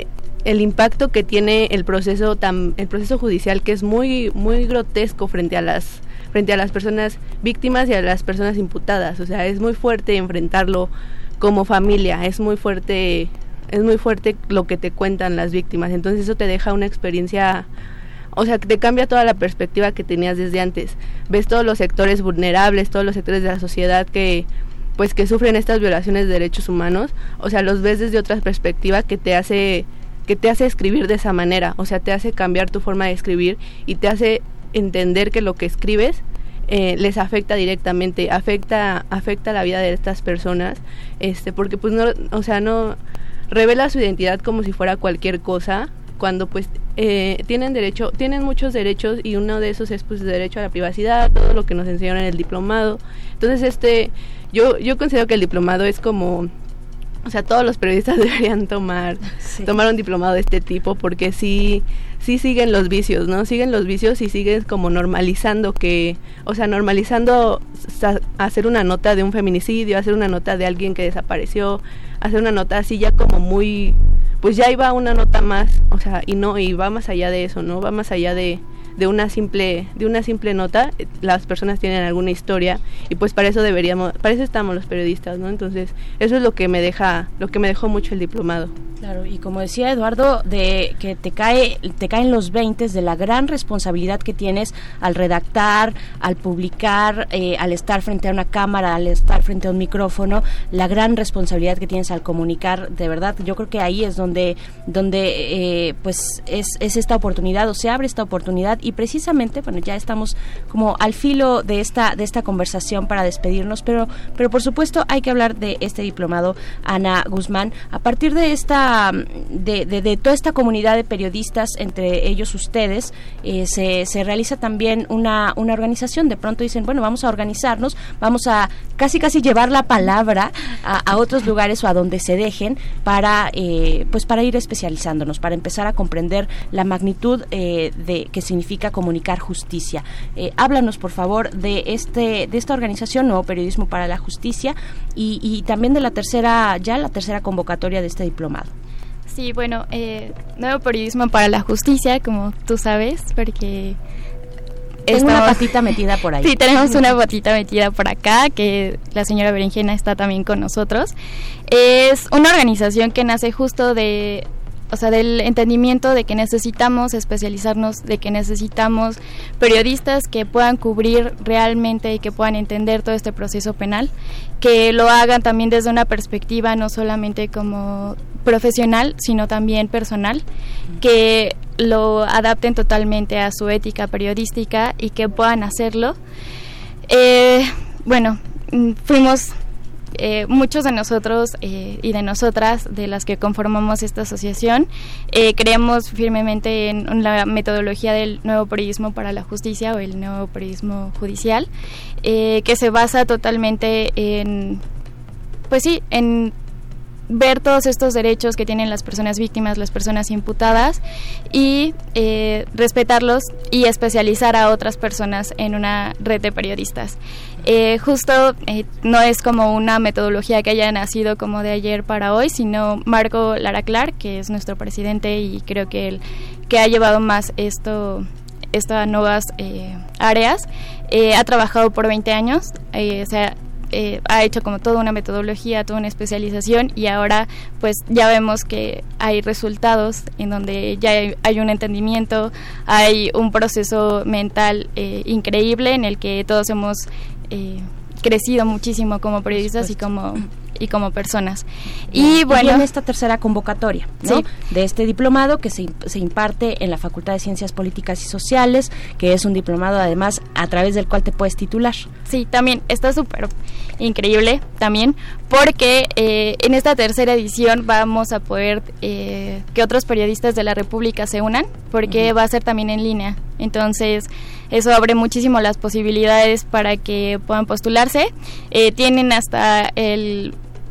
el impacto que tiene el proceso tan, el proceso judicial, que es muy muy grotesco frente a las frente a las personas víctimas y a las personas imputadas. O sea, es muy fuerte enfrentarlo como familia, es muy fuerte es muy fuerte lo que te cuentan las víctimas. Entonces eso te deja una experiencia, o sea, te cambia toda la perspectiva que tenías desde antes. Ves todos los sectores vulnerables, todos los sectores de la sociedad que pues que sufren estas violaciones de derechos humanos, o sea, los ves desde otra perspectiva que te hace que te hace escribir de esa manera, o sea, te hace cambiar tu forma de escribir y te hace entender que lo que escribes eh, les afecta directamente, afecta afecta la vida de estas personas, este porque pues no, o sea, no revela su identidad como si fuera cualquier cosa, cuando pues eh, tienen derecho, tienen muchos derechos, y uno de esos es pues el derecho a la privacidad, todo lo que nos enseñaron en el diplomado. Entonces este yo yo considero que el diplomado es como, o sea, todos los periodistas deberían tomar sí. tomar un diplomado de este tipo, porque sí sí siguen los vicios, ¿no? Siguen los vicios y siguen como normalizando que, o sea, normalizando sa- hacer una nota de un feminicidio, hacer una nota de alguien que desapareció, hacer una nota así ya como muy, pues ya iba una nota más, o sea, y no, y va más allá de eso, ¿no? Va más allá de de una simple de una simple nota. Las personas tienen alguna historia y pues para eso deberíamos, para eso estamos los periodistas, ¿no? Entonces eso es lo que me deja lo que me dejó mucho el diplomado. Claro, y como decía Eduardo, de que te cae te caen los veintes de la gran responsabilidad que tienes al redactar, al publicar, eh, al estar frente a una cámara, al estar frente a un micrófono, la gran responsabilidad que tienes al comunicar. De verdad, yo creo que ahí es donde donde eh, pues es es esta oportunidad, o se abre esta oportunidad. Y precisamente, bueno, ya estamos como al filo de esta de esta conversación para despedirnos, pero pero por supuesto hay que hablar de este diplomado, Ana Guzmán, a partir de esta de, de, de toda esta comunidad de periodistas, entre ellos ustedes, eh, se, se realiza también una una organización. De pronto dicen, bueno, vamos a organizarnos, vamos a casi casi llevar la palabra a, a otros lugares o a donde se dejen para eh, pues para ir especializándonos, para empezar a comprender la magnitud eh, de que significa comunicar justicia. Eh, háblanos, por favor, de este de esta organización Nuevo Periodismo para la Justicia y, y también de la tercera ya la tercera convocatoria de este diplomado. Sí, bueno, eh, Nuevo Periodismo para la Justicia, como tú sabes, porque tengo estamos, una patita metida por ahí. Sí, tenemos una patita metida por acá, que la señora Berenjena está también con nosotros. Es una organización que nace justo de o sea, del entendimiento de que necesitamos especializarnos, de que necesitamos periodistas que puedan cubrir realmente y que puedan entender todo este proceso penal, que lo hagan también desde una perspectiva no solamente como profesional, sino también personal, que lo adapten totalmente a su ética periodística y que puedan hacerlo. Eh, bueno, fuimos... Eh, muchos de nosotros eh, y de nosotras, de las que conformamos esta asociación, eh, creemos firmemente en la metodología del nuevo periodismo para la justicia o el nuevo periodismo judicial, eh, que se basa totalmente en, pues sí, en ver todos estos derechos que tienen las personas víctimas, las personas imputadas, y eh, respetarlos y especializar a otras personas en una red de periodistas. Eh, justo eh, no es como una metodología que haya nacido como de ayer para hoy, sino Marco Lara Clark, que es nuestro presidente y creo que él que ha llevado más esto estas nuevas eh, áreas, eh, ha trabajado por veinte años, eh, o sea, Eh, ha hecho como toda una metodología, toda una especialización, y ahora pues ya vemos que hay resultados en donde ya hay, hay un entendimiento, hay un proceso mental eh, increíble en el que todos hemos eh, crecido muchísimo como periodistas y como y como personas. Y, y bueno, en esta tercera convocatoria, ¿no? Sí. De este diplomado que se, se imparte en la Facultad de Ciencias Políticas y Sociales, que es un diplomado además a través del cual te puedes titular. Sí, también está súper increíble también, porque eh, en esta tercera edición vamos a poder eh, que otros periodistas de la República se unan, porque uh-huh. va a ser también en línea. Entonces eso abre muchísimo las posibilidades para que puedan postularse. Eh, tienen hasta el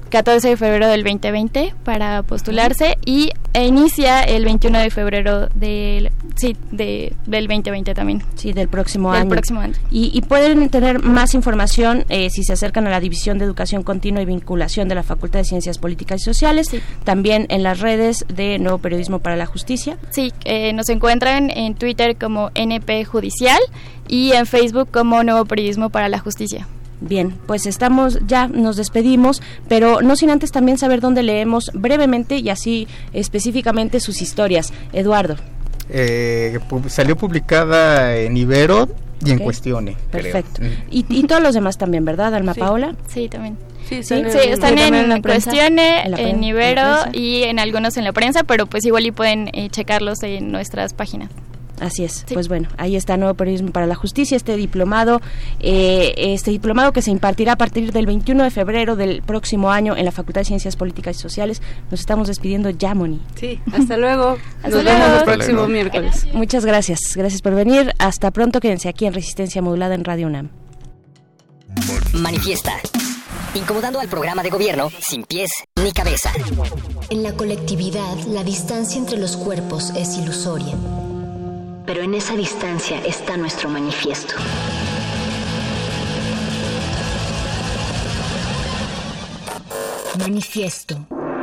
catorce de febrero del veinte veinte para postularse y e inicia el veintiuno de febrero del sí de del veinte veinte también. Sí, del próximo del año. próximo año. Y, y pueden tener más información eh, si se acercan a la División de Educación Continua y Vinculación de la Facultad de Ciencias Políticas y Sociales, sí. También en las redes de Nuevo Periodismo para la Justicia. Sí, eh, nos encuentran en Twitter como N P Judicial y en Facebook como Nuevo Periodismo para la Justicia. Bien, pues estamos, ya nos despedimos, pero no sin antes también saber dónde leemos brevemente y así específicamente sus historias. Eduardo. Eh, pu- salió publicada en Ibero y en Okay. Cuestione. Perfecto. Creo. Y, y todos los demás también, ¿verdad, Alma Sí. Paola? Sí, también. Sí, Sí, están sí, en- están también en, la prensa. Cuestione, En la en, pren- Ibero en la prensa. y en algunos en la prensa, pero pues igual y pueden eh, checarlos en nuestras páginas. Así es, Sí. pues bueno, ahí está Nuevo Periodismo para la Justicia, este diplomado, eh, este diplomado que se impartirá a partir del veintiuno de febrero del próximo año en la Facultad de Ciencias Políticas y Sociales. Nos estamos despidiendo ya, Moni. Sí, hasta luego. Hasta Nos luego. vemos el Hasta próximo luego. miércoles. Muchas gracias, gracias por venir. Hasta pronto, quédense aquí en Resistencia Modulada en Radio UNAM. Manifiesta. Incomodando al programa de gobierno sin pies ni cabeza. En la colectividad, la distancia entre los cuerpos es ilusoria. Pero en esa distancia está nuestro manifiesto. Manifiesto.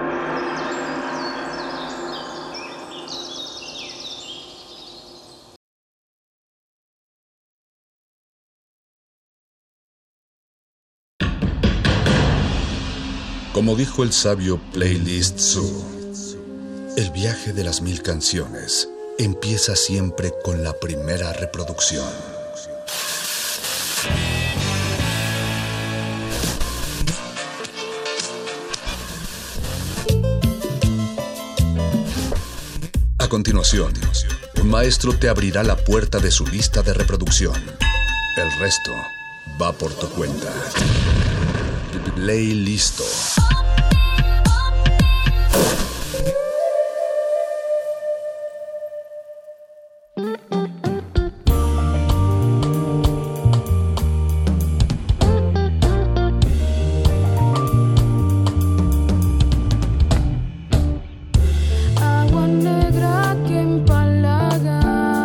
Como dijo el sabio Playlist Zoo, el viaje de las mil canciones empieza siempre con la primera reproducción. A continuación, un maestro te abrirá la puerta de su lista de reproducción. El resto va por tu cuenta. Ley listo. Agua negra que empalagas,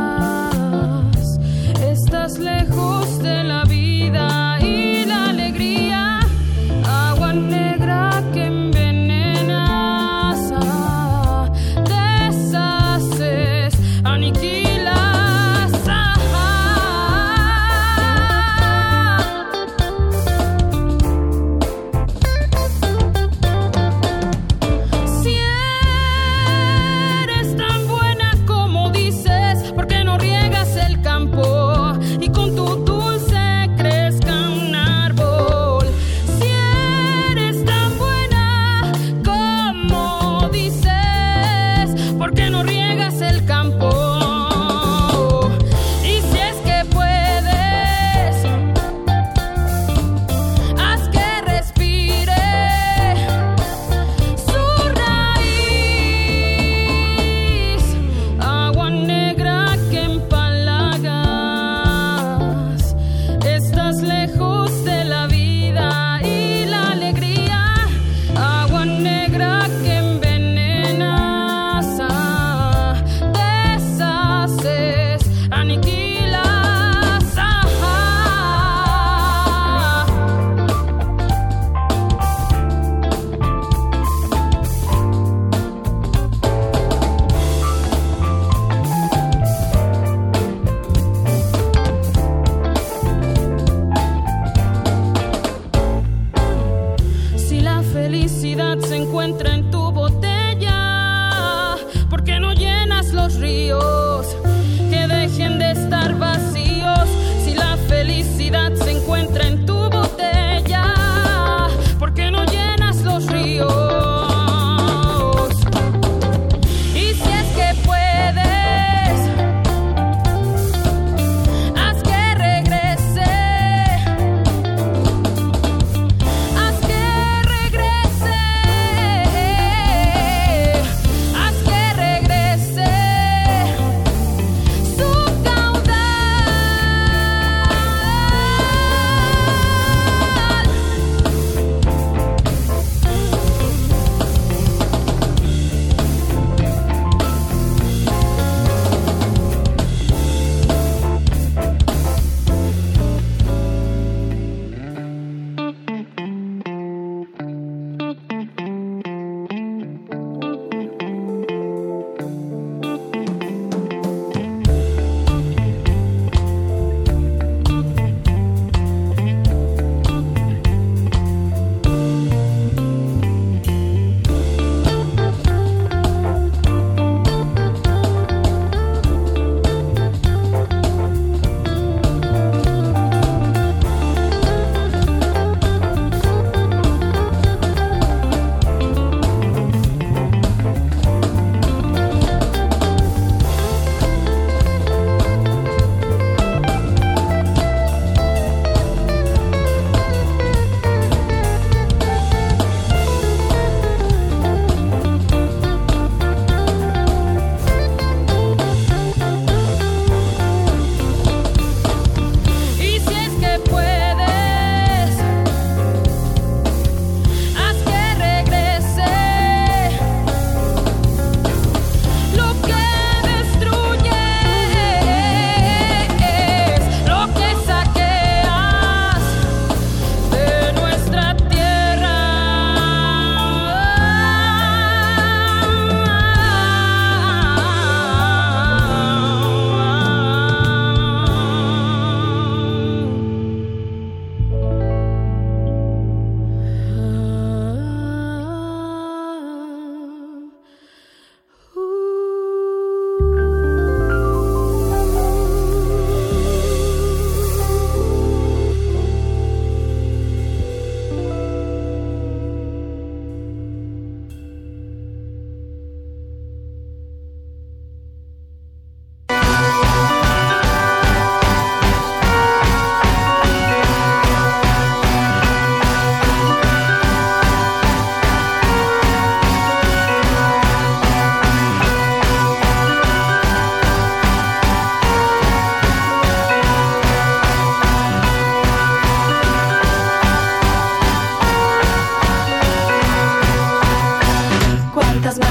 estás lejos de la vida y la alegría. Agua negra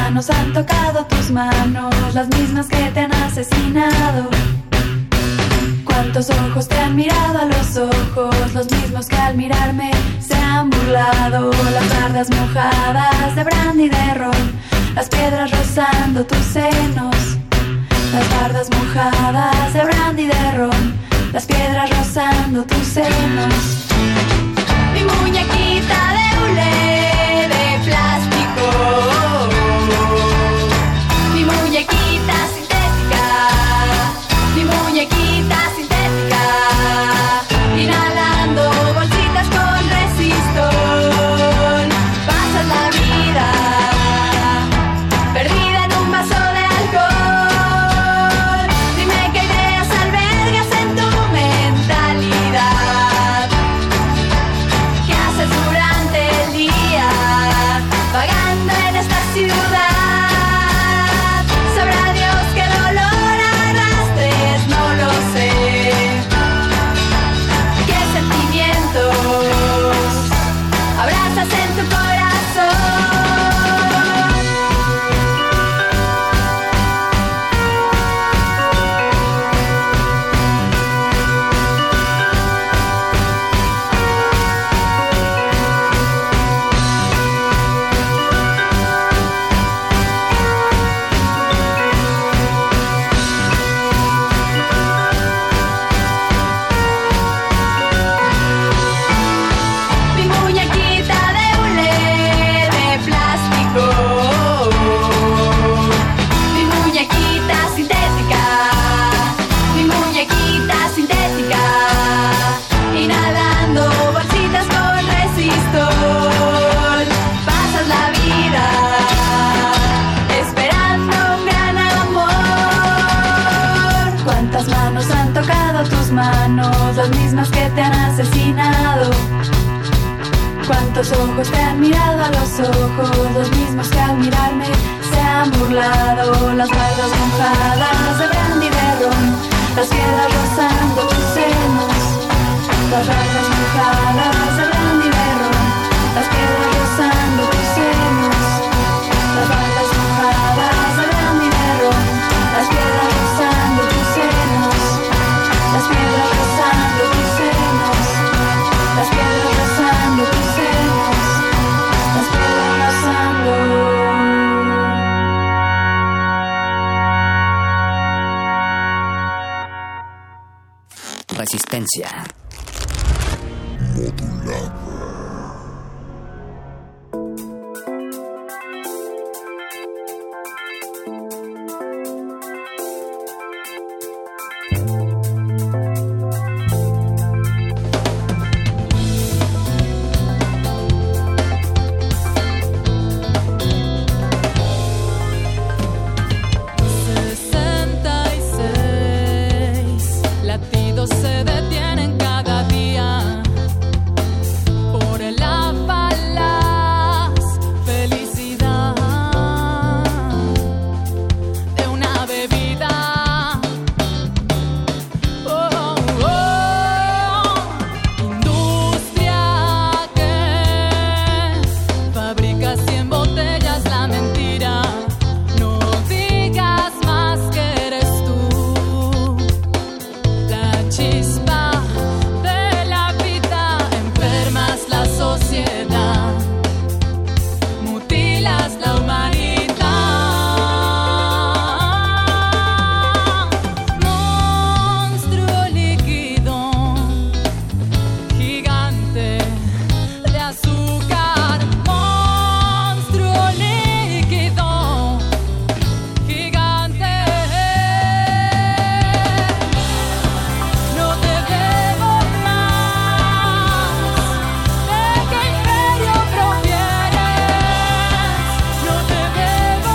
manos han tocado tus manos, las mismas que te han asesinado? ¿Cuántos ojos te han mirado a los ojos, los mismos que al mirarme se han burlado? Las tardes mojadas de brandy y de ron, las piedras rozando tus senos. Las bardas mojadas de brandy y de ron, las piedras rozando tus senos. Mi muñequita de hule de plástico, mi muñequita sintética, mi muñequita sintética, inhalando bolsitas con resistol. Pasas la vida perdida en un vaso de alcohol. Dime qué ideas albergas en tu mentalidad. ¿Qué haces durante el día vagando en esta ciudad? Sabrá Dios qué dolor arrastres, no lo sé. ¿Qué sentimientos abrazas en tu corazón? Mi muñequita de hule de plástico, mi muñequita sintética, mi muñequita sintética, inhalando bolsitas con resistol. Pasas la vida esperando un gran amor. ¿Cuántas manos han tocado tus manos, las mismas que te han asesinado? ¿Cuántos ojos te han mirado a los ojos, los mismos que al mirarme se han burlado? Las bardas mojadas de brandy y de ron, las piedras rozando tus senos. Las bardas mojadas de brandy y de ron, las piedras rozando tus senos. Las bardas mojadas de brandy y de ron, las piedras rozando tus senos. Las piedras rozando tus senos. Las piedras rozando tus senos. Las piedras rozando. Resistencia. sesenta y seis latidos se detienen cada día por la falaz felicidad de una bebida. Oh, oh, oh. Industria que fabrica cien botellas la mentira. No digas más que eres tú la chispa de la vida. Enfermas la sociedad, mutilas la humanidad. Monstruo líquido, gigante de azúcar. Monstruo líquido, gigante. No te debo más. ¿De qué imperio provienes? No te debo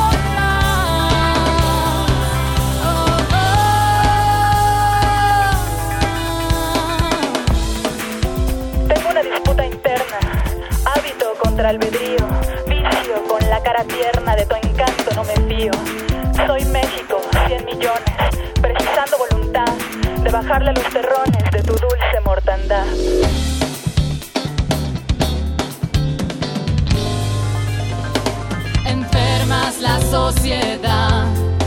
más. Oh, Tengo una disputa interna, hábito contra albedrío, vicio con la cara tierna de tu encanto, no me fío. Soy México, cien millones, precisando voluntad de bajarle los terrones de tu dulce mortandad. enfermas la sociedad,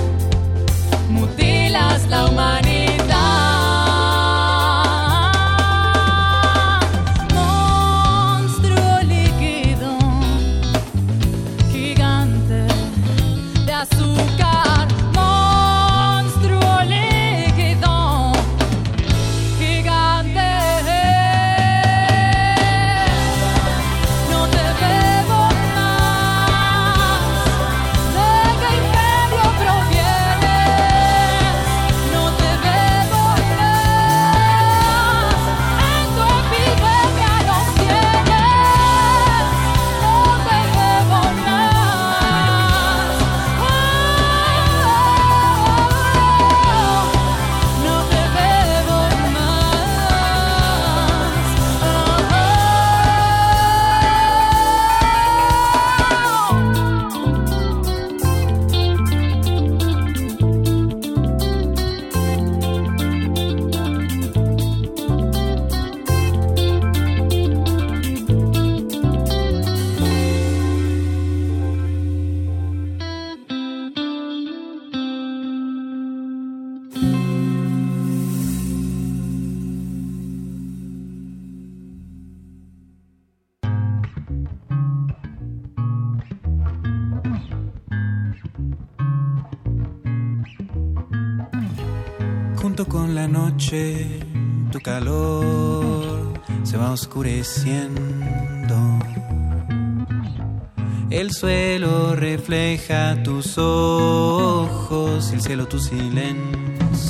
mutilas la humanidad. Monstruo líquido, gigante de azúcar. Monstruo líquido, gigante. No te bebo más. ¿De qué imperio provienes? No te bebo más. En tu epidemia los tienes. No te bebo más. Oh, no te bebo Junto con la noche, tu calor se va oscureciendo. El suelo refleja tus ojos y el cielo tu silencio.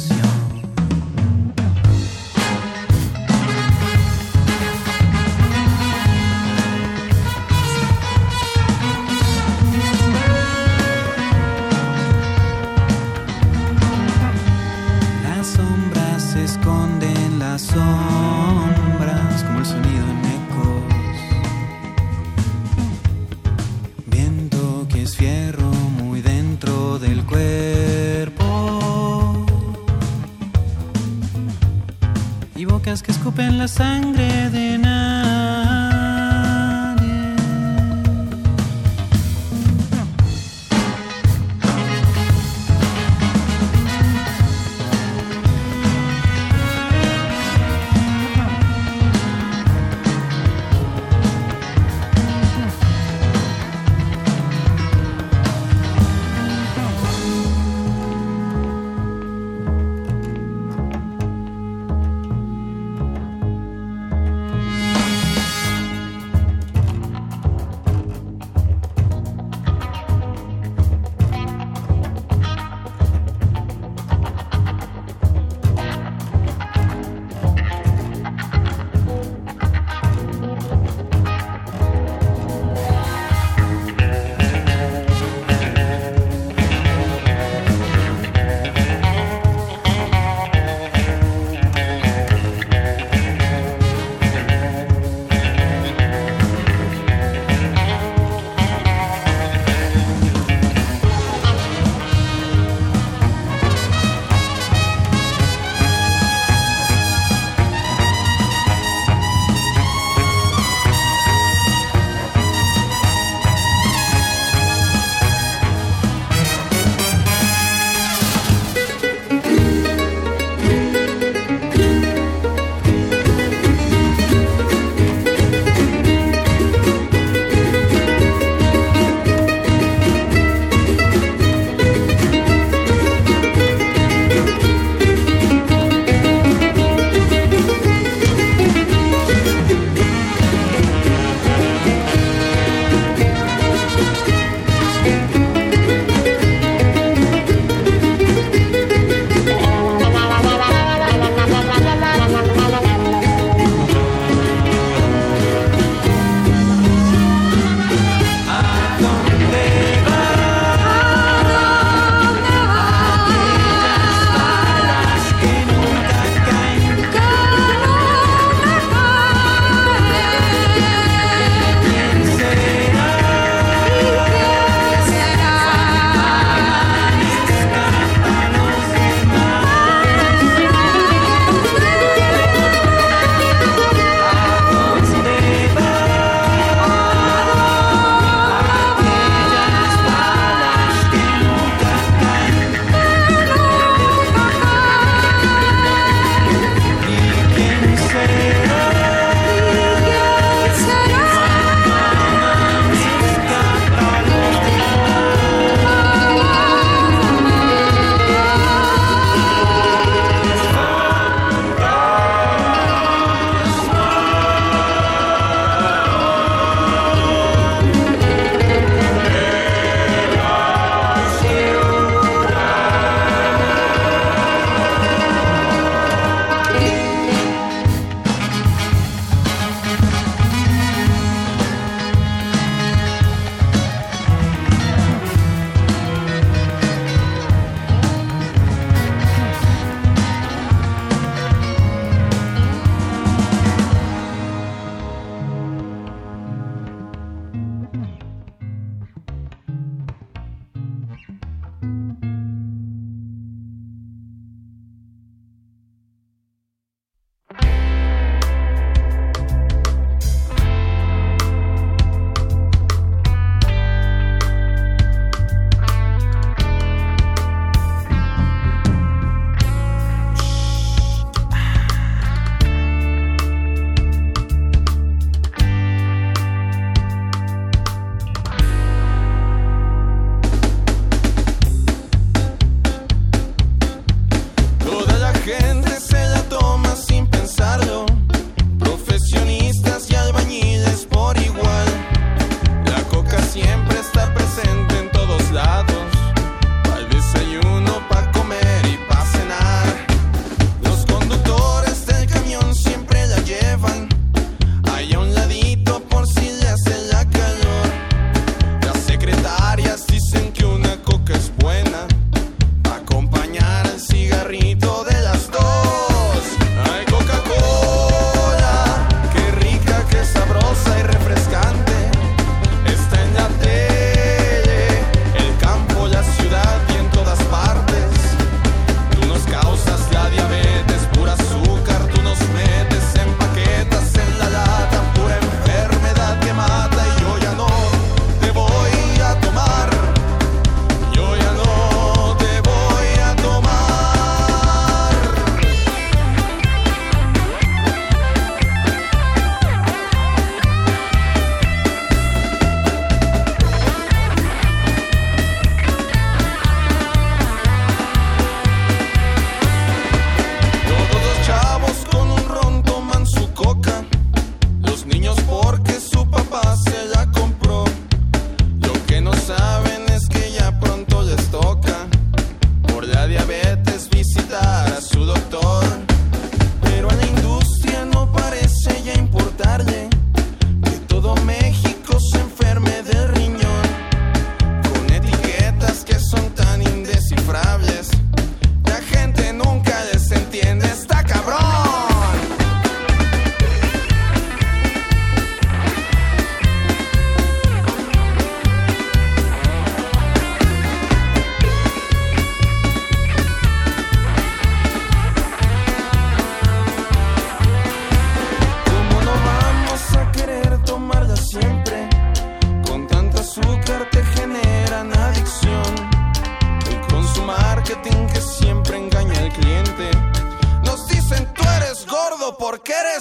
Las sombras se esconden en las sombras como el sonido en ecos. Viento que es fierro muy dentro del cuerpo. Y bocas que escupen la sangre de nadie.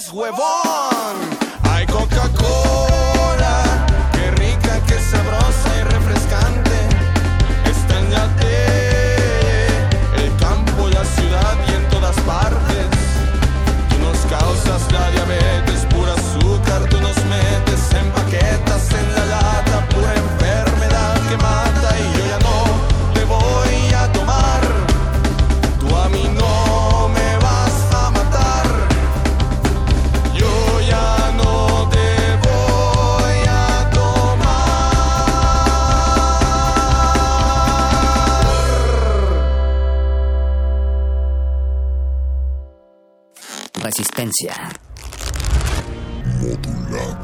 seas huevón. Hay Coca-Cola, qué rica, qué sabrosa y refrescante. Extrañate el campo, la ciudad y en todas partes. Tú nos causas la diabetes, pura azúcar, tú nos metes en paquetas, en la lata, pura enfermedad que mata. Y yo ya no te voy a tomar, tú a mí no me vas a matar. Yo ya no te voy a tomar. Resistencia modulada.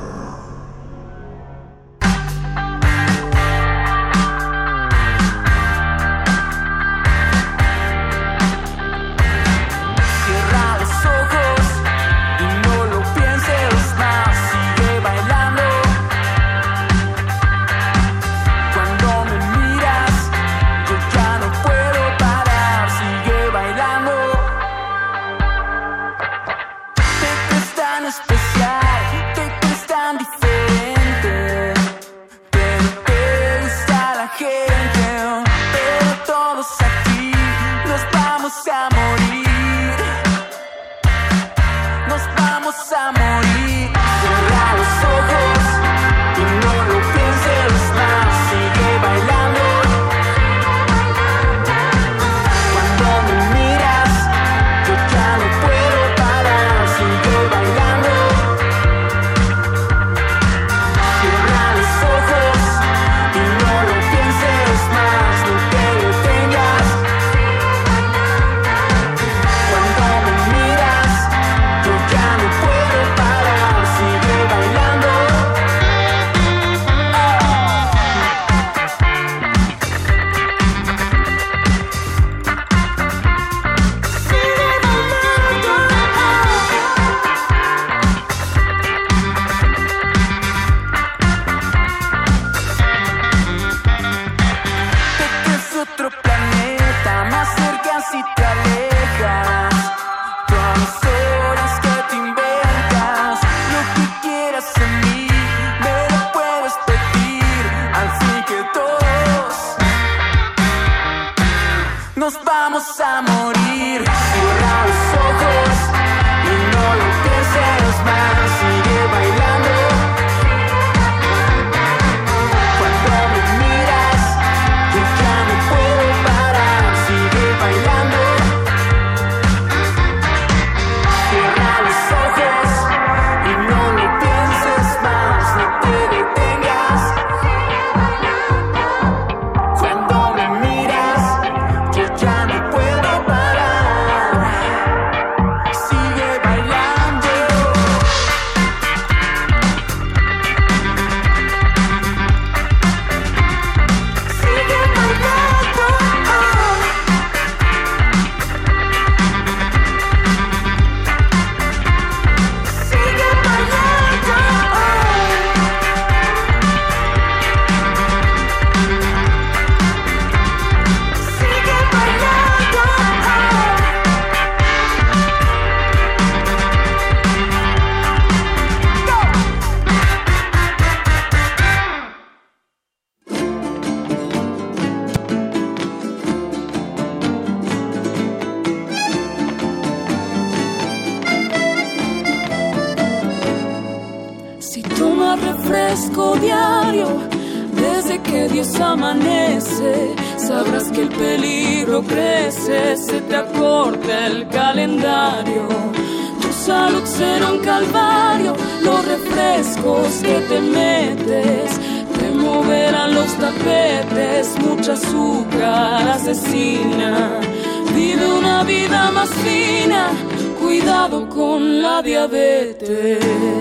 refresco diario, desde que Dios amanece, sabrás que el peligro crece, se te acorta el calendario. Tu salud será un calvario, los refrescos que te metes te moverán los tapetes, mucha azúcar asesina. Vive una vida más fina, cuidado con la diabetes.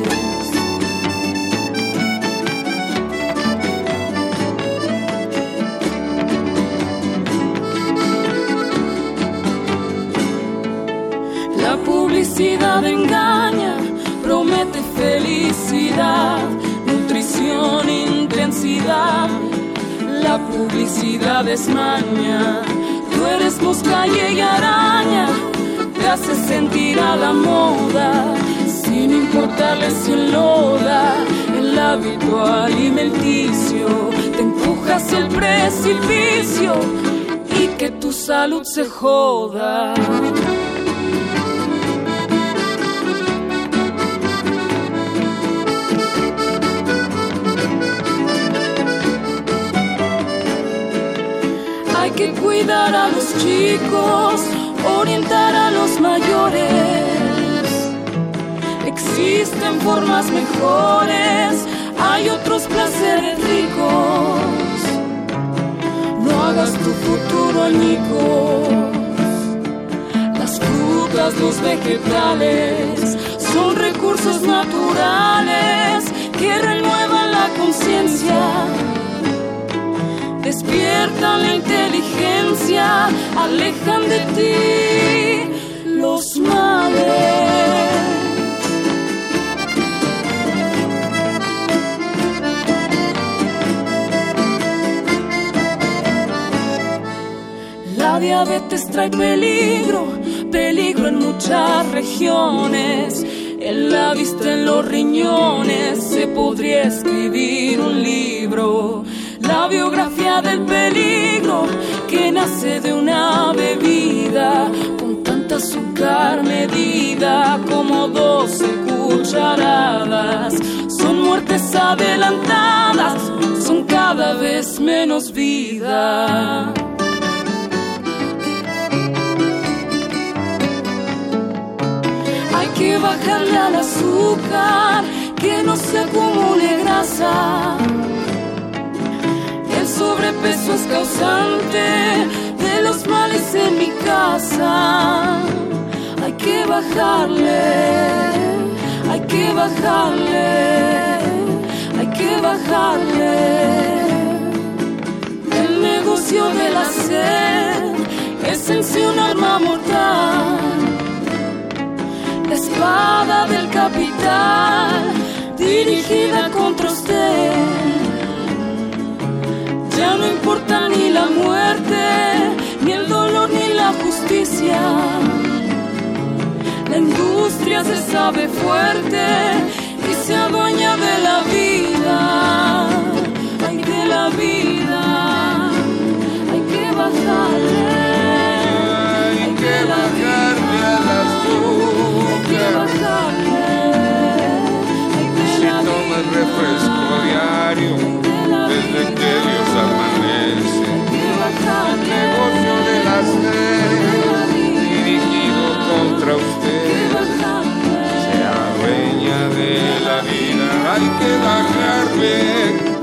La publicidad engaña, promete felicidad, nutrición, intensidad. La publicidad es maña, tú eres mosca y ella araña, te hace sentir a la moda, sin importarle si enloda el hábito alimenticio, te empuja hacia el precipicio y que tu salud se joda. Hay que cuidar a los chicos, orientar a los mayores. Existen formas mejores, hay otros placeres ricos. No hagas tu futuro añicos. Las frutas, los vegetales son recursos naturales que renuevan la conciencia, despiertan la inteligencia, alejan de ti los males. La diabetes trae peligro, peligro en muchas regiones. En la vista, en los riñones, se podría escribir un libro. La biografía del peligro que nace de una bebida con tanta azúcar medida como doce cucharadas. Son muertes adelantadas, son cada vez menos vida. Hay que bajarle al azúcar, que no se acumule grasa. El sobrepeso es causante de los males en mi casa. Hay que bajarle, hay que bajarle, hay que bajarle. El negocio del hacer es en sí un arma mortal. La espada del capital dirigida contra usted. Ya no importa ni la muerte, ni el dolor, ni la justicia. La industria se sabe fuerte y se adueña de la vida. Ay, de la vida. Hay que bajarle. Hay que bajarle al azúcar. Hay que bajarle. Si tomas refresco diario desde que Dios amanece, el negocio del hacer dirigido contra usted, sea dueña de la vida. Hay que bajarle.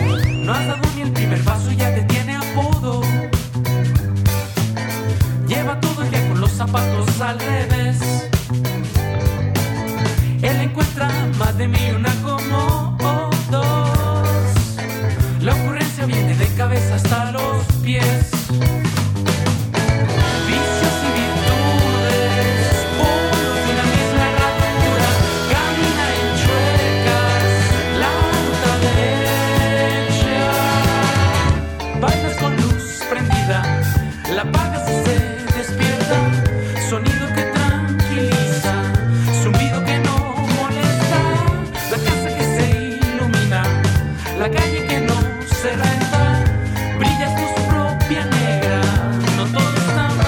Lleva una como dos. La ocurrencia viene de cabeza hasta los pies. Vicios y virtudes, unos de una misma herradura, camina en chuecas la ruta derecha. Bailas con luz prendida, la apagas y se despierta. Sonido que tranquiliza, zumbido que no molesta. La casa que se ilumina, la calle que no se renta. Brillas tu propia negra, no todo está mal.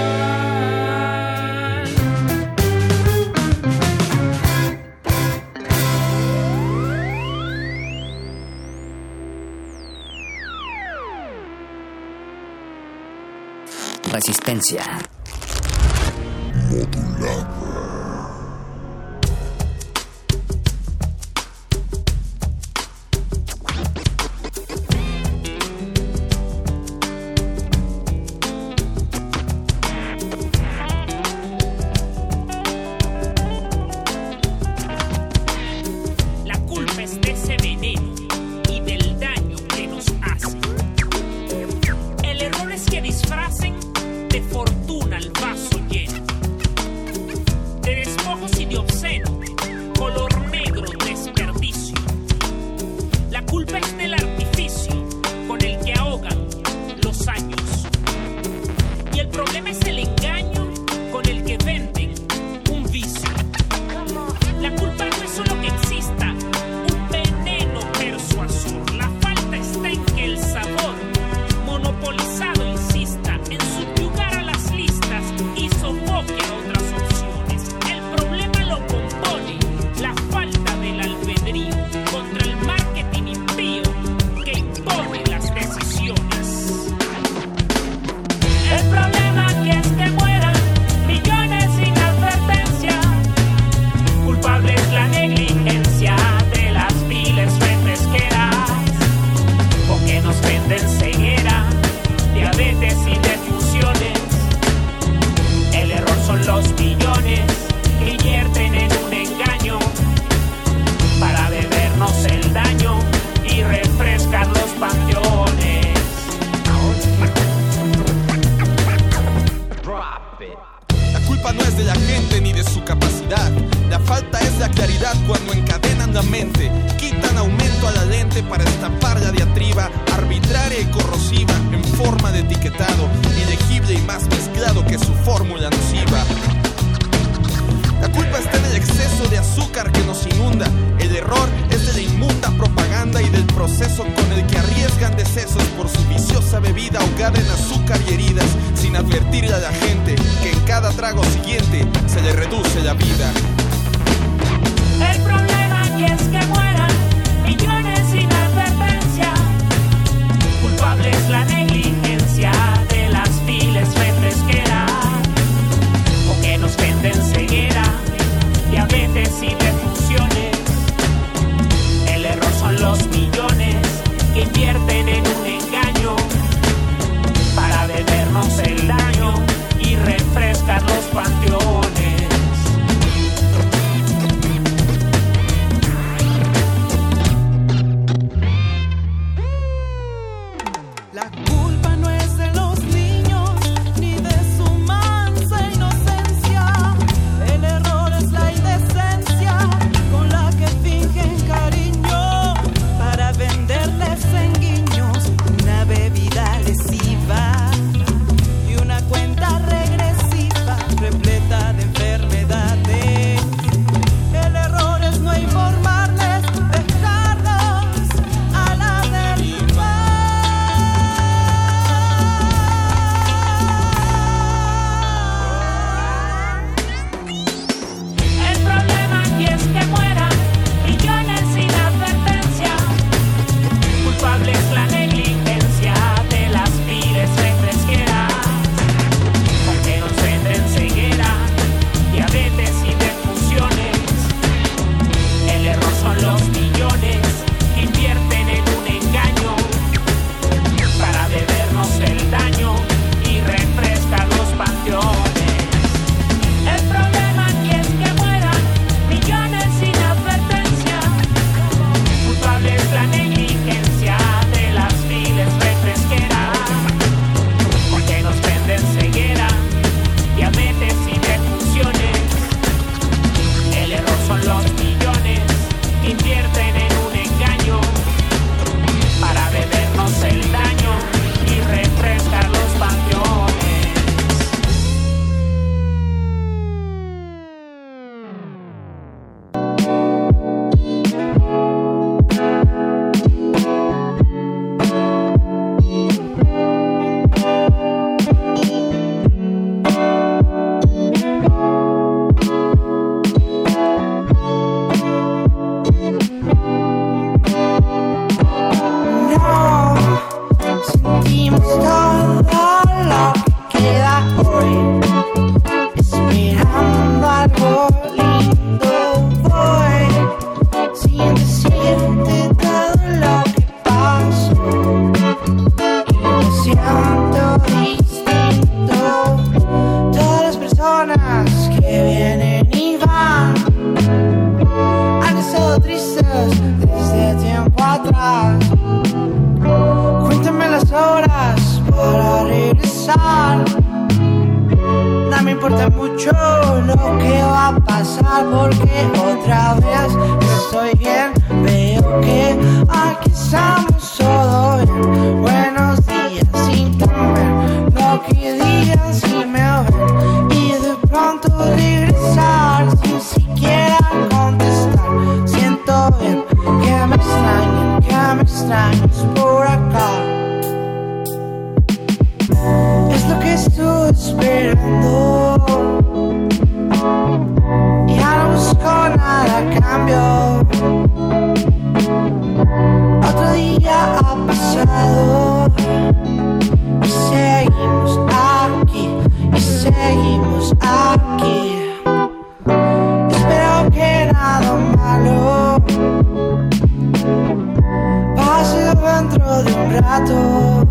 Resistencia. La culpa es de ese veneno y del daño que nos hace. El error es que disfracen de fortuna el vaso lleno, de despojos y de obsceno, color negro desperdicio. La culpa es del artificio con el que ahogan los años. Y el problema es el engaño con el que venden un vicio. La culpa no es solo que exista un veneno persuasor. La falta está en que el sabor monopolizado insista en subyugar a las listas y sofoque a otras opciones. El problema lo compone la falta del albedrío contra el marketing impío que impone las decisiones. El problema que es que mueran millones sin advertencia. Culpable es la negligencia de las piles refresqueras, o que nos venden ceguera, diabetes y defusiones. El error son los millones que invierten en un engaño para bebernos el daño y refrescar los panteones. La culpa no es de la gente ni de su capacidad. La falta es la claridad cuando encadenan la mente. Quitan aumento a la lente para estampar la diatriba arbitraria y corrosiva en forma de etiquetado, ilegible y más mezclado que su fórmula nociva. La culpa está en el exceso de azúcar que nos inunda. El error es de la inmunda propaganda y del proceso con el que arriesgan decesos por su viciosa bebida ahogada en azúcar y heridas, sin advertirle a la gente que en cada trago siguiente se le reduce la vida. El problema aquí es que mueran millones sin advertencia. Culpable es la negligencia de las piles refresqueras, o que nos venden ceguera, diabetes y defusiones. El error son los millones que invierten en un engaño para bebernos el daño y refrescar los panteones. desde tiempo atrás. Cuéntame las horas para regresar. No me importa mucho lo que va a pasar, porque otra vez estoy bien. Veo que aquí estamos todo bien. Buenos días sin temer lo que digan si me ven. Y de pronto regresar sin siquiera contestar. Siento bien que me extrañen, que me extrañes por acá. Es lo que estoy esperando. Ya no busco nada a cambio. Otro día ha pasado y seguimos aquí, y seguimos aquí. Espero que nada malo pase dentro de un rato.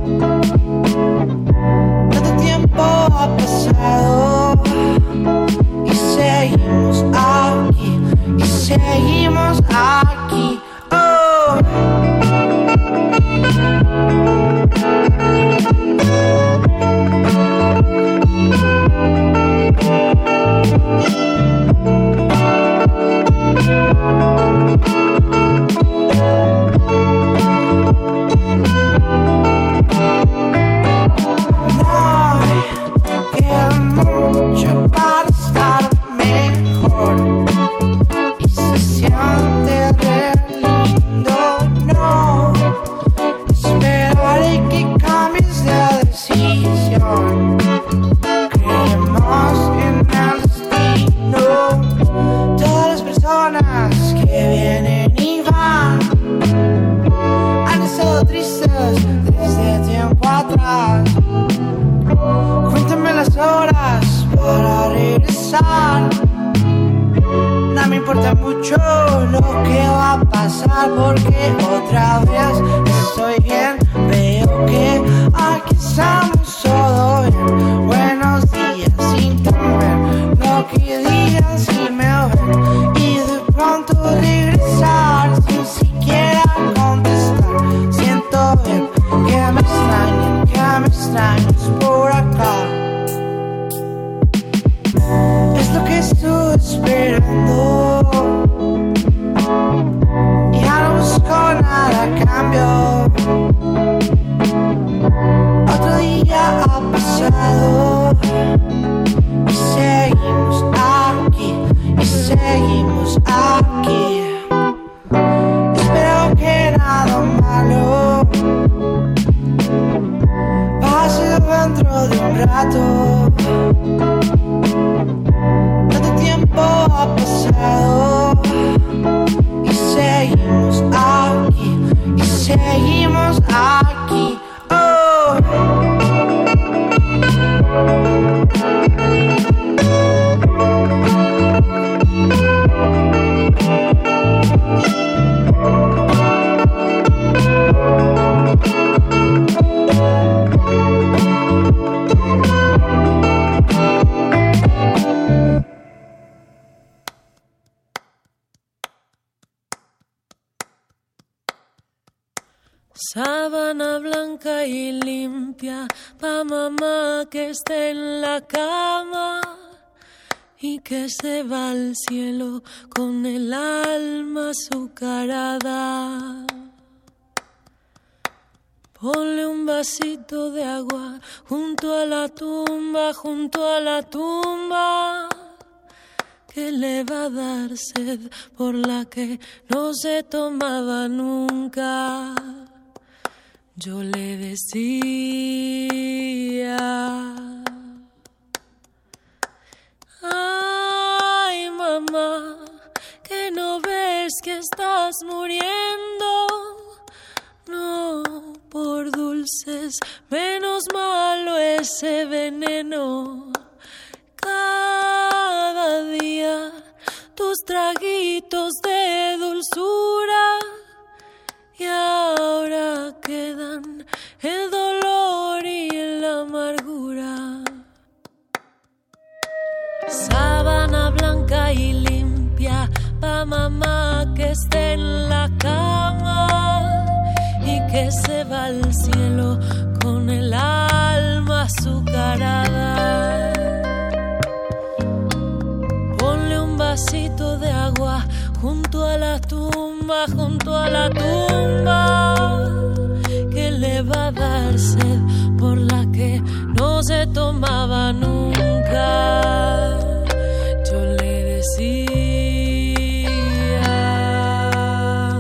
Tanto tiempo ha pasado y seguimos aquí, y seguimos aquí. Oh. No me importa mucho lo que va a pasar, porque otra vez estoy bien. Veo que aquí estamos todo bien. Buenos días sin temer lo que digan si me ven. Y de pronto regresar sin siquiera contestar. Siento bien que me extrañen, que me extrañes por acá. Es lo que estoy esperando. Ya no busco nada a cambio. Otro día ha pasado y seguimos aquí, y seguimos aquí. Espero que nada malo pase dentro de un rato. Tanto tiempo ha pasado y seguimos aquí, y seguimos aquí. Oh. Sábana blanca y limpia pa' mamá que esté en la cama y que se va al cielo con el alma azucarada. Ponle un vasito de agua junto a la tumba, junto a la tumba, que le va a dar sed por la que no se tomaba nunca. Yo le decía, ay mamá, que no ves que estás muriendo. No, por dulces, menos malo ese veneno. Cada día tus traguitos de dulzura, y ahora quedan el dolor y la amargura. Sábana blanca y limpia pa' mamá que esté en la cama y que se va al cielo con el alma azucarada. Ponle un vasito de agua junto a la tumba, junto a la tumba, que le va a dar sed por la que no se tomaba nunca. Yo le decía,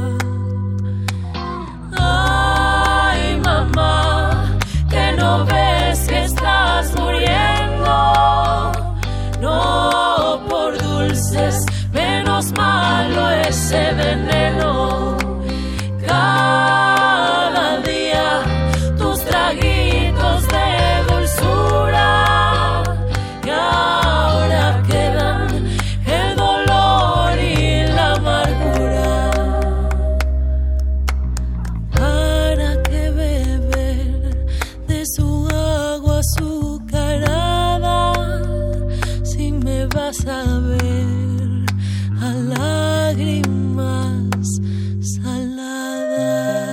ay mamá, que no ves que estás muriendo, no por dulces, menos malo ese veneno. Cada día tus traguitos de dulzura y ahora quedan el dolor y la amargura. ¿Para qué beber de su agua azucarada si me vas a ver a lágrimas saladas?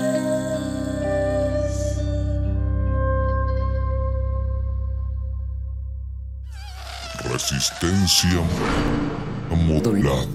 Resistencia modulada.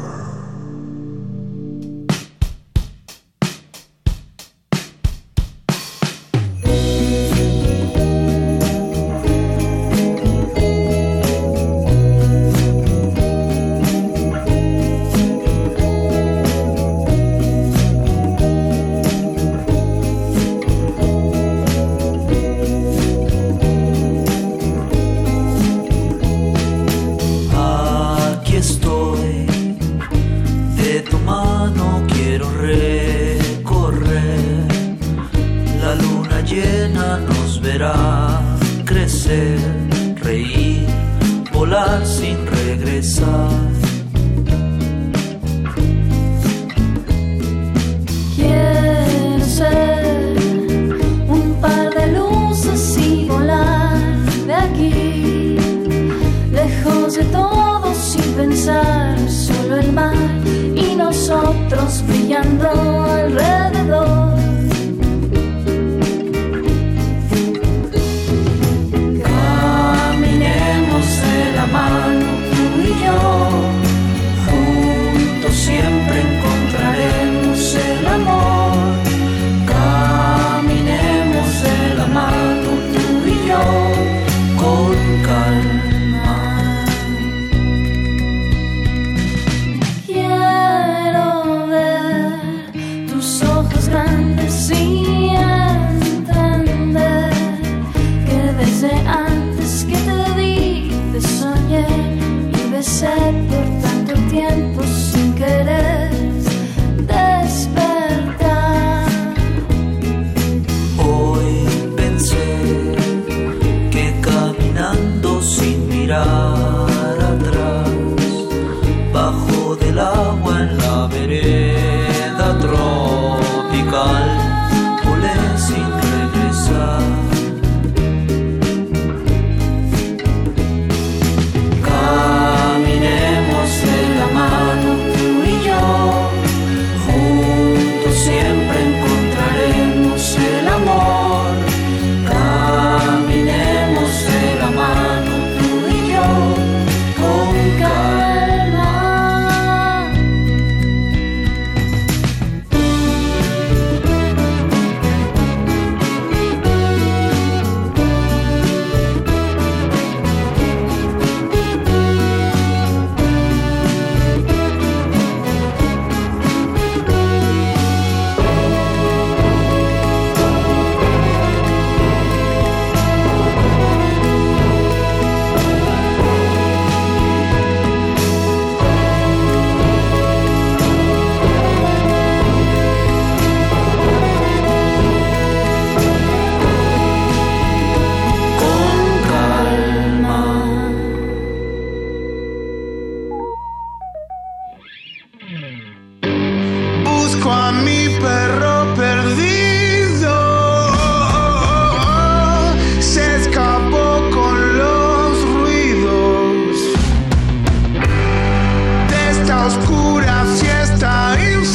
Aquí estoy, de tu mano quiero recorrer. La luna llena nos verá crecer, reír, volar sin regresar. Quiero ser un par de luces y volar de aquí, lejos de todo sin pensar, solo el mar y nosotros brillando alrededor. Caminemos de la mano tú y yo, juntos siempre encontraremos el amor. Caminemos de la mano tú y yo, con calma. Quiero ver tus ojos grandes y entender que desde antes que te vi te soñé y besé por tanto tiempo sin querer despertar. Hoy pensé que caminando sin mirar atrás, bajo del agua en la vereda tropical, volé sin regresar. Caminemos de la mano tú y yo, juntos siempre encontraremos el amor. Caminemos de la mano tú y yo, con calma. Busco a mi perro perdido, se escapó con los ruidos de esta oscura fiesta infinita.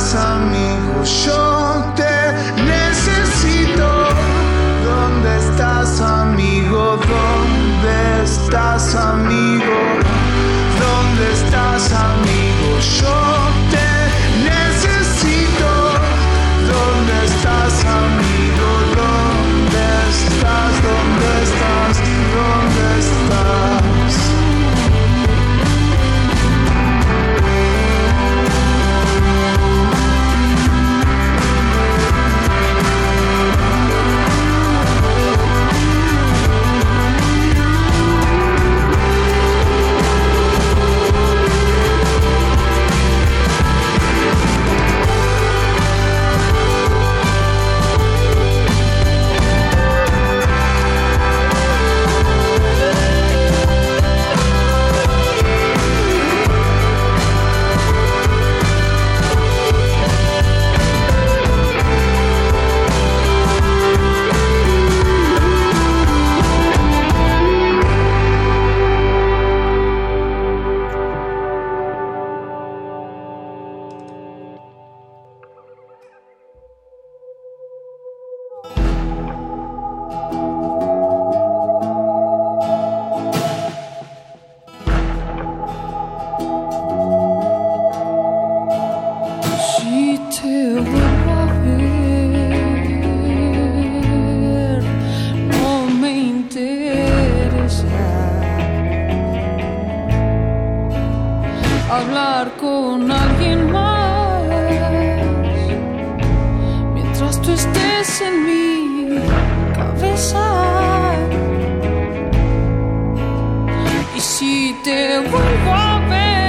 estás, amigo? Yo te necesito. ¿Dónde estás, amigo? ¿Dónde estás, amigo? ¿Dónde estás, amigo? Yo te necesito. ¿Dónde estás, amigo? ¿Dónde estás? ¿Dónde estás? ¿Dónde estás? Hablar con alguien más mientras tú estés en mi cabeza. Y si te vuelvo a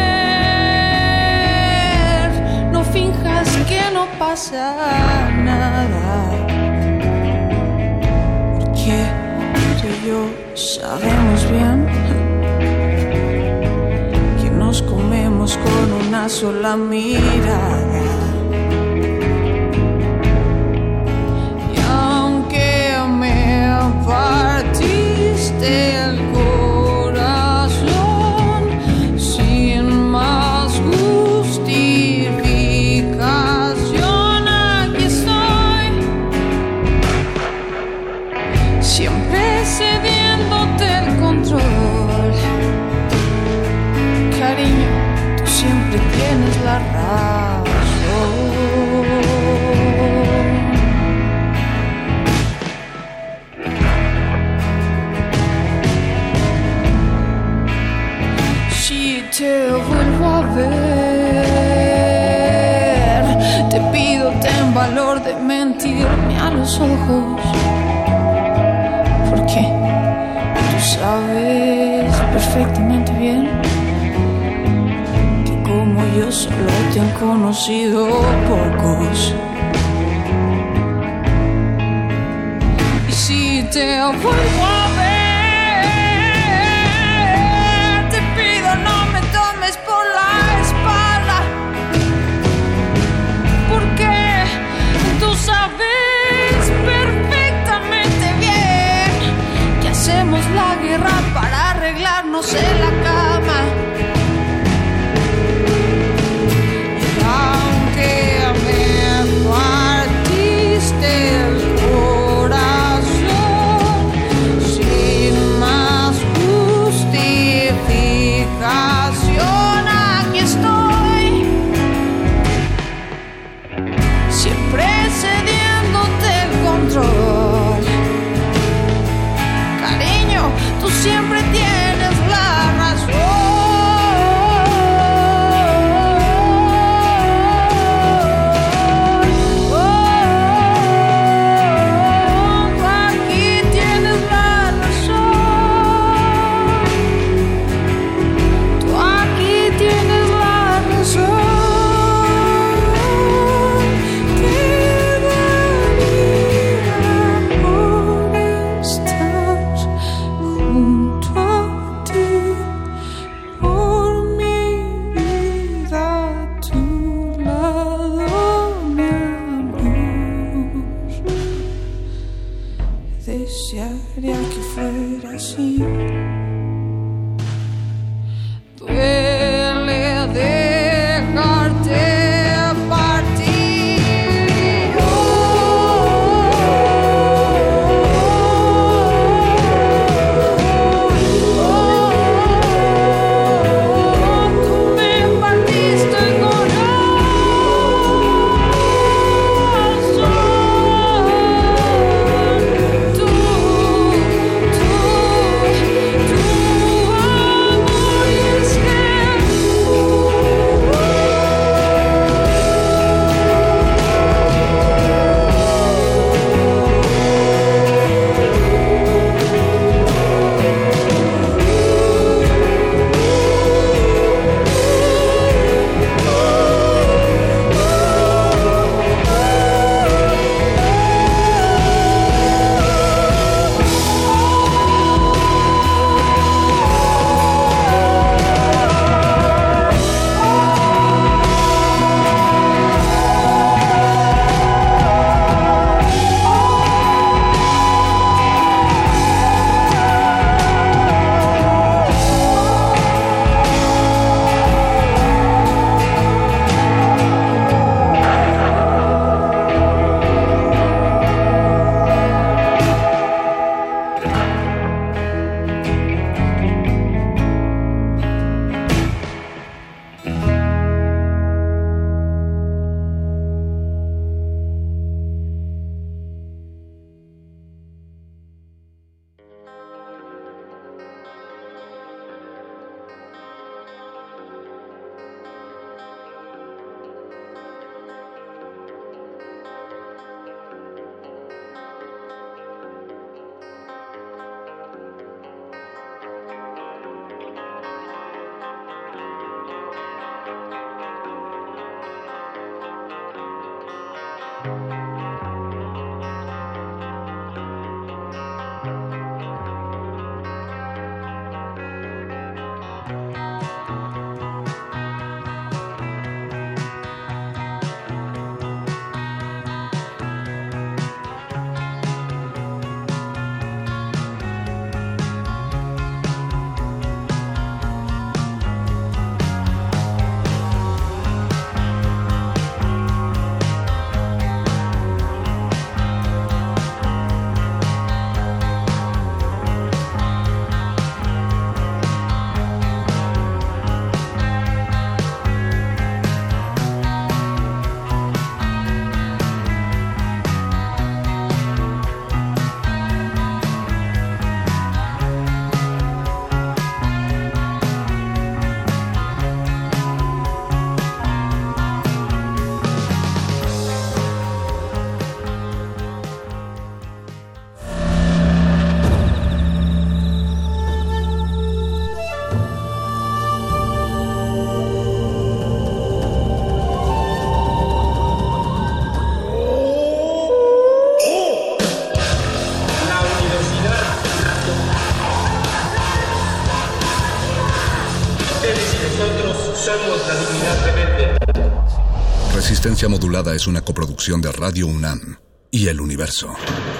ver, no finjas que no pasa nada, porque tú y yo sabemos bien nos comemos con una sola mirada. Y aunque me partiste el corazón sin más justificación, aquí estoy, siempre cediéndote el control. Cariño, tú siempre tienes la razón. Si te vuelvo a ver, te pido ten valor de mentirme a los ojos, porque tú sabes perfectamente bien como yo solo te han conocido pocos. Y si te vuelvo a ver, te pido no me tomes por la espalda, porque tú sabes perfectamente bien que hacemos la guerra para arreglarnos en la cama. El corazón sin defendemos la dignidad rebelde. Resistencia Modulada es una coproducción de Radio UNAM y El Universo.